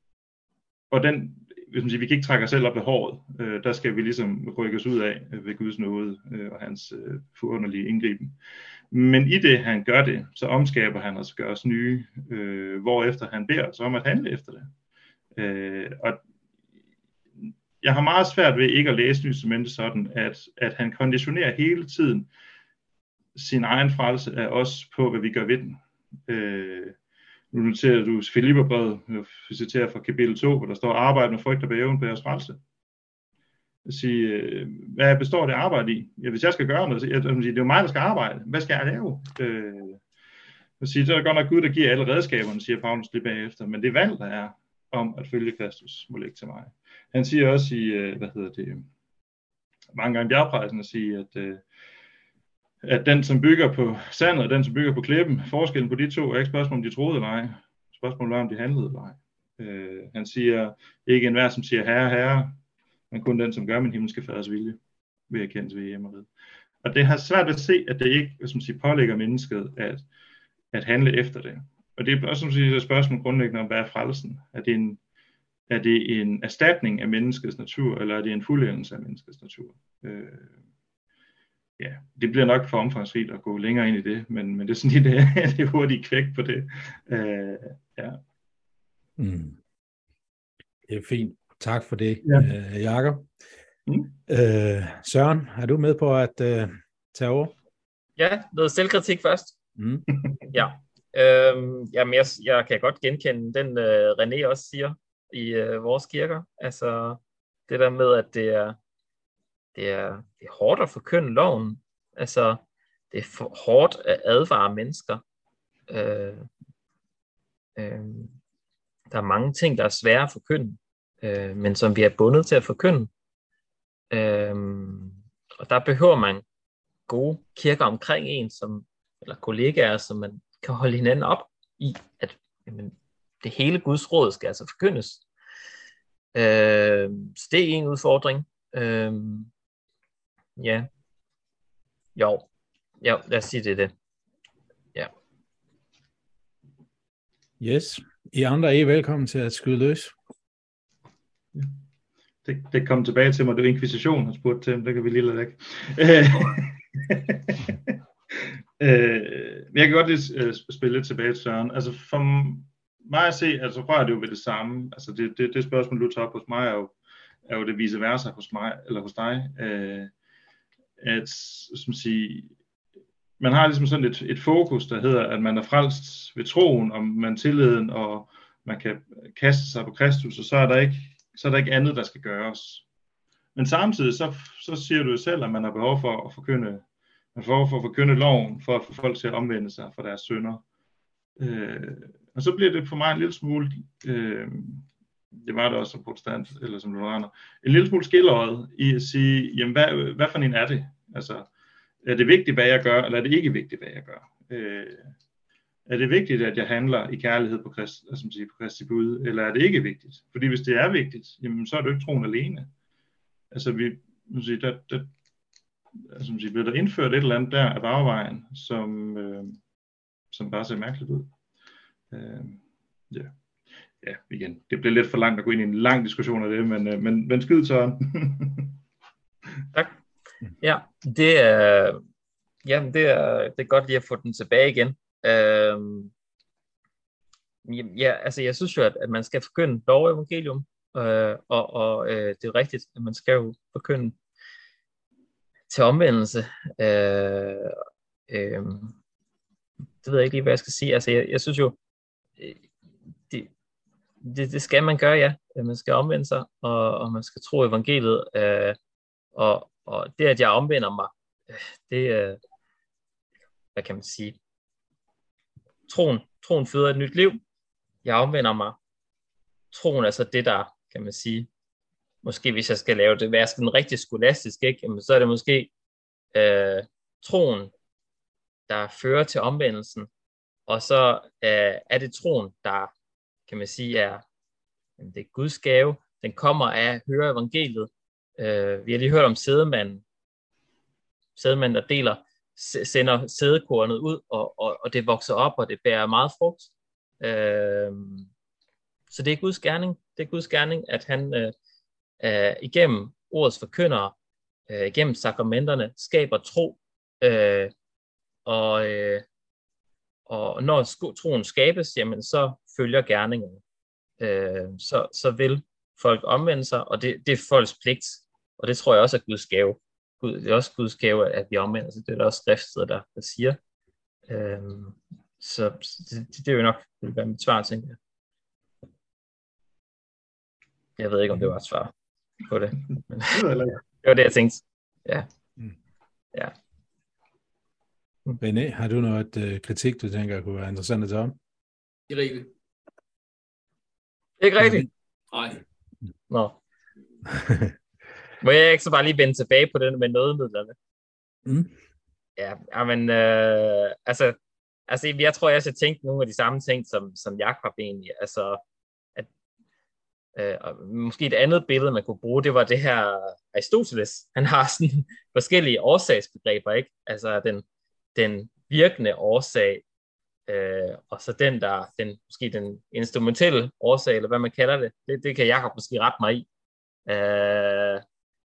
S3: og den, hvis man siger, vi kan ikke trække os selv op af håret, øh, der skal vi ligesom rykke os ud af øh, ved Guds nåde øh, og hans øh, forunderlige indgriben. Men i det, han gør det, så omskaber han os og gør os nye, øh, hvorefter han beder os om at handle efter det. Øh, og jeg har meget svært ved ikke at læse Nye Testamente sådan, at, at han konditionerer hele tiden sin egen frelse af os på, hvad vi gør ved den. Øh, nu noterer du Filipperbrevet, vi citerer fra kapitel to, hvor der står, arbejde med frygt og bæven på jeres frelse. Jeg siger, hvad består det arbejde i? Ja, hvis jeg skal gøre noget, jeg, det er jo mig, der skal arbejde. Hvad skal jeg lave? Øh, jeg siger, det er godt nok Gud, der giver alle redskaberne, siger Paulus lige bagefter, men det valg, der er om at følge Kristus, må ligge til mig. Han siger også i, hvad hedder det, mange gange bjergprejsen, at sige, at, at den, som bygger på sandet, og den, som bygger på klippen, forskellen på de to er ikke spørgsmål, om de troede eller ej. Spørgsmålet er, om de handlede eller ej. Øh, han siger, ikke enhver, som siger herre, herre, men kun den, som gør min himmelske faders vilje, ved at kendes ved hjemmeriget. Og det har svært at se, at det ikke, hvad man siger, pålægger mennesket at, at handle efter det. Og det er også som siger, et spørgsmål grundlæggende om, hvad er frelsen? Er det en Er det en erstatning af menneskets natur, eller er det en fuldendelse af menneskets natur? Øh, ja, det bliver nok for omfangsrigt at gå længere ind i det, men, men det er sådan lidt det, det hurtigt kvæk på det. Øh, ja.
S1: Mm. Det er fint. Tak for det,
S3: ja.
S1: øh, Jakob.
S3: Mm.
S1: Øh, Søren, er du med på at øh, tage over?
S2: Ja, noget selvkritik først.
S1: Mm.
S2: Ja. Øhm, jamen, jeg, jeg kan godt genkende den, øh, René også siger i øh, vores kirker. Altså, det der med, at det er, det er, det er hårdt at forkynde loven. Altså, det er for hårdt at advare mennesker. Øh, øh, der er mange ting, der er svære at forkynde, øh, men som vi er bundet til at forkynde. Øh, og der behøver man gode kirker omkring en, som, eller kollegaer, som man kan holde hinanden op i, at jamen, det hele Guds råd skal altså forkyndes. Øh, så det er en udfordring. Øh, ja. Jo. Jo, lad os sige det det. Ja.
S1: Yes. I andre er velkommen til at skyde løs.
S3: Det, det kom tilbage til mig, det var inkvisition, han spurgte til, det kan vi lige lade væk. øh, jeg kan godt lige uh, spille lidt tilbage til Søren. Altså for mig at se, altså rører det jo ved det samme. Altså det, det, det spørgsmål, du tager op hos mig, er jo, er jo det vice versa hos mig, eller hos dig. Øh, at, som sige, man har ligesom sådan et, et fokus, der hedder, at man er frelst ved troen, og man tilliden, og man kan kaste sig på Kristus, og så er der ikke, så er der ikke andet, der skal gøres. Men samtidig, så, så siger du jo selv, at man har behov for at forkynde, man har behov for at forkynde loven, for at få folk til at omvende sig fra deres synder. Øh, og så bliver det for mig en lille smule, øh, det var det også som protestant, eller som lutheraner, en lille smule skilleret i at sige, jamen hvad, hvad for en er det? Altså, er det vigtigt, hvad jeg gør, eller er det ikke vigtigt, hvad jeg gør? Øh, er det vigtigt, at jeg handler i kærlighed på Kristi, altså, sige, på Kristi bud, eller er det ikke vigtigt? Fordi hvis det er vigtigt, jamen så er det jo ikke troen alene. Altså, vi, sige, der, der, altså, sige, bliver der indført et eller andet der af bagvejen, som, øh, som bare ser mærkeligt ud. Øh, ja. ja, igen, det bliver lidt for langt at gå ind i en lang diskussion af det, men, øh, men, men skyd så.
S2: Tak. Ja, det er, jamen det er, det er godt lige at få den tilbage igen. Øhm, ja, altså jeg synes jo, at, at man skal forkynde lov og evangelium, øh, og, og øh, det er rigtigt, at man skal jo forkynde til omvendelse. Øh, øh, det ved jeg ikke lige, hvad jeg skal sige. Altså jeg, jeg synes jo, det, det, det skal man gøre, ja. Man skal omvende sig, og, og man skal tro evangeliet, øh, og Og det, at jeg omvender mig, det er, hvad kan man sige, troen, troen føder et nyt liv. Jeg omvender mig. Troen er så det, der, kan man sige, måske hvis jeg skal lave det, være sådan rigtig skolastisk, ikke? Jamen, så er det måske øh, troen, der fører til omvendelsen, og så øh, er det troen, der, kan man sige, er, jamen, det er Guds gave. Den kommer af at høre evangeliet. Uh, vi har lige hørt om sædemanden. sædmand, der deler, sender sædekornet ud, og, og, og det vokser op, og det bærer meget frugt. Øh, så det er Guds gerning. Det er Guds gerning, at han øh, øh, igennem ordets forkyndere, øh, igennem sakramenterne, skaber tro, øh, og, øh, og når troen skabes, jamen så følger gerningerne. Øh, så, så vil folk omvende sig, og det, det er folks pligt, og det tror jeg også er Guds gave. Gud, det er også Guds gave, at vi omvender sig. Det er der også skriftsteder, der, der siger. Øh, så det, det er jo nok det vil være mit svar, tænker jeg. Jeg ved ikke, om det var et svar på det. Men det var det, jeg tænkte. Ja. Ja.
S1: René, har du noget uh, kritik, du tænker kunne være interessant at tage om?
S4: Ikke rigtigt.
S2: Ikke rigtigt?
S4: Nej.
S2: Nå. Må jeg ikke så bare lige vende tilbage på den med nådemidlerne?
S1: Mm.
S2: Ja, men øh, altså, altså, jeg tror, jeg skal tænke nogle af de samme ting, som, som Jakob egentlig. Altså, at, øh, og måske et andet billede, man kunne bruge, det var det her Aristoteles. Han har sådan forskellige årsagsbegreber, ikke? Altså, den, den virkende årsag, øh, og så den, der, den, måske den instrumentelle årsag, eller hvad man kalder det, det, det kan Jakob måske rette mig i. Øh,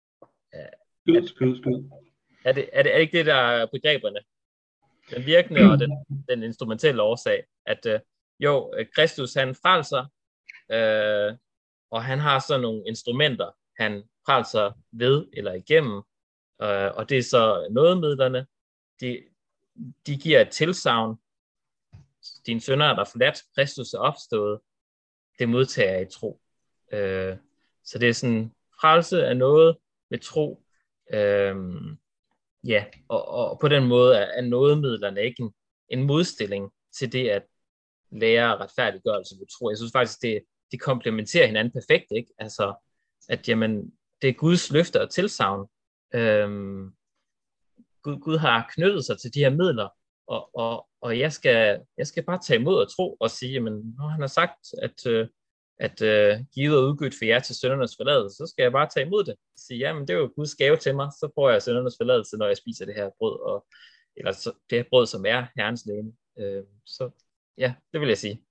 S3: Skyd, skyd, skyd.
S2: Er det, er, det, er det ikke det, der er begreberne? Den virkende og den, den instrumentelle årsag. At øh, jo, Kristus han frelser, øh, og han har så nogle instrumenter, han frelser ved eller igennem, øh, og det er så nådemidlerne. De, de giver et tilsagn. Dine synder er der forladt, Kristus er opstået. Det modtager jeg i tro. Øh, så det er sådan frelse af noget med tro. Øhm, ja, og, og på den måde er, er nådemidlerne ikke en, en modstilling til det at lære retfærdiggørelse ved tro. Jeg synes faktisk, det, det komplementerer hinanden perfekt, ikke? Altså, at jamen, det er Guds løfter og tilsagn. Øhm, Gud, Gud har knyttet sig til de her midler, og, og, og jeg, skal, jeg skal bare tage imod og tro og sige, jamen, når han har sagt, at øh, at øh, givet og udgivet for jer til syndernes forladelse, så skal jeg bare tage imod det. Sige, jamen det er jo Guds gave til mig, så får jeg syndernes forladelse, når jeg spiser det her brød, og, eller så, det her brød, som er Herrens legeme. Øh, så ja, det vil jeg sige.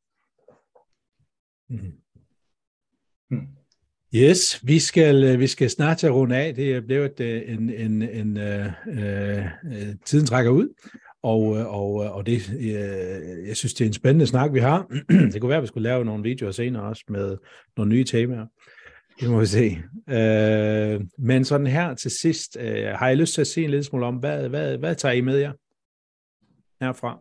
S1: Mm. Mm. Yes, vi skal, vi skal snart til at runde af. Det er blevet en, en, en uh, uh, tiden trækker ud. Og, og, og det, jeg synes, det er en spændende snak, vi har. Det kunne være, at vi skulle lave nogle videoer senere også med nogle nye temaer. Det må vi se. Øh, men sådan her til sidst, øh, har jeg lyst til at se en lille smule om, hvad, hvad, hvad tager I med jer herfra?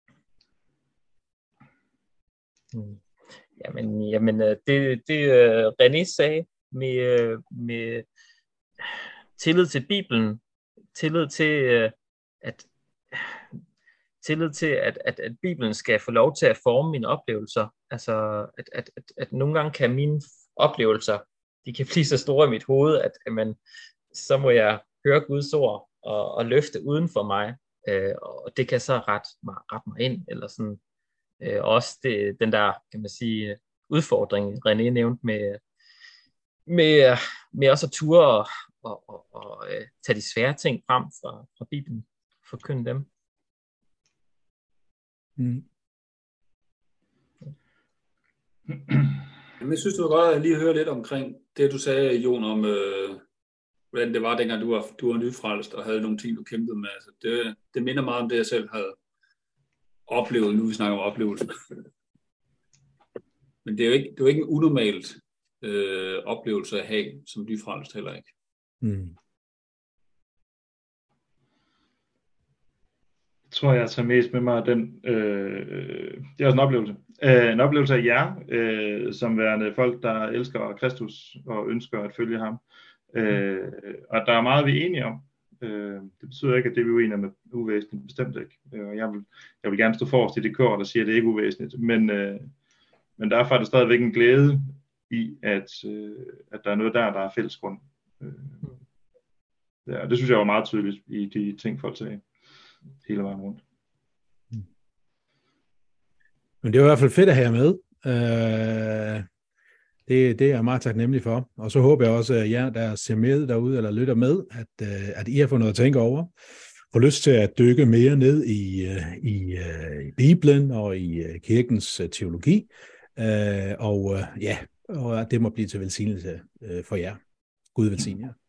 S2: Hmm. Jamen, jamen det, det René sagde med, med tillid til Bibelen, tillid til, at tillid til, at, at, at Bibelen skal få lov til at forme mine oplevelser. Altså, at, at, at, at nogle gange kan mine oplevelser, de kan blive så store i mit hoved, at, at man, så må jeg høre Guds ord og, og løfte uden for mig, øh, og det kan så rette mig, rette mig ind, eller sådan. Øh, også det, den der, kan man sige, udfordring, René nævnte med, med, med også at ture og, og, og, og øh, tage de svære ting frem fra, fra Bibelen, forkynde dem.
S1: Mm.
S4: Jamen, jeg synes, det var godt at lige høre lidt omkring det, du sagde, Jon, om øh, hvordan det var, dengang du var, du var nyfrelst og havde nogle ting, du kæmpede med. Altså, det, det minder meget om det, jeg selv havde oplevet, nu vi snakker om oplevelser. Men det er jo ikke, det er jo ikke en unormalt øh, oplevelse at have, som nyfrelst heller ikke.
S1: Mm.
S3: Jeg tror, jeg tager mest med mig den, øh, det er også en oplevelse, øh, en oplevelse af jer, øh, som værende folk, der elsker Kristus og ønsker at følge ham. Øh, og der er meget, vi er enige om. Øh, det betyder ikke, at det vi er uenige med uvæsentligt, bestemt ikke. Øh, og jeg vil, jeg vil gerne stå forrest i det kår, der siger, at det ikke er uvæsentligt. Men, øh, men der er faktisk stadigvæk en glæde i, at, øh, at der er noget der, der er fælles grund. Øh, ja, det synes jeg var meget tydeligt i de ting, folk sagde hele vejen rundt.
S1: Men det var i hvert fald fedt at have med. Øh, Det, det er jeg meget taknemmelig for. Og så håber jeg også, at jer, der ser med derude eller lytter med, at, at I har fået noget at tænke over. Får lyst til at dykke mere ned i, i, i Bibelen og i kirkens teologi. Og ja, og det må blive til velsignelse for jer. Gud velsigne jer.